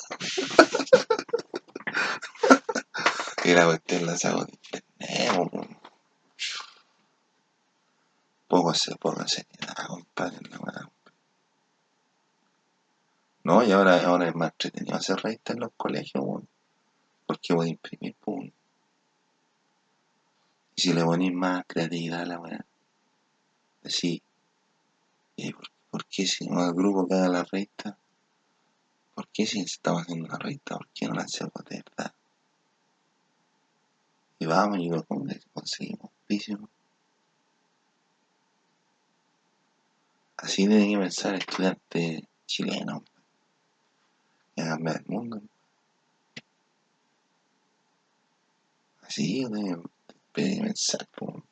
Que la cuestión la sacó de internet, weón. Poco se, poco seriedad, compadre, la weá. No, y ahora, ahora es más entretenido hacer revistas en los colegios, weón. Porque voy a imprimir, pum. Y si le ponéis más creatividad a la weá. Así, ¿y por, por qué si no el grupo que haga la revista? ¿Por qué si estamos haciendo una revista? ¿Por qué no la hacemos de verdad? Y vamos y lo conseguimos auspicio. Así tiene que pensar el estudiante chileno. Y a cambiar el mundo. Así tiene que pensar, pum.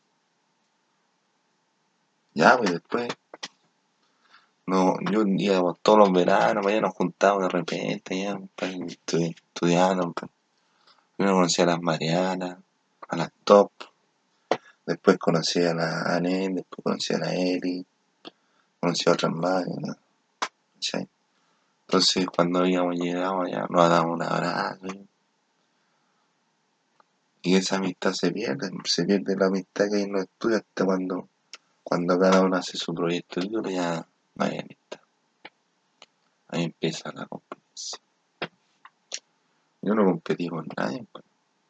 Ya, pues después. No, yo un día, pues, todos los veranos, pues, ya nos juntábamos de repente, ya, pues, estu- estudiando, pues. Primero conocí a las Marianas, a las Top, después conocí a la Anel, después conocí a la Eli, conocí a otras más, ¿no? ¿Cachai? Entonces cuando habíamos llegado ya nos dábamos un abrazo, ¿sí? Y esa amistad se pierde, se pierde la amistad que hay en los estudios hasta cuando, cuando cada uno hace su proyecto libre, ya no hay amistad. Ahí empieza la competencia. Yo no competí con nadie, pues.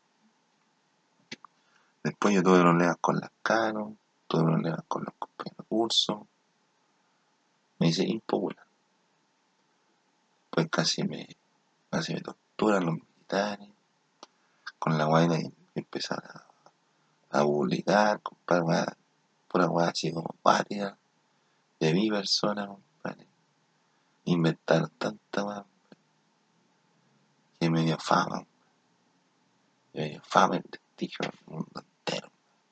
Después yo tuve problemas con las Canos, tuve problemas con los compañeros de curso, me hice impopular. Pues casi me, casi me torturan los militares, con la vaina y empezar a, a publicar, compadre, pura weá así como pátina de mi persona, compadre. Inventaron tanta weá que me dio fama, me dio fama el prestigio del mundo entero.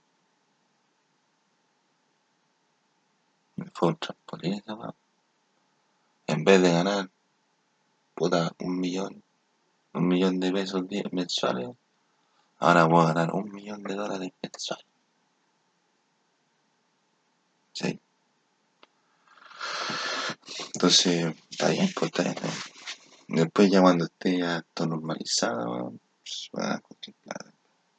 Me fue un trampolín esa weá. En vez de ganar, puta, un millón, un millón de pesos mensuales, ahora puedo ganar un millón de dólares mensuales. ¿Sí? Entonces, está bien, pues está bien, ¿no? Después ya cuando esté ya todo normalizado, pues, van a contemplar.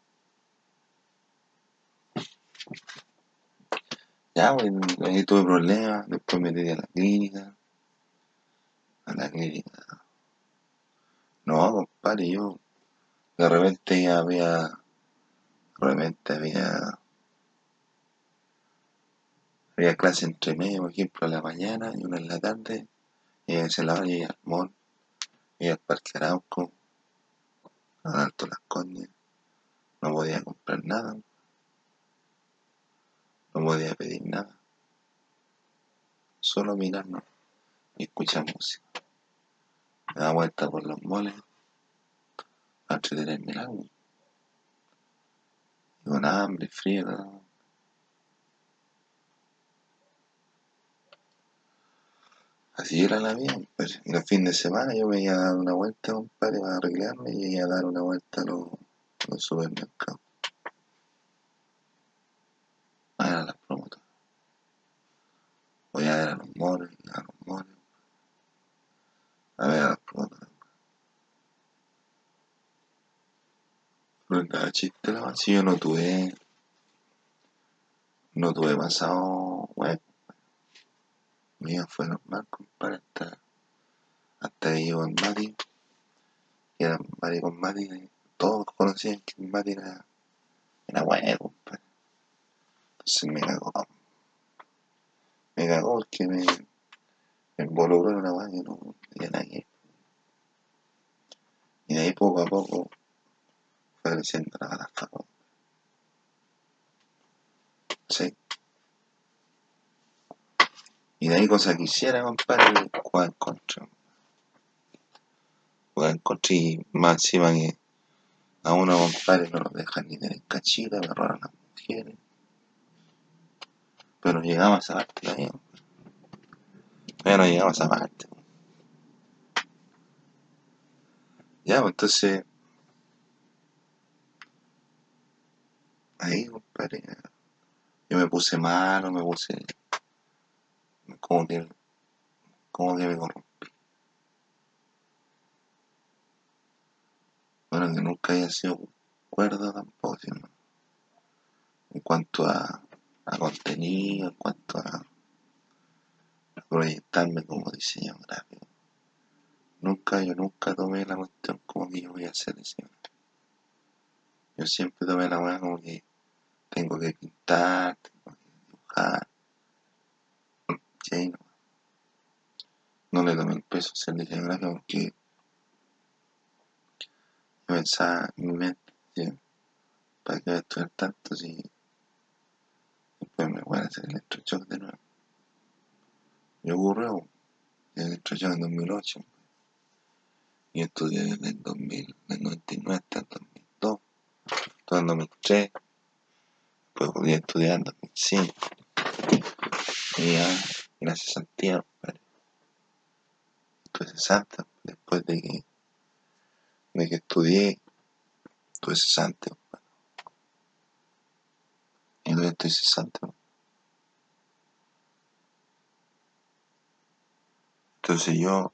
Ya, pues, ahí tuve problemas, después me metí a la clínica, a la clínica. No, compadre, yo de repente ya había, de repente había, había clase entre medio, por ejemplo, a la mañana y una en la tarde, y a esa hora iba al mall, iba al Parque Arauco, al Alto Las Condes, no podía comprar nada, no podía pedir nada, solo mirarnos y escuchar música. Me da vuelta por los moles a entretenerme algo, y con hambre, frío, ¿no? Así era la vida, compadre. Y los fines de semana yo me iba a dar una vuelta, compadre, para arreglarme y iba a dar una vuelta a los, a los supermercados. A ver a las promotoras. Voy a ver a los monos, a los monos. A ver a las promotoras. No es nada chiste la más. Si yo no tuve, no tuve pasado web. Mío fue normal, compadre, hasta, hasta que llegó el Mati. Que era Mati con Mati. Todos conocían que el Mati era, era web, compadre. Entonces me cagó. Me cagó porque me, me involucró en una weá que no tenía nada que ver. Y de ahí poco a poco fue creciendo la garrafa. Sí. Y de ahí cosa que hiciera, compadre, jugar en contra. Jugar en contra y más encima que a uno, compadre, no los dejan ni tener cachita, me roban las mujeres. Pero llegamos a esa parte también. Ya no llegamos a esa parte. Ya, pues entonces, ahí, compadre, yo me puse malo, me puse como que, como que me corrompí. Bueno, que nunca haya sido cuerdo tampoco, sino en cuanto a, a contenido, en cuanto a, a proyectarme como diseñador gráfico. Nunca, yo nunca tomé la cuestión como que yo voy a hacer diseño. Yo siempre tomé la weá como que tengo que pintar, tengo que dibujar, y ahí no, no le tomé el peso a ser diseño gráfico porque yo pensaba en mi mente, ¿sí? ¿Para qué voy a estudiar tanto si después me voy a hacer electroshock de nuevo? Y ocurrió el electroshock en dos mil ocho y estudié desde el dos mil, del noventa y nueve hasta el dos mil dos, todo en dos mil tres, después volví a estudiar en dos mil cinco y ya en la cesantía, ¿vale? Tuve cesante después de que, de que estudié, tuve cesante, ¿vale? Y todavía estoy cesante, ¿vale? Entonces yo,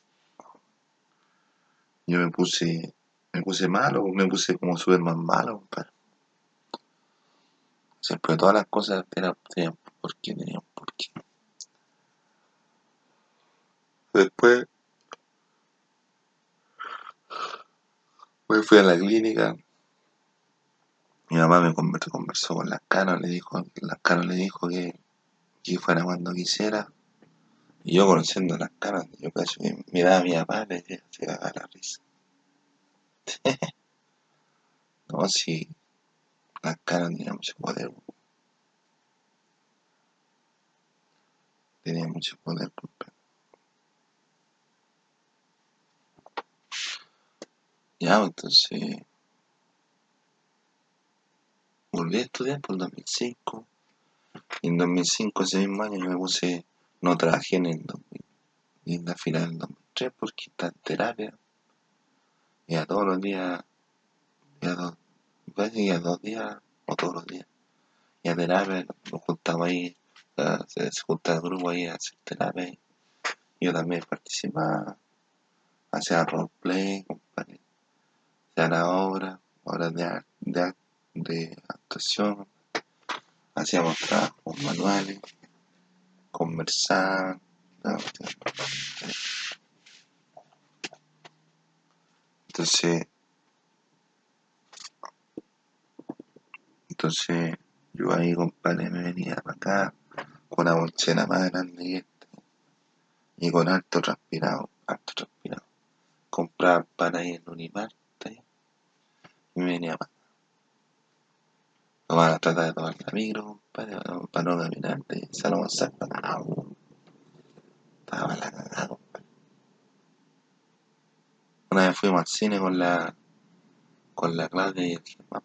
yo me puse, me puse malo, me puse como Superman malo, compadre. Siempre todas las cosas tenían, tenían por qué, tenían por qué. Después me fui a la clínica, mi mamá me conversó, conversó con las canas, le dijo, las canas le dijo que, que fuera cuando quisiera. Y yo conociendo las canas, yo casi que miraba a mi papá y le decía, se cagaba la risa. No, si las canas tenían mucho poder, tenían mucho poder, compadre. Ya, entonces volví a estudiar por el dos mil cinco. Y en dos mil cinco, ese mismo año, yo me puse, no trabajé en el dos mil, ni en la final del dos mil tres porque estaba en terapia. Y a todos los días, y a dos, parece que a dos días, o todos los días, y a terapia, nos juntamos ahí, uh, se, se junta el grupo ahí a hacer terapia. Yo también participaba, hacía roleplay, compadre, hacía la obra, obras de, de, de actuación, hacíamos trabajos manuales, conversaban, no, entonces, entonces yo ahí, compadre, me venía para acá con una bolsera más grande y, esta, y con harto transpirado, harto transpirado. Compraba pan ahí en Unimart y me venía para acá. Tomaba la trata de tomar la micro, compadre, para, no- para no caminar de San Gonzalo. Estaba la cagada, compadre. Una vez fuimos al cine con la, con la Claudia y el Germán.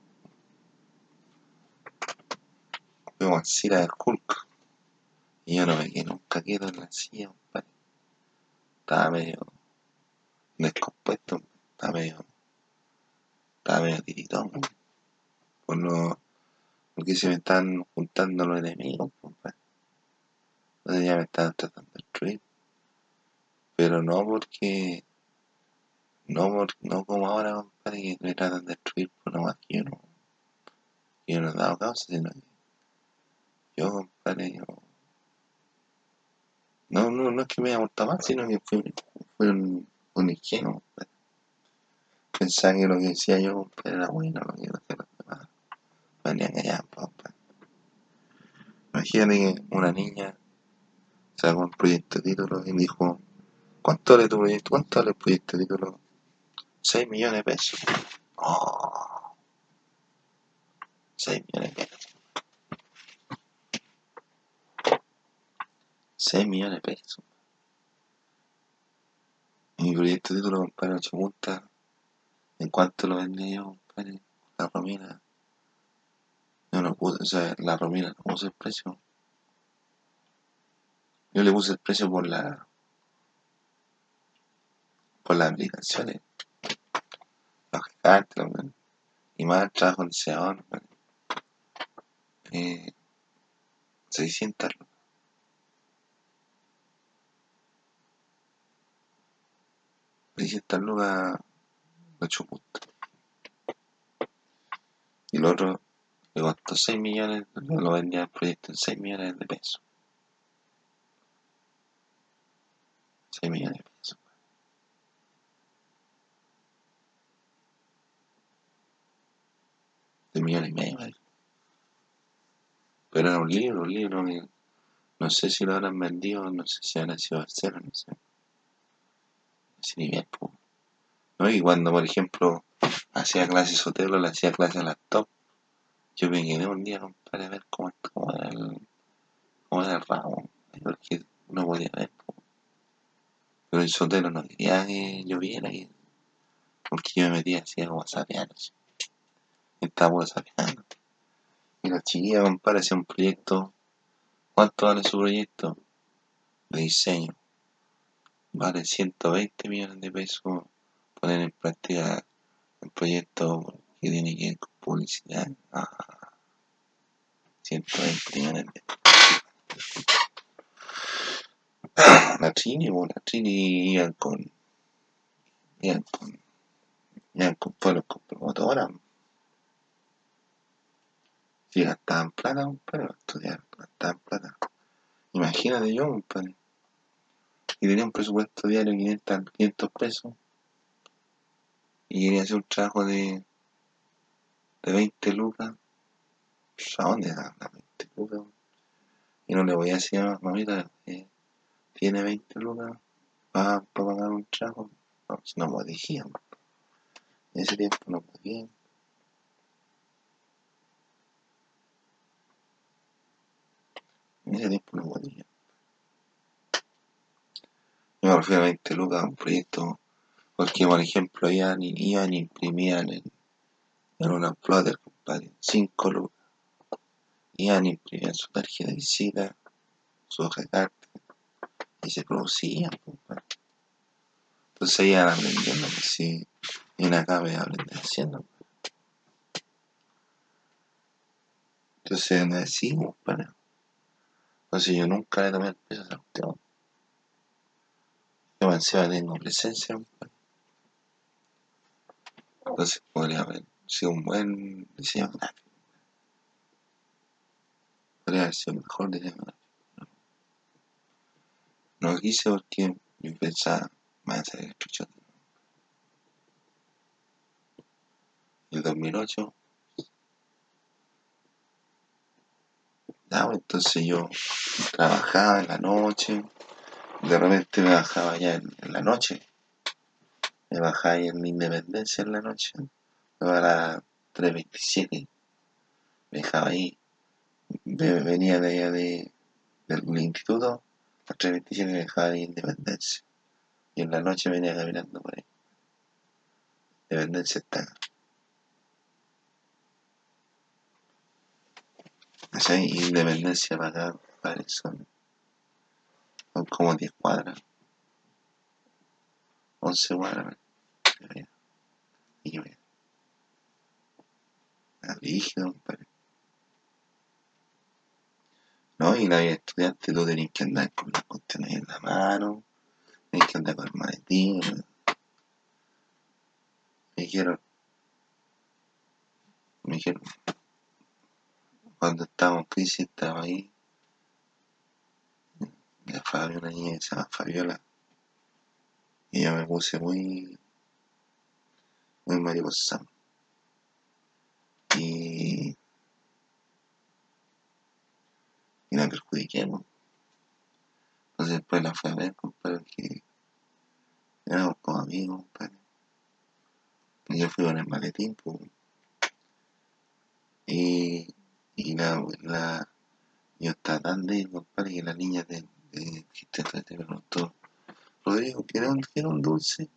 Fuimos al cine del Hulk. Y yo no me quedé nunca quieto en la silla, compadre. Estaba medio descompuesto, estaba medio, estaba medio tiritón, por lo, porque se me están juntando los enemigos, compadre. Entonces ya me estaban tratando de destruir. Pero no porque, no por, no como ahora, compadre, que me tratan de destruir por no más que yo no, que yo no he dado causa, sino que yo, compadre, yo, no, no, no es que me haya portado mal, sino que fui, fui un, un ingenuo, compadre. Pensaba que lo que decía yo, compadre, era bueno, lo que decía los demás. Me venía engañando, compadre. Imagínate que una niña sacó un proyecto de título y dijo, ¿cuánto vale tu proyecto? ¿Cuánto vale el proyecto de título? seis millones de pesos. Oh, seis millones de pesos. seis millones de pesos. Y mi proyecto de título, compadre, ocho puntas. ¿En cuánto lo vendí yo, compadre? La Romina. Yo no puse, o sea, la Romina no puse el precio. Yo le puse el precio por la, por las aplicaciones. Los cartas, y más el trabajo en Seador, eh, seiscientas lucas. seiscientas lucas, ocho puntos. Y el otro le costó seis millones, lo vendía el proyecto en seis millones de pesos. seis millones de pesos. seis millones y medio, ¿vale? Pero era un libro, un libro que no sé si lo habrán vendido, no sé si habrá sido cero, no sé. Ese nivel, pues. ¿No? Y cuando, por ejemplo, hacía clases Sotelo, le hacía clases a las top, yo me quedé un día, compadre, a ver cómo, cómo era el, cómo era el ramo, porque no podía ver, po. Pero el Sotelo no quería que yo viera, que, porque yo me metía así como a sapear, así. Estaba puro sapeando. Y la chiquilla, compadre, hacía un proyecto. ¿Cuánto vale su proyecto? De diseño. Vale ciento veinte millones de pesos poner en práctica el proyecto que tiene que ver con publicidad. Ah, ciento veinte millones de pesos. La Trini, bueno, la Trini iban con, iban con, iban con pueblos con promotoras. Si gastaban plata, compadre, para estudiar, gastaban plata. Imagínate yo, compadre, y tenía un presupuesto diario de quinientos, quinientos pesos y quería hacer un trabajo de, de veinte lucas. ¿A dónde dan las veinte lucas? Y no le voy a decir a mamita, eh, tiene veinte lucas para pagar un trabajo. No, si no podía, en ese tiempo no podía. En ese tiempo no podía. Yo me refiero a veinte lucas a un proyecto, porque por ejemplo iban, iban y imprimían en, en una plotter, compadre, cinco lucas. Iban y imprimían su tarjeta de visita, su hoja de carta, y se producían, compadre. Entonces iban aprendiendo, pues sí, y en acá me aprender haciendo. Entonces no así, compadre. Entonces yo nunca le tomé el peso a esa cuestión. Yo encima tengo presencia, compadre. Entonces podría haber sido un buen diseño gráfico. Podría haber sido el mejor diseño gráfico. No lo quise porque yo pensaba, me va a salir el pichote. Y el dos mil ocho, ya, pues, entonces yo trabajaba en la noche, de repente me bajaba ya en, en la noche, me bajaba ahí en mi Independencia en la noche, a las tres veintisiete, me dejaba ahí, me, venía de allá de, del instituto, a las tres veintisiete me dejaba ahí en Independencia, y en la noche venía caminando por ahí. Independencia está acá. Esa Independencia para acá, para son, son como diez cuadras, once cuadras, y me rígido, compadre. ¿No? Y la vida estudiante tú tenés que andar con las cuestiones en la mano, tenés que andar con el maletín. Me dijeron, me dijeron, cuando estábamos en crisis, estaba ahí, la Fabio, una niña que se llama Fabiola, y yo me puse muy, muy mariposado. Y, y la perjudiqué, pues. Entonces después la fui a ver, compadre, que éramos como amigos, compadre. Y yo fui con el maletín, pues. Y, y la, la, yo estaba tan débil, compadre, que la niña de, de, que te, te, te preguntó, Rodrigo, ¿quieres un, ¿quieres un dulce?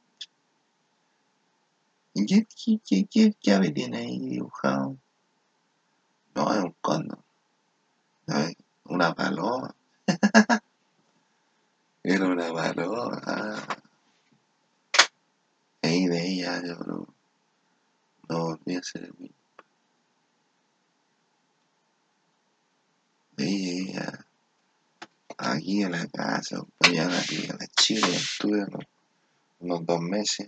¿Y qué, qué, qué, qué, qué ave tiene ahí dibujado? No, es un cóndor. No, es una paloma. Era una paloma. Ah, ahí de ella yo no, no volví a ser el mismo. De ella, ella aquí en la casa, pues ya la, a la Chile, estuve unos, unos dos meses.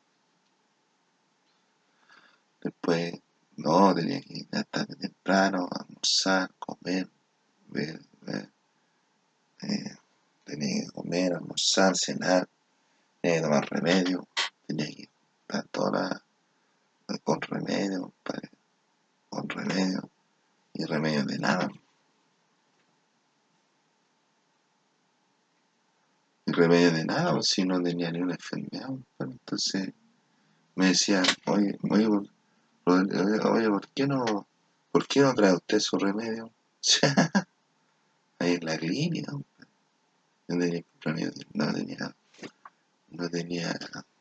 Después, no, tenía que ir tarde temprano, almorzar, comer, ver, ver, eh, tenía que comer, almorzar, cenar, tenía que tomar remedio, tenía que estar toda la, con remedio, compadre, con remedio, y remedio de nada, y remedio de nada, pues, si no tenía ni una enfermedad, compadre. Entonces me decían, oye, oye, oye, oye, ¿por qué no, por qué no trae usted su remedio? Ahí en la clínica, no tenía remedio, no tenía, no tenía,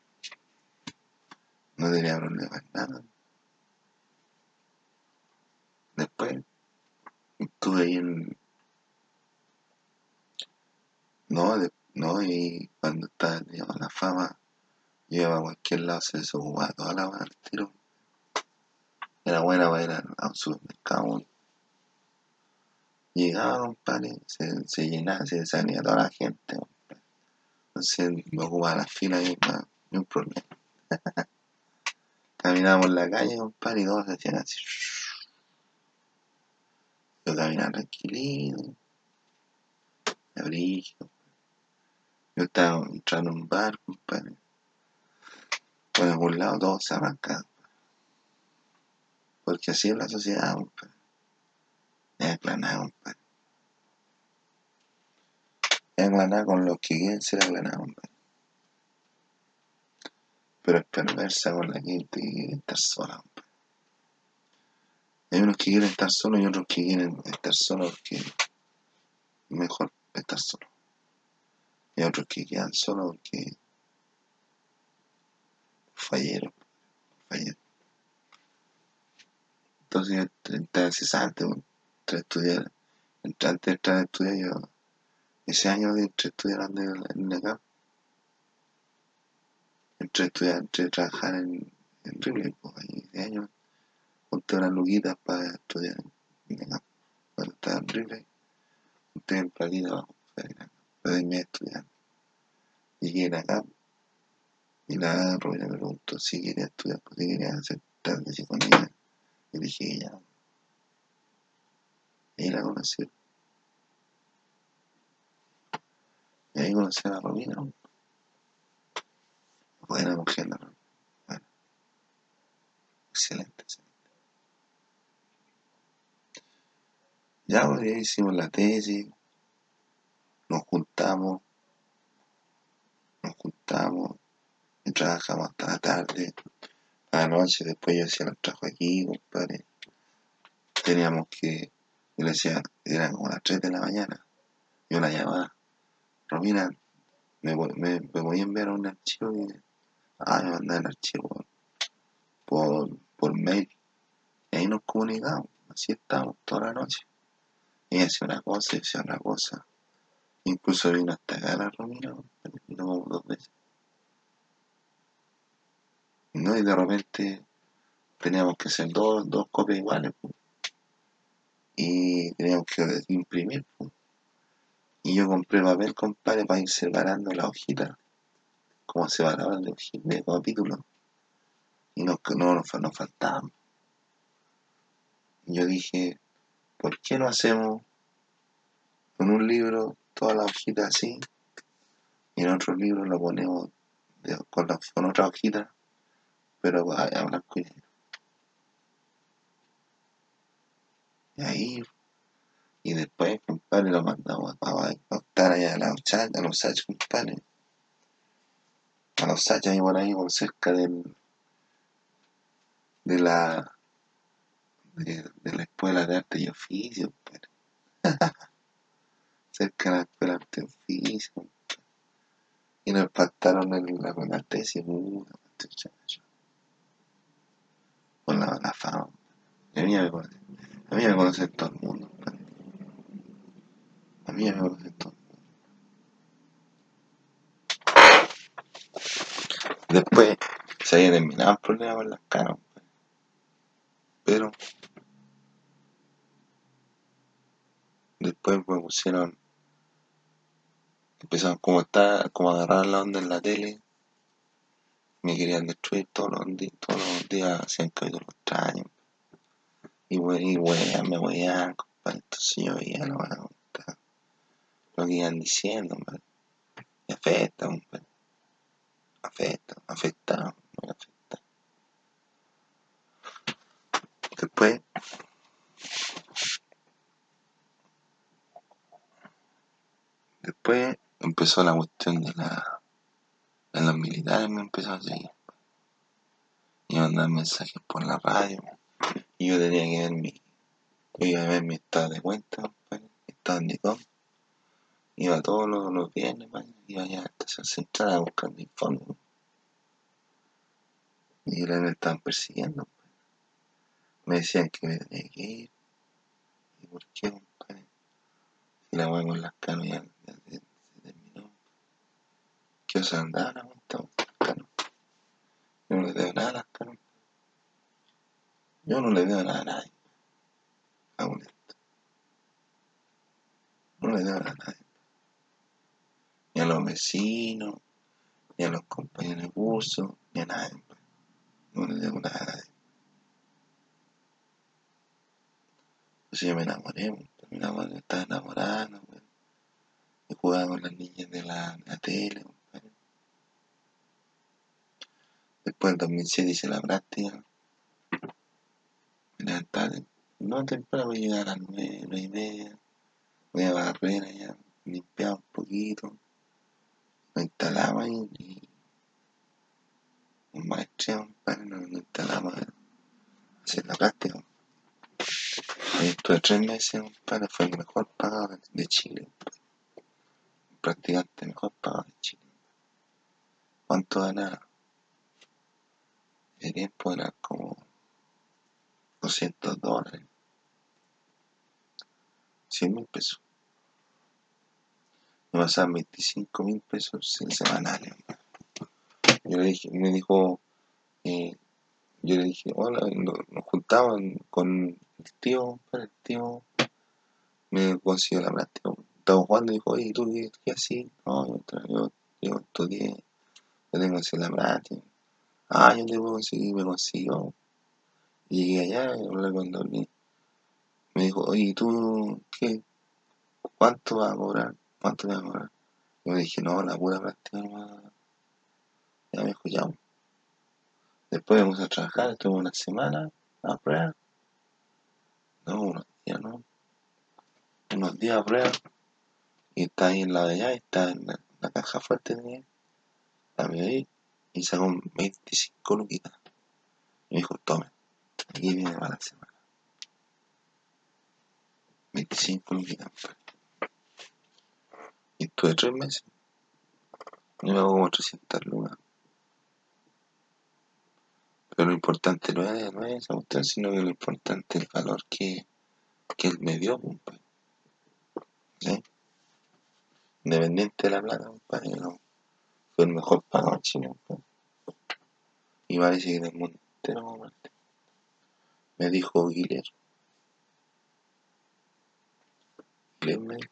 no tenía problema en nada. Después estuve ahí en, no, de, no, y cuando estaba, digamos, la fama, yo iba a cualquier lado, se desocupaba toda la mano al tiro. Era buena para ir a un supermercado. Llegaba, compadre, se, se llenaba, se salía toda la gente, compadre. Entonces me ocupaba la fila y no, ni un problema. Caminábamos en la calle, compadre, y todos hacían así. Yo caminaba tranquilito, abrí. Yo estaba entrando en un bar, compadre. Por algún lado todos se arrancaban. Porque así es la sociedad, compadre. Es aclanada, compadre. Es aclanada con los que quieren ser aclanados, compadre. Pero es perversa con la gente que quiere estar sola, compadre. Hay unos que quieren estar solos y otros que quieren estar solos porque es mejor estar solo. Y hay otros que quedan solos porque fallaron, fallaron. Entonces yo estaba cesante, entré a estudiar. Entré antes de entrar a estudiar yo, ese año de entré a estudiar en la C A P, entré a estudiar, entré a trabajar en, en Ripley, pues, ahí ese año junté unas luquitas para estudiar en la C A P. Cuando estaba en Ripley, junté en platita abajo, para irme a estudiar. Llegué a la C A P y la Rubina me preguntó si quería estudiar, pues, si quería hacer tarde con ella. Y dije que ya. Y ahí la conocí. Y ahí conocí a la Romina. Buena mujer, la Romina. Bueno, excelente, excelente. Ya, pues ya hicimos la tesis, nos juntamos, nos juntamos y trabajamos hasta la tarde. A la noche, después yo hacía los trabajos aquí, compadre. Teníamos que, yo le decía, eran como las tres de la mañana. Yo la llamaba, Romina, me, me, me voy a enviar un archivo y, ah, me mandaba el archivo por, por mail. Y ahí nos comunicamos, así estábamos toda la noche. Y ella hacía una cosa y hacía otra cosa. Incluso vino hasta acá la Romina, vino como dos veces. ¿No? Y de repente teníamos que hacer dos, dos copias iguales, pues, y teníamos que imprimir, pues. Y yo compré papel, compadre, para ir separando la hojita, como separaban de, de capítulos. Y no, no nos, nos faltaban. Y yo dije, ¿por qué no hacemos con un libro toda la hojita así? Y en otro libro lo ponemos de, con, la, con otra hojita, pero a, a blanco y negro. Y negro. Y ahí, Y después, compadre, lo mandamos a, a, a estar allá a, la, a los Sach, compadre. A los Sach, ahí por ahí, por cerca del, de la de, de la escuela de arte y oficio, compadre. Cerca de la escuela de arte y oficio. Y nos pactaron en la, con la tesis, puta, muchacho. Con la, la fama. A mí me conoce, a mí me conoce todo el mundo, compadre. A mí me conoce todo el mundo. Después se había terminado el problema con las caras, pero después me pusieron, empezaron como está, como agarrar la onda en la tele, me querían destruir todos los días, todos los días hacían capítulos extraños, y wey, y wey, me weían, compadre, entonces yo veía la weá, lo que iban diciendo, compadre, y afecta, compadre, afecta, afecta, muy afecta. Después, después empezó la cuestión de la, de los militares, me empezó a seguir, y mandar mensajes por la radio, y yo tenía que ver mi, yo iba a ver mi estado de cuenta, compadre, mi estado de com, iba todos los, los viernes, man, iba allá a la estación central a buscar mi informe, y ahora me estaban persiguiendo, me decían que me tenía que ir, y por qué, compadre, si la weá con las canas ya, ya se, se terminó, que os andaba la cuenta con las canas, yo no le debo nada a las canas, yo no le debo nada a nadie, aún esto, no le debo nada a nadie, ni a los vecinos, ni a los compañeros de curso, ni a nadie, no le debo nada a nadie. Entonces yo me enamoré, me enamoré, estaba enamorado, y jugaba con las niñas de la, de la tele, compadre. Después en dos mil siete hice la práctica, me levantaba, no temprano, voy a llegar a las nueve, nueve y media, voy a barrer allá, limpiaba un poquito, nos instalamos ahí y un maestro, compadre, nos, nos instalamos a hacer la práctica. Ahí estuve tres meses, compadre, fue el mejor pagado de Chile, el practicante mejor pagado de Chile. ¿Cuánto ganaba? De tiempo era como doscientos dólares, cien mil pesos. Me pasaban veinticinco mil pesos semanales. Yo le dije, me dijo, eh, yo le dije, hola, nos juntaban con el tío, el tío me consiguió la práctica. Estaba jugando y dijo, oye, ¿tú qué, qué así? No, yo, yo, yo estudié, yo tengo que hacer la práctica. Ah, yo te puedo conseguir, me consiguió. Y llegué allá y hablé con Dormí. Me dijo, oye, ¿tú qué? ¿Cuánto vas a cobrar? ¿Cuánto te vas a cobrar? Yo le dije, no, la pura práctica nomás. Ya me dijo, ya. Después vamos a trabajar, estuve una semana a prueba. No, unos días, no. Unos días a prueba. Y está ahí en la de allá, y está en la, la caja fuerte de él. La medí y sacó veinticinco luquitas. Y me dijo, tome, aquí viene para la semana. veinticinco luquitas. Y estuve tres meses. Y me hago como trescientas lucas. Pero lo importante no es, no es esa cuestión, sino que lo importante es el valor que, que él me dio, compadre. ¿Sí? Independiente de la plata, compadre, no. Fue el mejor pagado en Chile, compadre. Y parece que del mundo entero, compadre. Me dijo Guilherme. Guilherme me dijo.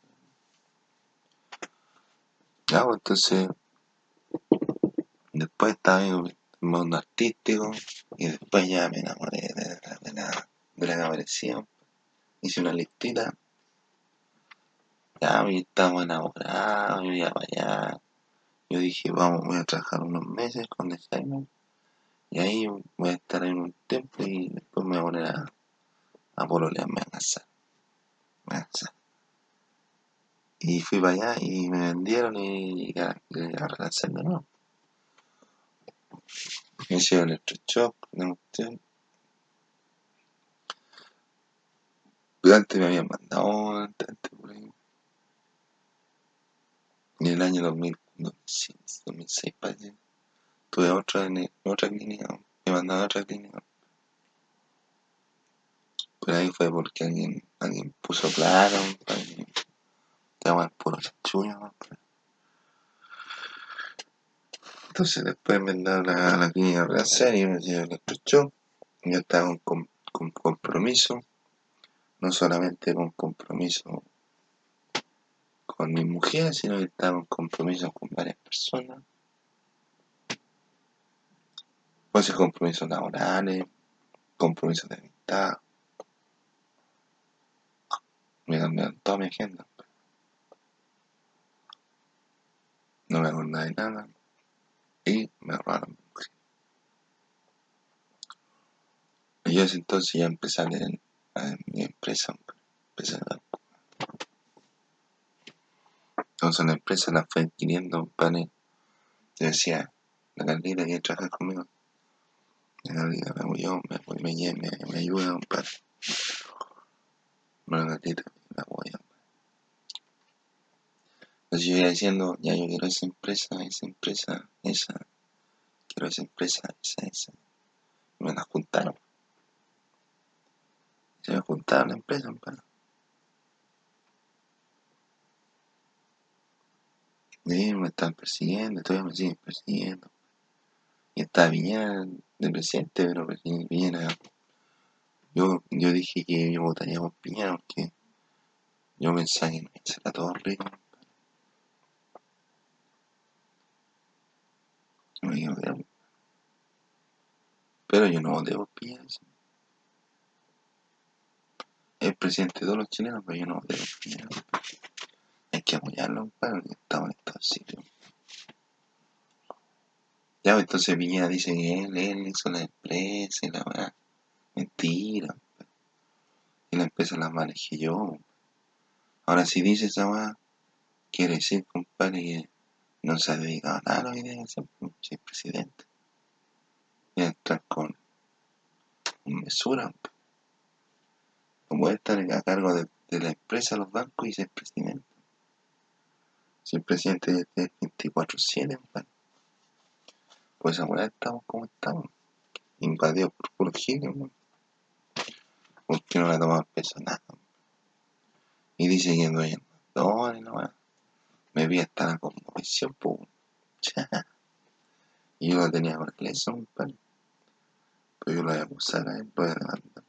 Ya, pues entonces, después estaba en el mundo artístico. Y después ya me enamoré de la, de la, de la cabrecía. Hice una listita. Ya, y estábamos enamorados, yo iba para allá. Yo dije, vamos, voy a trabajar unos meses con Simon. Y ahí voy a estar en un tiempo y después me voy a poner a, a pololear, me voy a casar. Me voy a casar. Y fui para allá y me vendieron y a, a relanzar de nuevo. Me hicieron electroshock, una cuestión. Pero antes me habían mandado antes, antes por ahí. En el año dos mil, dos mil seis parece. Tuve otra en otra clínica. Me mandaron a otra clínica. Pero ahí fue porque alguien, alguien puso claro, alguien, estaba puro chanchullo. Entonces después me mandaron a la clínica real y me hicieron el electroshock. Yo estaba con, con, con compromiso. No solamente con compromiso con mi mujer, sino que estaba en compromiso con varias personas. Puede ser compromisos laborales, compromisos de amistad. Me cambiaron toda mi agenda. No me acordaba de nada. Y me robaron mi mujer. Y yo entonces ya empecé a leer en mi empresa. Empecé a ver. Entonces la empresa la fue adquiriendo, ¿vale? Yo decía, la Carlita quiere trabajar conmigo. La Carlita me voy yo, me, me, me, me ayuda, compadre. Bueno, la Carlita me voy yo. Entonces yo iba diciendo, ya yo quiero esa empresa, esa empresa, esa, quiero esa empresa, esa, esa. Y me la juntaron. Se me juntaron la empresa, compadre. Y me están persiguiendo, todavía me siguen persiguiendo. Y estaba Piñera de presidente, pero Piñera, yo, yo dije que yo votaría por Piñera porque yo pensaba que no era todo rico. Pero yo no voté por Piñera. Es presidente de todos los chilenos, pero yo no voté por Piñera. Hay que apoyarlo, compadre, porque estamos en Estados Unidos. Ya, pues, entonces Piñera dice que él, él hizo la empresa y la verdad. Mentira. Y la empresa la manejé yo. Ahora, si dice esa weá, quiere decir, compadre, que no se ha dedicado a nada lo que tiene que hacer, si es presidente. Y entrar con mesura. No puede estar a cargo de, de la empresa, los bancos y ser presidente. Si el presidente es veinticuatro siete, compadre. Pues ahora estamos como estamos. Invadido por puro gilio, ¿no? Porque no le ha tomado peso a nada. Y dice que no hay McDonald's, no, me vi hasta la conmovisión, pues. Y yo la tenía con el eso, compadre. Pero yo lo voy a acusar a él, lo voy a demandar.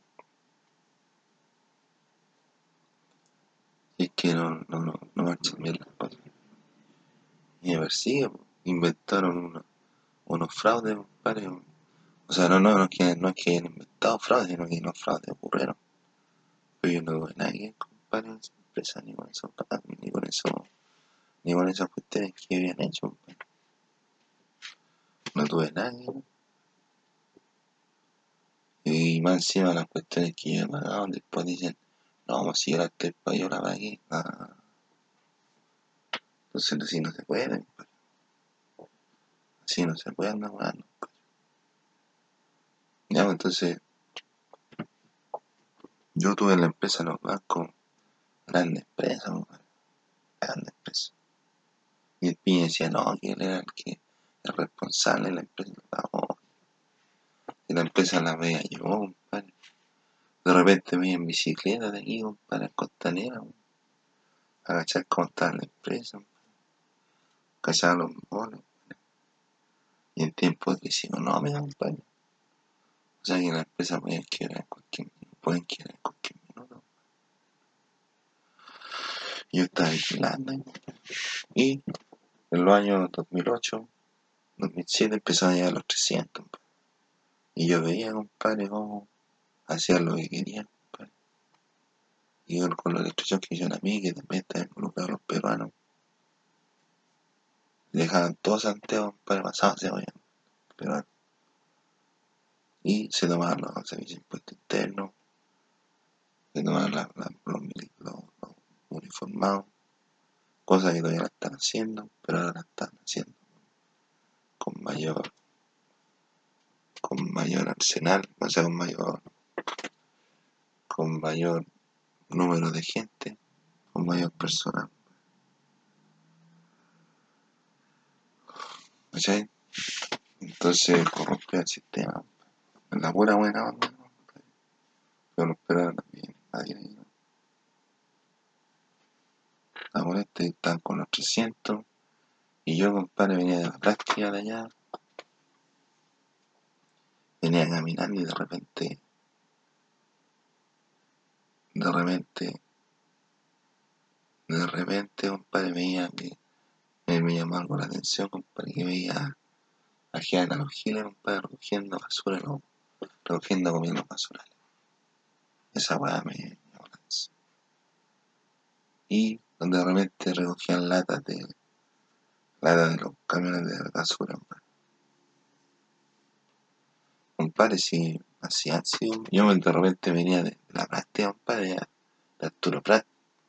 Y es que no, no, no, no marchan bien las cosas. Y me persigue, pues. Inventaron uno, unos fraudes, compadre. O sea, no, no, no es que, no es que hayan inventado fraudes, sino que los fraudes ocurrieron. Pero yo no tuve nada que ver, compadre, en esa empresa, ni con eso, ni con eso, ni con esas cuestiones que habían hecho, compadre. No tuve nada que ver. Y más encima las cuestiones que yo he pagado, después dicen, no, vamos a seguir a este país, yo la pagué. Ah, entonces así no se puede, compadre. Así no se puede andar jugando. Ya, pues, entonces, yo tuve en la empresa los bancos, grandes empresas, compadre, grandes empresas. Y el piña decía, no, que él era el que el responsable de la empresa. No, y la empresa la veía yo, compadre. De repente me iba en bicicleta de aquí, compadre, costanera, agachar cómo estaba la empresa, cachar los monos. Y en tiempo de crisis, no me dan compadre. O sea que la empresa puede quebrar en cualquier minuto, pueden quebrar en cualquier minuto. Y yo estaba vigilando, y en los años dos mil ocho, dos mil siete empezaron a llegar los trescientos, compadre. Y yo veía, compadre, cómo hacían lo que querían, compadre. Y yo con la destrucción que hicieron a mí, que también estaban involucrados los peruanos, dejaban todo Santiago, compadre, pasado hacia allá, peruanos. Y se tomaban los servicios de impuestos internos, se tomaban la, la, los, los, los uniformados, Cosa que todavía la están haciendo, pero ahora la están haciendo con mayor, con mayor arsenal, o sea, con mayor, con mayor número de gente, con mayor personal. ¿Cachai? Entonces corrompe el sistema. En la buena buena onda, ¿no? Pero lo esperaron también, nadie le dio. La molesta y están con los trescientos. Y yo, compadre, venía de la práctica de allá. Venía caminando y de repente, de repente, de repente, compadre, veía que me, me llamó algo la atención, compadre, que veía a gente a los giles, compadre, recogiendo basura, no, recogiendo comiendo basura. Esa weá me llamó la atención. Y donde de repente recogían latas de, latas de los camiones de basura, compadre. Compadre, si así han sido, yo de repente venía de, de la práctica, compadre, de Arturo Prat,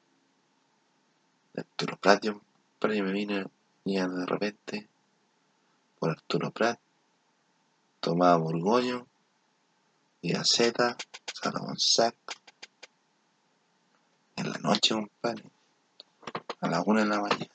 de Arturo Prat, yo, compadre, yo me vine, venía de repente por Arturo Prat, tomaba Borgoño, y a Z, Salomón Sac, en la noche, compadre, a la una de la mañana.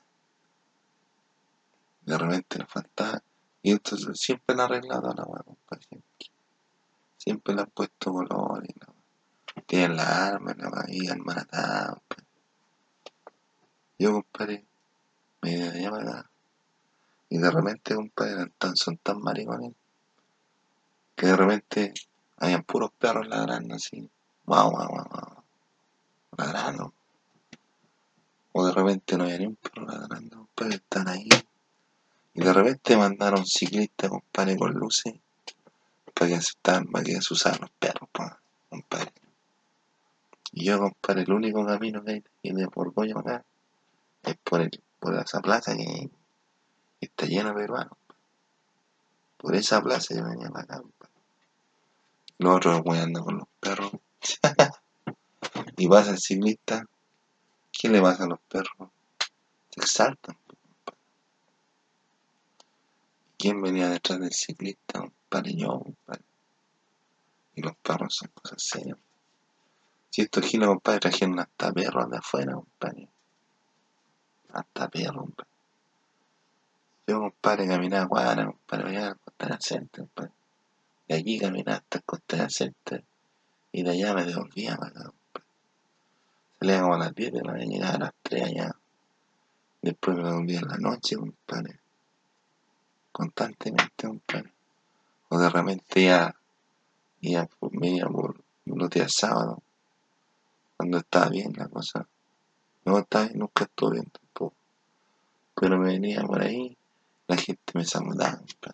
De repente le faltaba, y entonces siempre le han arreglado la weá, compadre, siempre, siempre le han puesto colores, la weá. Tienen las armas, la weá, y almanatadas, compadre. Yo, compadre, me vine de allá para acá, y de repente, compadre, eran tan, son tan maricones, que de repente habían puros perros ladrando así, guau, guau, guau, guau, ladrando. O de repente no había ni un perro ladrando, compadre, están ahí. Y de repente mandaron ciclistas, compadre, con luces para que aceptaran, para que se usaran los perros, pa, compadre. Y yo, compadre, el único camino que hay de Borgoño acá es por, el, por esa plaza que está llena de peruanos. Por esa plaza yo venía para acá, compadre. Los otros güey andan con los perros. Y pasa el ciclista. ¿Qué le pasa a los perros? Se exaltan. ¿Quién venía detrás del ciclista? Compadre, yo, compadre. Y los perros son cosas serias. Si estos giles, compadre, trajeron hasta perros de afuera, compadre. Hasta perros, compadre. Yo, compadre, caminaba cuadra, compadre, allá al Costanera Center, compadre. De aquí caminaba hasta el Costanera Center. Y de allá me devolvía para acá, compadre. Salía como a las diez de la mañana, llegaba a las tres allá. Después me devolvía en la noche, compadre. Constantemente, compadre. O de repente ya, ya por, me iba por los días sábados, cuando estaba bien la cosa. No estaba bien, nunca estuvo bien tampoco. Pero me venía por ahí, la gente me saludaba, compadre.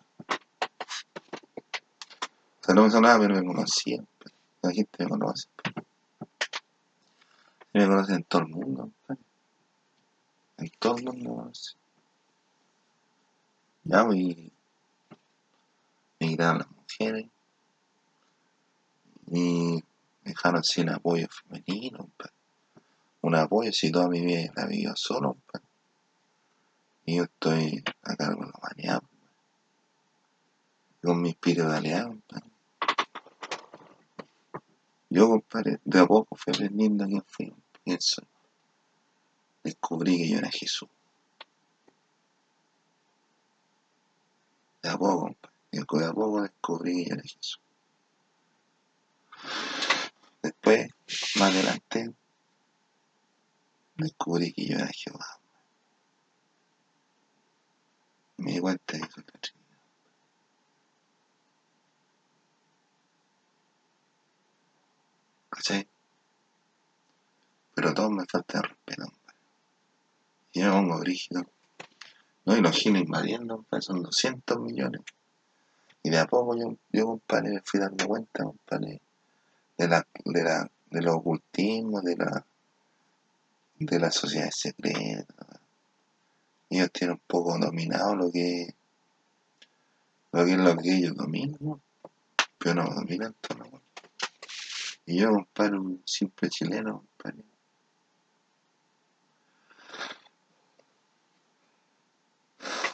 O sea, no me saludaba, pero me conocía, compadre. La gente me conoce. Y me conocen en todo el mundo, compadre. En todo el mundo me conoce. Ya, pues, y me quitaron las mujeres y me dejaron sin apoyo femenino, compadre. Un apoyo si toda mi vida la vivió solo, compadre. Y yo estoy a cargo de la humanidad, con mi espiritualidad, compadre. Yo, compadre, de a poco fui aprendiendo quién fui, quién soy. Descubrí que yo era Jesús. De a poco, compadre. De a poco descubrí que yo era Jesús. Después, más adelante, descubrí que yo era Jehová. Me di cuenta de que soy la Trinidad. ¿Cachai? Pero todos me faltan respeto, compadre. Y yo me pongo brígido. No, y los giles invadiendo, compadre, son doscientos millones. Y de a poco yo, yo compadre, me fui dando cuenta, compadre, de la, de la, de los ocultismos, de la, de las sociedades secretas. Ellos tienen un poco dominado lo que, lo que es lo que ellos dominan, pero no dominan todo, ¿no? Y yo, compadre, un simple chileno, compadre,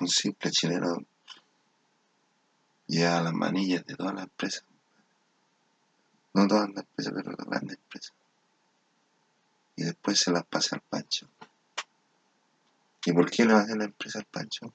un simple chileno lleva las manillas de todas las empresas. No todas las empresas, pero las grandes empresas. Y después se las pasa al Pancho. ¿Y por qué le va a hacer la empresa al Pancho?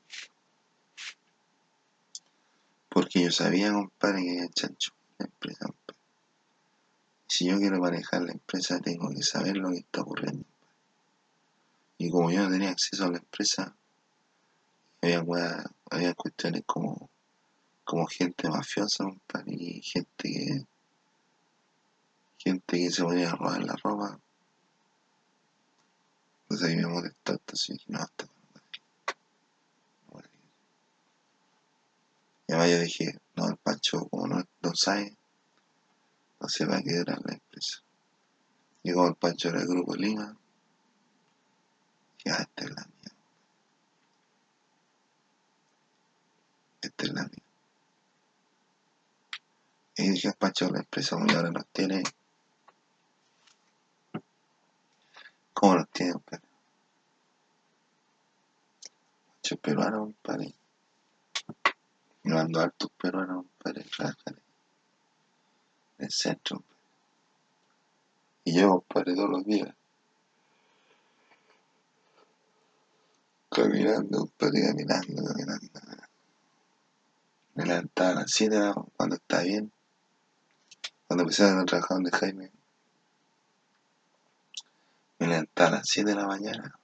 Porque yo sabía, compadre, que había chancho en la empresa, compadre. Si yo quiero manejar la empresa, tengo que saber lo que está ocurriendo. Y como yo no tenía acceso a la empresa, había, weá, había cuestiones como, como gente mafiosa, compadre, y gente que, gente que se podía robar la ropa. Entonces ahí me molestó, entonces dije, no, está bueno. Y además yo dije, no, el Pancho, como no, no sabe, no se va a quedar en la empresa. Y como el Pancho era del Grupo Lima, ya esta es la mía, esta es la mía. Y dije al Pancho, la empresa como ahora nos tiene, ¿cómo nos tiene, compadre? Pancho es peruano, compadre. Me mandó hartos peruanos, compadre, a trabajar en el centro. Y yo, compadre, todos los días, caminando, compadre, caminando, caminando. Me levantaba a las siete cuando estaba bien. Cuando empecé a trabajar donde Jaime, me levantaba a las siete de la mañana.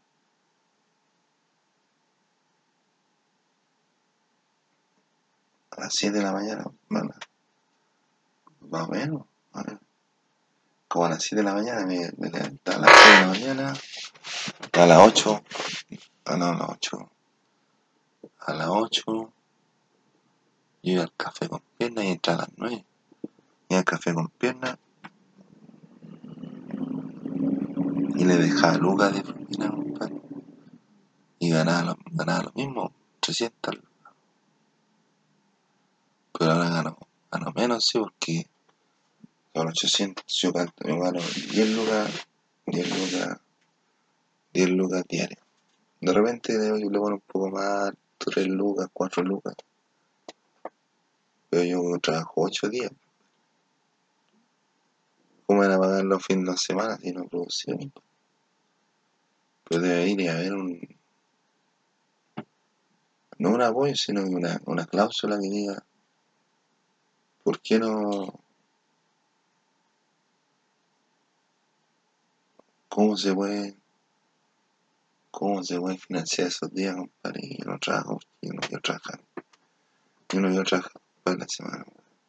A las siete de la mañana, bueno, más o menos. A ver, como a las siete de la mañana me, me levantaba a las siete de la mañana. A las ocho, ah no, a las ocho. A las ocho yo iba al café con piernas y entraba a las nueve. Iba al café con piernas y le dejaba lucas de propina, compadre. Y ganaba lo, ganaba lo mismo, trescientas. Pero ahora gano, gano menos, sí, porque con ochocientos yo, canto, yo gano diez lucas, diez lucas, diez lucas diarias. De repente le, le ponen un poco más, tres lucas, cuatro lucas. Pero yo trabajo ocho días. ¿Cómo van a pagar los fines de semana si no producción? Pero debe ir a haber un, no un apoyo, sino una, una cláusula que diga, ¿por qué no? ¿Cómo se puede, cómo se puede financiar esos días, compadre? Y yo no trabajo, yo no quiero trabajar. Yo no quiero trabajar para la semana.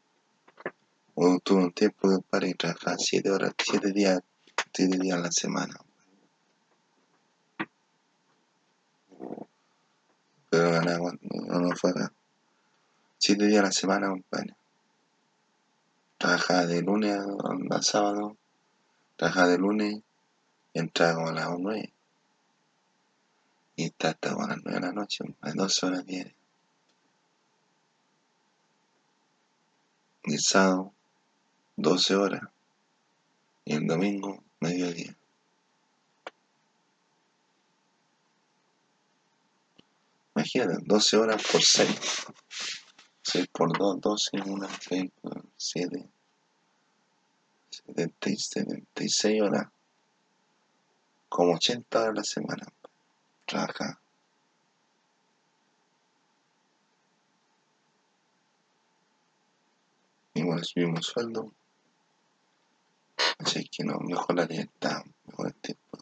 O tuve un tiempo, compadre, y trabajaba siete horas, siete días, siete días a la semana. Pero ganaba, no, no fuera. Siete días a la semana, compadre. Trabajaba de lunes a, a sábado, trabajaba de lunes y entraba como a las nueve. Y está hasta como a las nueve de la noche, a doce horas diarias. Y el sábado, doce horas. Y el domingo, mediodía. Imagínate, doce horas por seis. seis por dos, doce, una, seis, siete, setenta y seis horas. Como ochenta horas a la semana. Trabaja. Y bueno, subimos sueldo. Así que no, mejor la libertad, mejor el tiempo.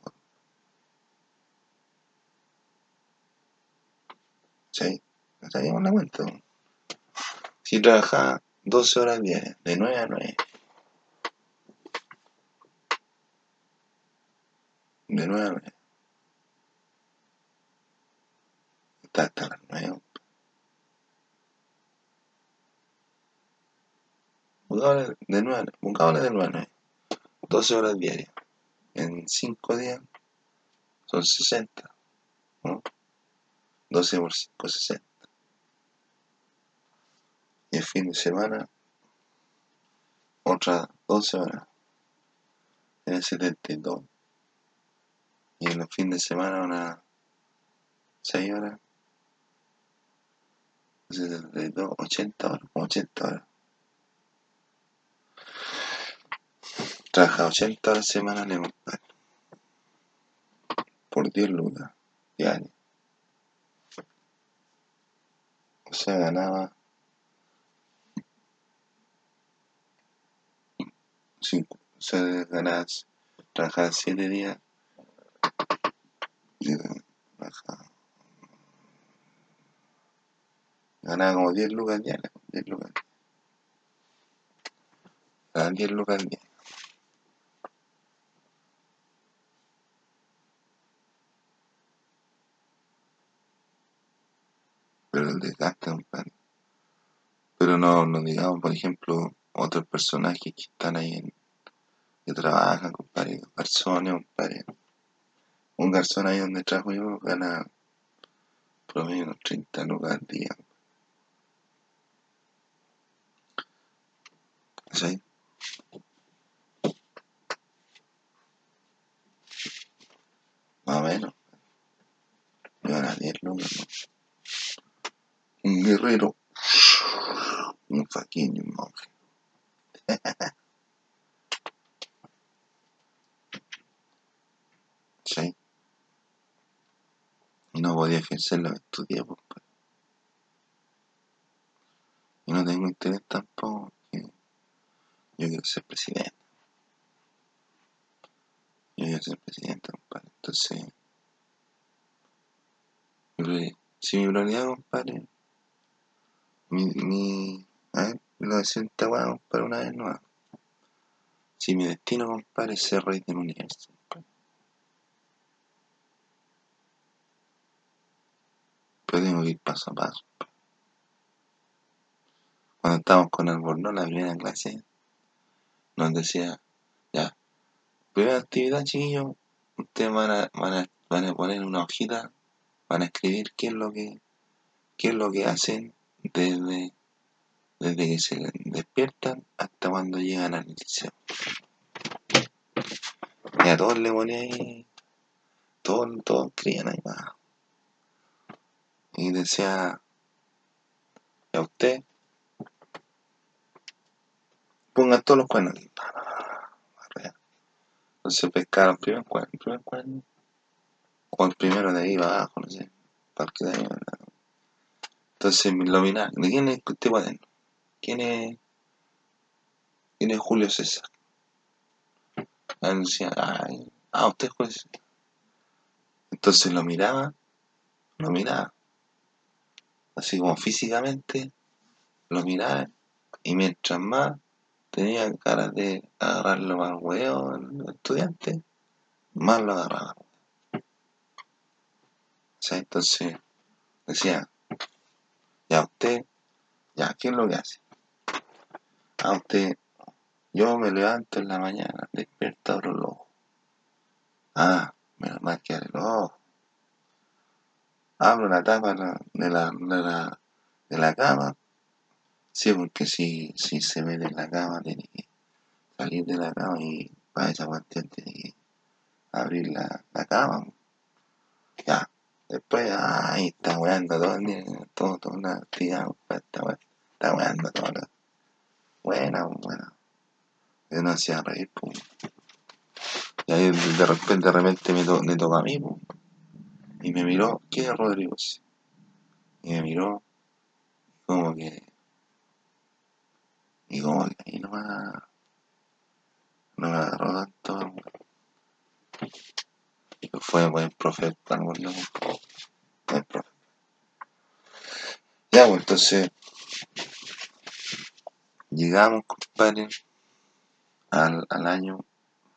¿Sí? ¿No sabíamos la cuenta? Si trabajaba doce horas diarias, de nueve a nueve. De nueve a nueve. Está hasta las nueve. Buscámosle de nueve, buscámosle de nueve a nueve. doce horas diarias. En cinco días son sesenta, ¿no? doce por cinco, sesenta. Y el fin de semana, otras doce horas. En el setenta y dos. Y en los fines de semana, unas seis horas. setenta y dos, ochenta horas, ochenta horas. Trabaja ochenta horas semanales, compadre, por diez lucas diarias. O sea, ganaba cinco, o sea, ganaba, trabajaba siete días y trabajaba, ganaba como diez lucas diarias, diez lucas, ganaba diez lucas al día. Pero el desgaste, compadre. Pero no, no digamos, por ejemplo, otros personajes que están ahí, en, que trabajan, compadre, garzones, compadre. Un garzón ahí donde trabajo yo gana promedio unos treinta lucas al día. ¿Sí? Más o menos. Me gana diez lucas, ¿no? Un guerrero. Un faquín y un monje. ¿Sí? Y no podía ejercer lo que estudié, pues. Y no tengo interés tampoco, que yo quiero ser presidente. Yo quiero ser presidente, compadre. Entonces, si mi prioridad, compadre, mi, mi, a ver, lo decía esta weá, compadre, una vez no. Si mi destino, compadre, es ser rey del universo, compadre, pero tengo que ir paso a paso. Cuando estábamos con Albornoz, la primera clase, nos decía, ya, primera actividad, chiquillos, ustedes van a, van a, van a poner una hojita, van a escribir qué es lo que, qué es lo que hacen desde, desde que se despiertan hasta cuando llegan al liceo. Y a todos le ponía ahí, todos, todos escribían ahí abajo. Y decía, a usted, pongan todos los cuernos aquí. Entonces pescaron el primer cuerno, el primer cuerno, o el primero de ahí abajo, no sé, para el que de ahí. Entonces lo miraba, ¿de quién es este cuaderno? ¿Quién es, quién es Julio César? Ah, decía, ay, ah, usted es Julio César. Entonces lo miraba, lo miraba, así como físicamente, lo miraba, y mientras más tenía ganas de agarrarlo más huevo el estudiante, más lo agarraba. O sea, entonces decía, ya usted, ya, ¿qué es lo que hace? Ah, usted, yo me levanto en la mañana, despierto, abro los ojos. Ah, menos mal que abre los ojos. Abro la tapa de la, de la, de la, de la cama. Sí, porque si, si se mete en la cama, tiene que salir de la cama y para esa cuestión tiene que abrir la, la cama. Ya. Después, ahí está weando todo el día, todo, toda una actividad, está, está weando todo. Buena, buena. Yo no hacía reír, pues. Y ahí de repente, de repente me, to, me tocó a mí, pues. Y me miró, ¿qué es Rodrigo? Y me miró, como que, y como que ahí no me, no me agarró tanto. Y fue buen profe, tan bueno, buen profe. Ya, pues entonces, llegamos, compadre, al, al año,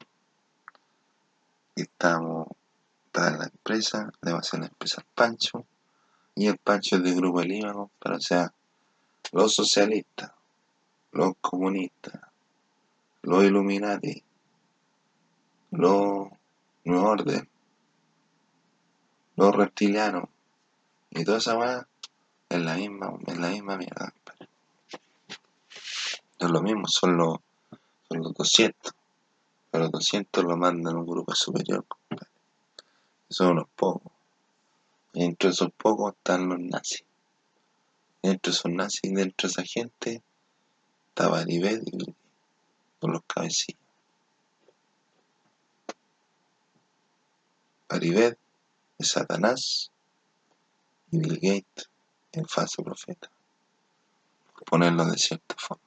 y estábamos, estaba en la empresa, le va a hacer la empresa al Pancho, y el Pancho es del Grupo de Lima, compadre, o sea, los socialistas, los comunistas, los Illuminati, los Nuevo Orden, los reptilianos, y toda esa weá es la misma, es la misma mierda, compadre. No es lo mismo, son los, son los doscientos, pero los doscientos lo mandan a un grupo superior, compadre. Son unos pocos, y entre esos pocos están los nazis. Dentro son nazis, dentro de esa gente estaba Aribet y por los cabecillas. Aribet es Satanás y Bill Gates el falso profeta, por ponerlo de cierta forma.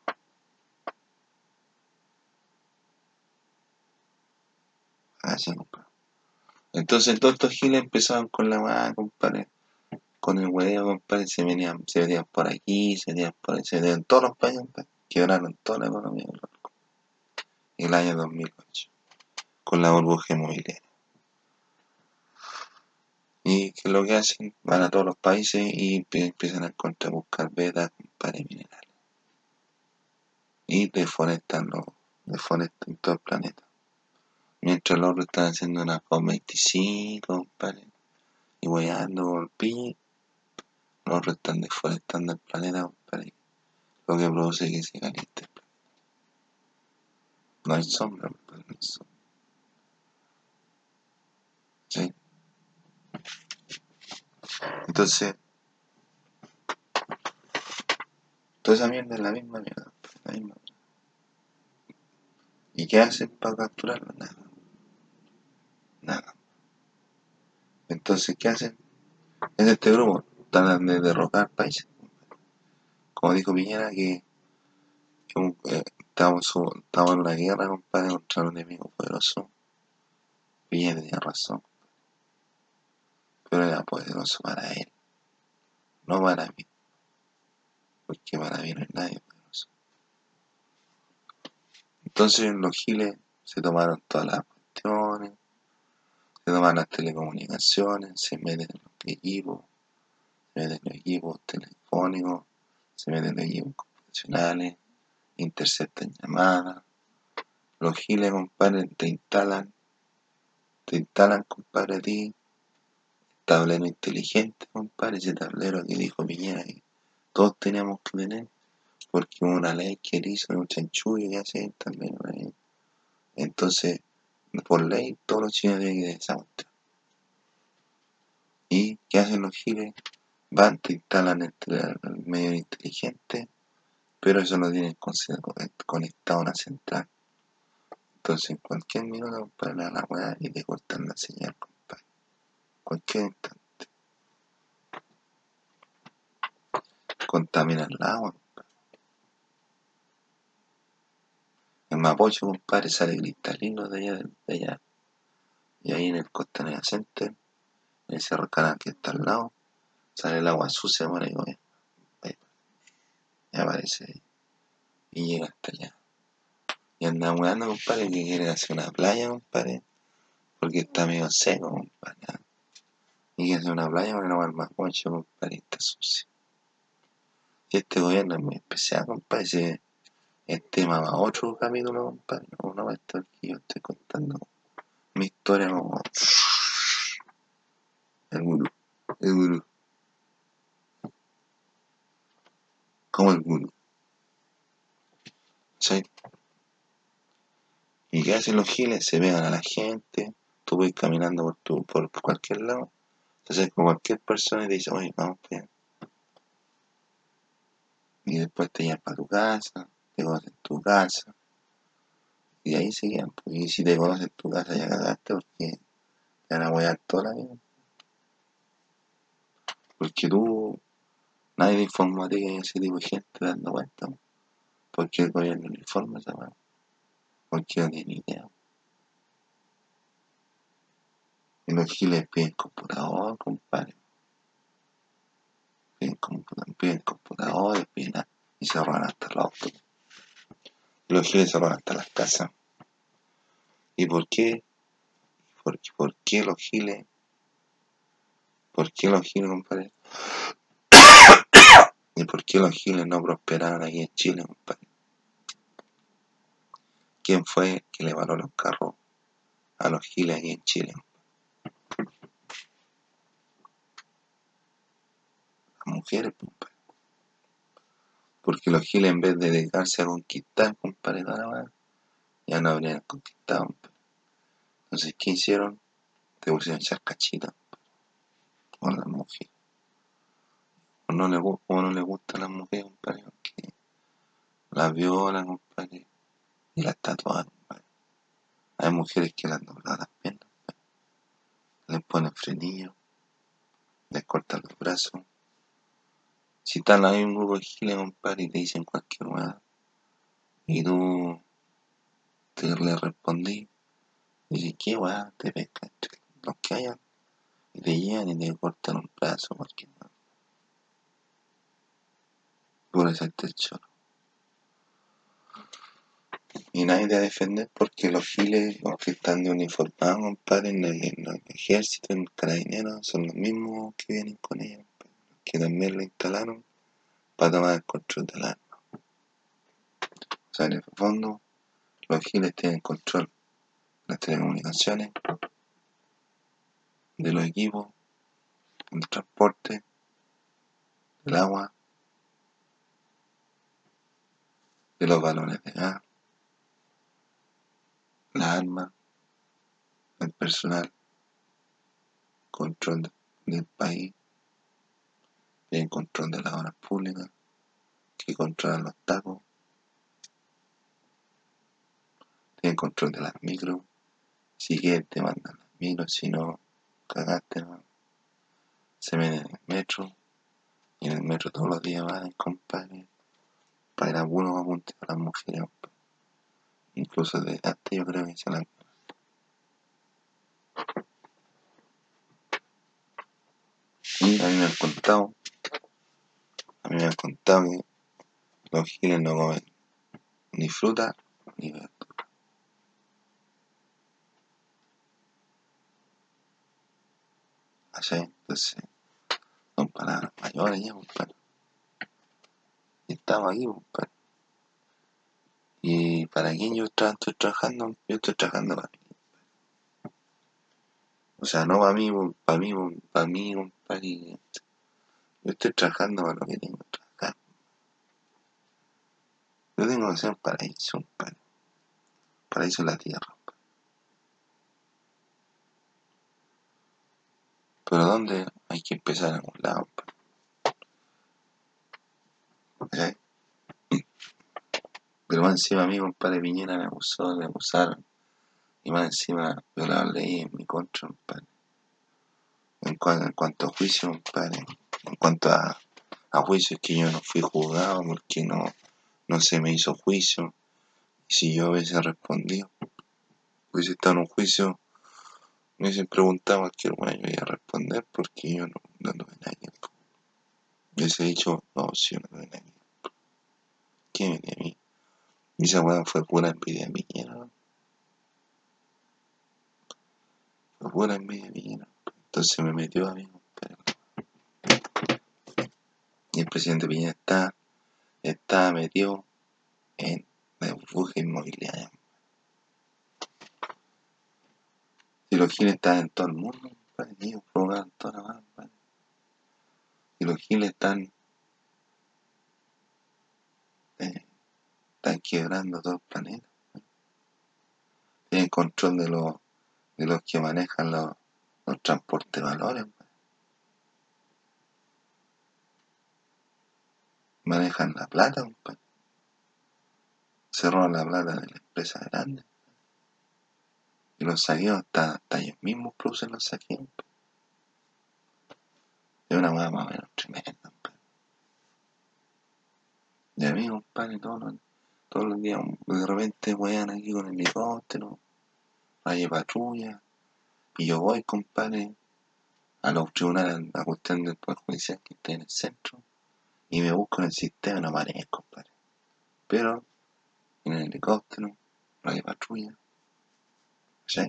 Así, compadre. Entonces todos estos giles empezaban con la weá, compadre, con el huevo, compadre, se venían, se venían por aquí, se venían por ahí, se venían en todos los países, compadre, quebraron toda la economía en el año dos mil ocho, con la burbuja inmobiliaria. Y que lo que hacen, van a todos los países y empiezan a encontrar, buscar vetas, compadre, minerales. Y deforestan, lo, deforestan todo el planeta. Mientras los otros están haciendo una COP veinticinco, compadre, y weyando por pi, los otros están deforestando el planeta, compadre, lo que produce que se caliente. No hay sombra, compadre, no hay sombra. ¿Sí? Entonces, toda esa mierda es la misma mierda, la misma. ¿Y qué hacen para capturarlo? Nada, nada. Entonces, ¿qué hacen? Es este grupo, tratan de derrocar países. Como dijo Piñera, que, que un- eh, estamos, su- estamos en una guerra, compadre, contra un enemigo poderoso. Piñera tenía razón, pero era poderoso para él, no para mí, porque para mí no es nadie poderoso. Entonces los giles se tomaron todas las cuestiones, se toman las telecomunicaciones, se meten en los equipos, se meten en los equipos telefónicos, se meten en los equipos computacionales, interceptan llamadas. Los giles, compadre, te instalan, te instalan, compadre, a ti, tablero inteligente, compadre, ese tablero que dijo Piñera que todos teníamos que tener, porque hubo una ley que él hizo, un chanchullo que hace él también, ¿no? Entonces, por ley, todos los chinos tienen que tener esa cuestión. ¿Y qué hacen los giles? Van, te instalan el, el medio inteligente, pero eso lo tienen conectado a una central. Entonces, en cualquier minuto, compadre, le dan la weá y te cortan la señal, compadre. Cualquier instante. Contaminan el agua. El Mapocho, compadre, sale cristalino de allá, de allá. Y ahí en el Costanera Center, en ese canal que está al lado, sale el agua sucia, bueno, y ahí, ahí aparece ahí. Y llega hasta allá. Y anda weando, compadre, que quiere hacer una playa, compadre, porque está medio seco, compadre. Y quiere hacer una playa para no va el Mapocho, compadre, está sucio. Y este gobierno es muy especial, compadre, si es tema para otro capítulo, compadre, no, no va a estar aquí, yo estoy contando mi historia como el gurú, el gurú, como el gurú, ¿sí? ¿Y qué hacen los giles? Se pegan a la gente, tú vas caminando por, tu, por cualquier lado, te acercas con cualquier persona y te dice, oye, vamos bien. Y después te llevan para tu casa, te conocen tu casa, y ahí se quedan. Pues, y si te conocen tu casa ya cagaste porque te van a apoyar toda la vida. Porque tú, nadie te informó a ti que hay ese tipo de gente dando vueltas. Porque el gobierno no informa esa weá. Porque no tiene idea. Y los giles piden computador, compadre. Piden computador, piden computadores, piden a- y se roban hasta los autos. Y los giles se roban hasta las casas. ¿Y por qué? ¿Por, por qué los giles? ¿Por qué los giles, compadre? ¿Y por qué los giles no prosperaron aquí en Chile, compadre? ¿Quién fue que le paró los carros a los giles aquí en Chile? Las mujeres, compadre. Porque los giles, en vez de dedicarse a conquistar, compadre, toda la weá, ya no habrían conquistado, compadre. Entonces, ¿qué hicieron? Te pusieron charcachita con las mujeres. Pues no le, como no le gusta a las mujeres, compadre, porque las violan, compadre, y las tatuan, compadre. Hay mujeres que le han doblado las piernas, les ponen frenillos, les cortan los brazos. Si están ahí un grupo de giles, compadre, y te dicen cualquier hueá, y tú te le respondí, y dices, ¿qué hueá? Te pescan entre los que hayan, y te llegan y te cortan un brazo, cualquier hueá. Por ese techo. Y nadie te va a defender porque los giles, los que están de uniformados, compadre, en el, en el ejército, en el carabinero, son los mismos que vienen con ellos, compadre, que también lo instalaron para tomar el control del arma. O sea, en el fondo, los giles tienen control de las telecomunicaciones, de los equipos, del transporte, del agua, de los balones de gas, las armas, el personal, control de, del país, tienen control de las obras públicas, que controlan los tacos, tienen control de las micros. Si quieres te mandan las micros, si no, cagaste, ¿no? Se meten en el metro, y en el metro todos los días van, compadre, para ir a algunos apuntes a las mujeres, compadre. Incluso de hasta yo creo que se la... Y a mí me han contado, a mí me han contado que los giles no comen ni fruta ni verdura. ¿Así? Entonces, son palabras mayores ya, compadre. Y estamos aquí, compadre. ¿Y para quién yo tra estoy trabajando? Yo estoy trabajando para mí. O sea, no para mí, para mí, para mí, compadre. Yo estoy trabajando para lo que tengo que trabajar. Yo tengo que hacer un paraíso, compadre. Paraíso en la tierra, compadre. Pero ¿dónde? Hay que empezar en algún lado, compadre. ¿Sí? Pero más encima a mí, compadre, Piñera me acusó, me acusaron. Y más encima violaron leyes en mi contra, compadre. En, cuanto, en cuanto a juicio, compadre. En cuanto a, a juicio, es que yo no fui juzgado porque no, no se me hizo juicio. Y si yo hubiese respondido, hubiese estado en un juicio, me hubiesen preguntado cualquier bueno, yo iba a responder porque yo no, no tuve nada que ver. Yo hubiese dicho, no, si yo no tuve nada que ver. ¿Qué me dio a mí? Y esa weá fue pura envidia mía, ¿no? Fue pura envidia mía, ¿no? Entonces me metió a mí, compadre. Y el presidente Piñera está, está metido en la burbuja inmobiliaria. Si los giles están en todo el mundo, compadre, ellos provocan toda la mano, compadre. Si los giles están, eh, están quebrando todo el planeta. Tienen control de los, de los que manejan los, los transportes de valores, compadre. Manejan la plata, compadre. Se roban la plata de la empresa grande. Y los saqueos, hasta, hasta ellos mismos producen los saqueos. Es una hueá más o menos tremenda, compadre. Y a mí, compadre, todos los, todos los días de repente wean aquí con el helicóptero, hay patrulla, y yo voy, compadre, a los tribunales, a cuestión del Poder Judicial que está en el centro, y me busco en el sistema y no aparezco, compadre. Pero en el helicóptero no hay patrulla, ¿sí?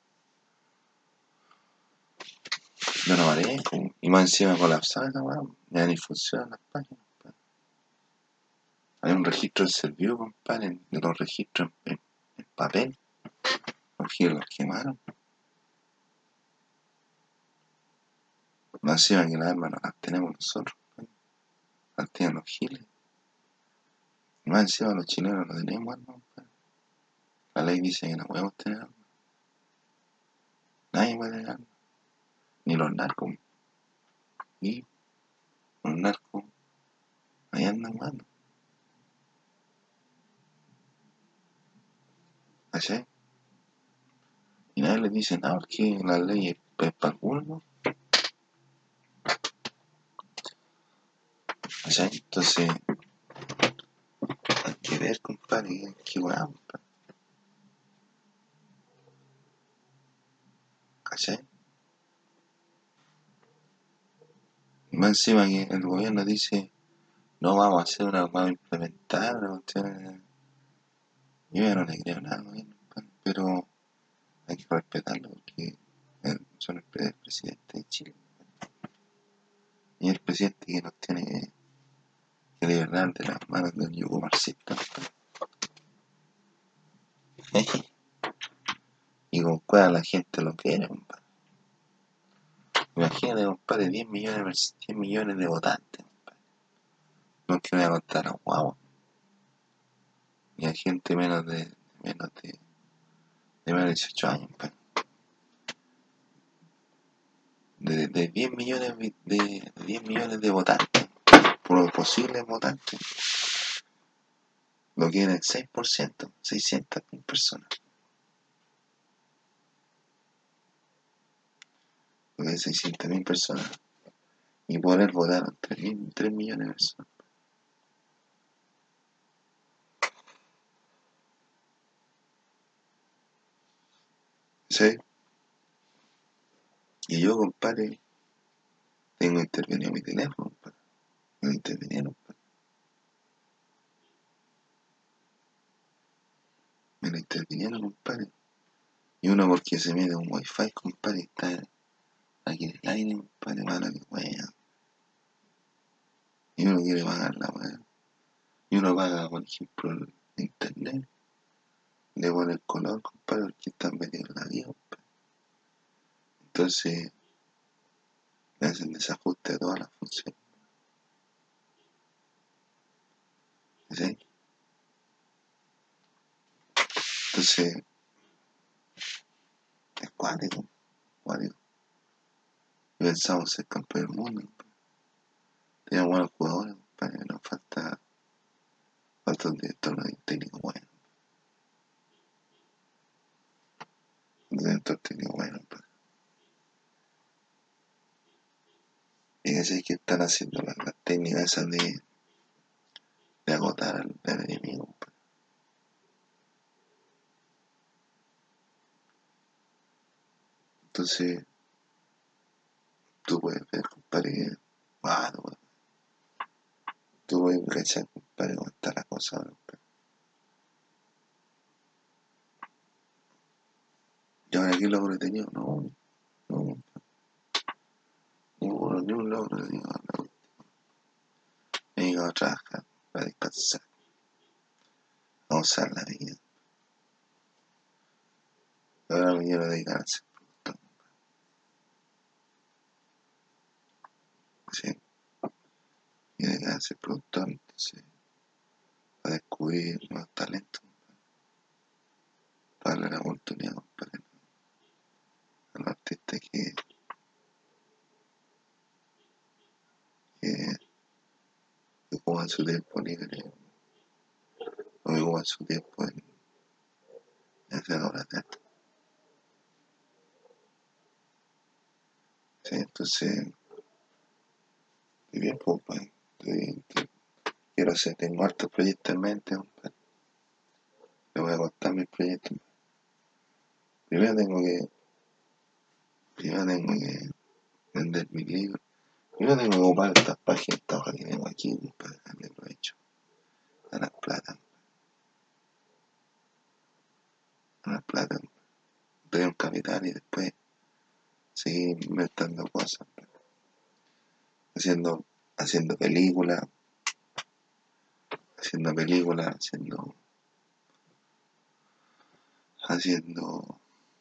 Yo no aparezco, y más encima colapsada esa weá, ya ni funcionan las páginas, compadre. Hay un registro de servicio, compadre, de los registros en, en papel, los giros los quemaron. Más encima que las armas no las tenemos nosotros, compadre. Las tienen los giles. Y más encima los chilenos no tenemos armas, compadre. La ley dice que no podemos tener armas. Nadie puede tener armas. Ni los narcos. Y los narcos, ahí andan jugando. ¿Cachai? Y nadie les dice nada porque la ley es, es para el culo, ¿no? ¿Cachai? Entonces, hay que ver, compadre, qué weá, compadre. ¿Cachai? Y más encima que el gobierno dice, no vamos a hacer una, vamos a implementar una cuestión. Yo ya no le creo nada al gobierno, compadre, pero hay que respetarlo porque él- son el, pre- el presidente de Chile. Y el presidente que nos tiene que liberar de las manos del yugo marxista, compadre. Y con cuál la gente lo quiere, compadre. Imagínate, compadre, diez millones, diez millones de votantes, compadre. No es que me voy a contar a guagua. Ni a gente menos de, menos de, de menos de dieciocho años, compadre. De, de diez millones de, de diez millones de votantes, por posibles votantes, lo quieren el seis por ciento, seiscientas mil personas. Lo quieren seiscientas mil personas. Y por él votaron tres millones de personas. ¿Sí? Y yo, compadre, tengo intervenido mi teléfono, compadre. Me lo intervinieron, compadre. Me lo intervinieron, compadre. Y uno porque se mete un wifi, compadre, está aquí en el aire, compadre, mala que wea. Y uno quiere pagar la wea. Y uno paga, por ejemplo, el internet. Le pone el color, compadre, porque están metidos en la vida, compadre. Entonces, le hacen desajuste a todas las funciones. ¿Sí? Entonces, es cuático, cuático. Y pensamos ser campeón del mundo, compadre. Tenemos buenos jugadores, compadre. Nos falta, falta un director técnico bueno. Un director técnico bueno, compadre. Y que sé que están haciendo las, las técnicas esas de, de agotar al, al enemigo, compadre. Entonces, tú puedes ver, compadre, que, ah, tú, tú puedes cachar, compadre, cómo está la cosa ahora, compadre. Y ahora, ¿qué logro he tenido? No, no, ni uno, ni un logro he tenido. No. He llegado a trabajar para descansar, a usar la vida. Ahora me quiero dedicar a ser productor, ¿sí? Y dedicar a ser productor, entonces, a descubrir nuevos talentos, para darle la oportunidad, compadre, a los artistas que, que, que ocupan su tiempo libre o que ocupan su tiempo en, en hacer obras de arte. ¿Sí? Entonces, estoy bien, compadre. Estoy, estoy, quiero hacer, tengo hartos proyectos en mente, compadre. Le voy a contar mis proyectos. Primero tengo que, primero tengo que vender mi libro. Primero tengo que ocupar estas páginas, esta hoja que tengo aquí, compadre, darle provecho a las plata, a las plata, tener un capital y después seguir inventando cosas, haciendo, haciendo películas, haciendo películas, haciendo, haciendo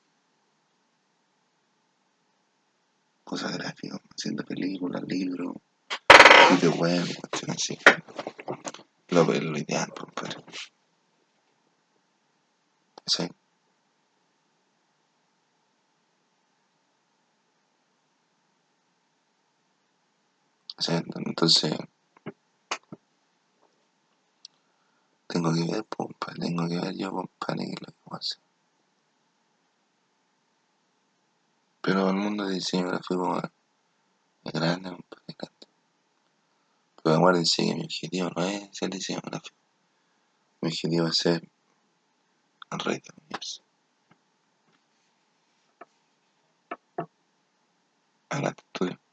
cosas gráficas, haciendo películas, libros, sitios web, cuestiones así. Lo, lo ideal, compadre. Sí. O sea, entonces tengo que ver, pompa, tengo que ver yo, compadre, qué es lo que voy a hacer. Pero el mundo de diseño gráfico es grande, compadre, es grande. Pero acuérdense que mi objetivo no es ser diseño gráfico. Mi objetivo es ser el rey del universo. Adelante, estudio.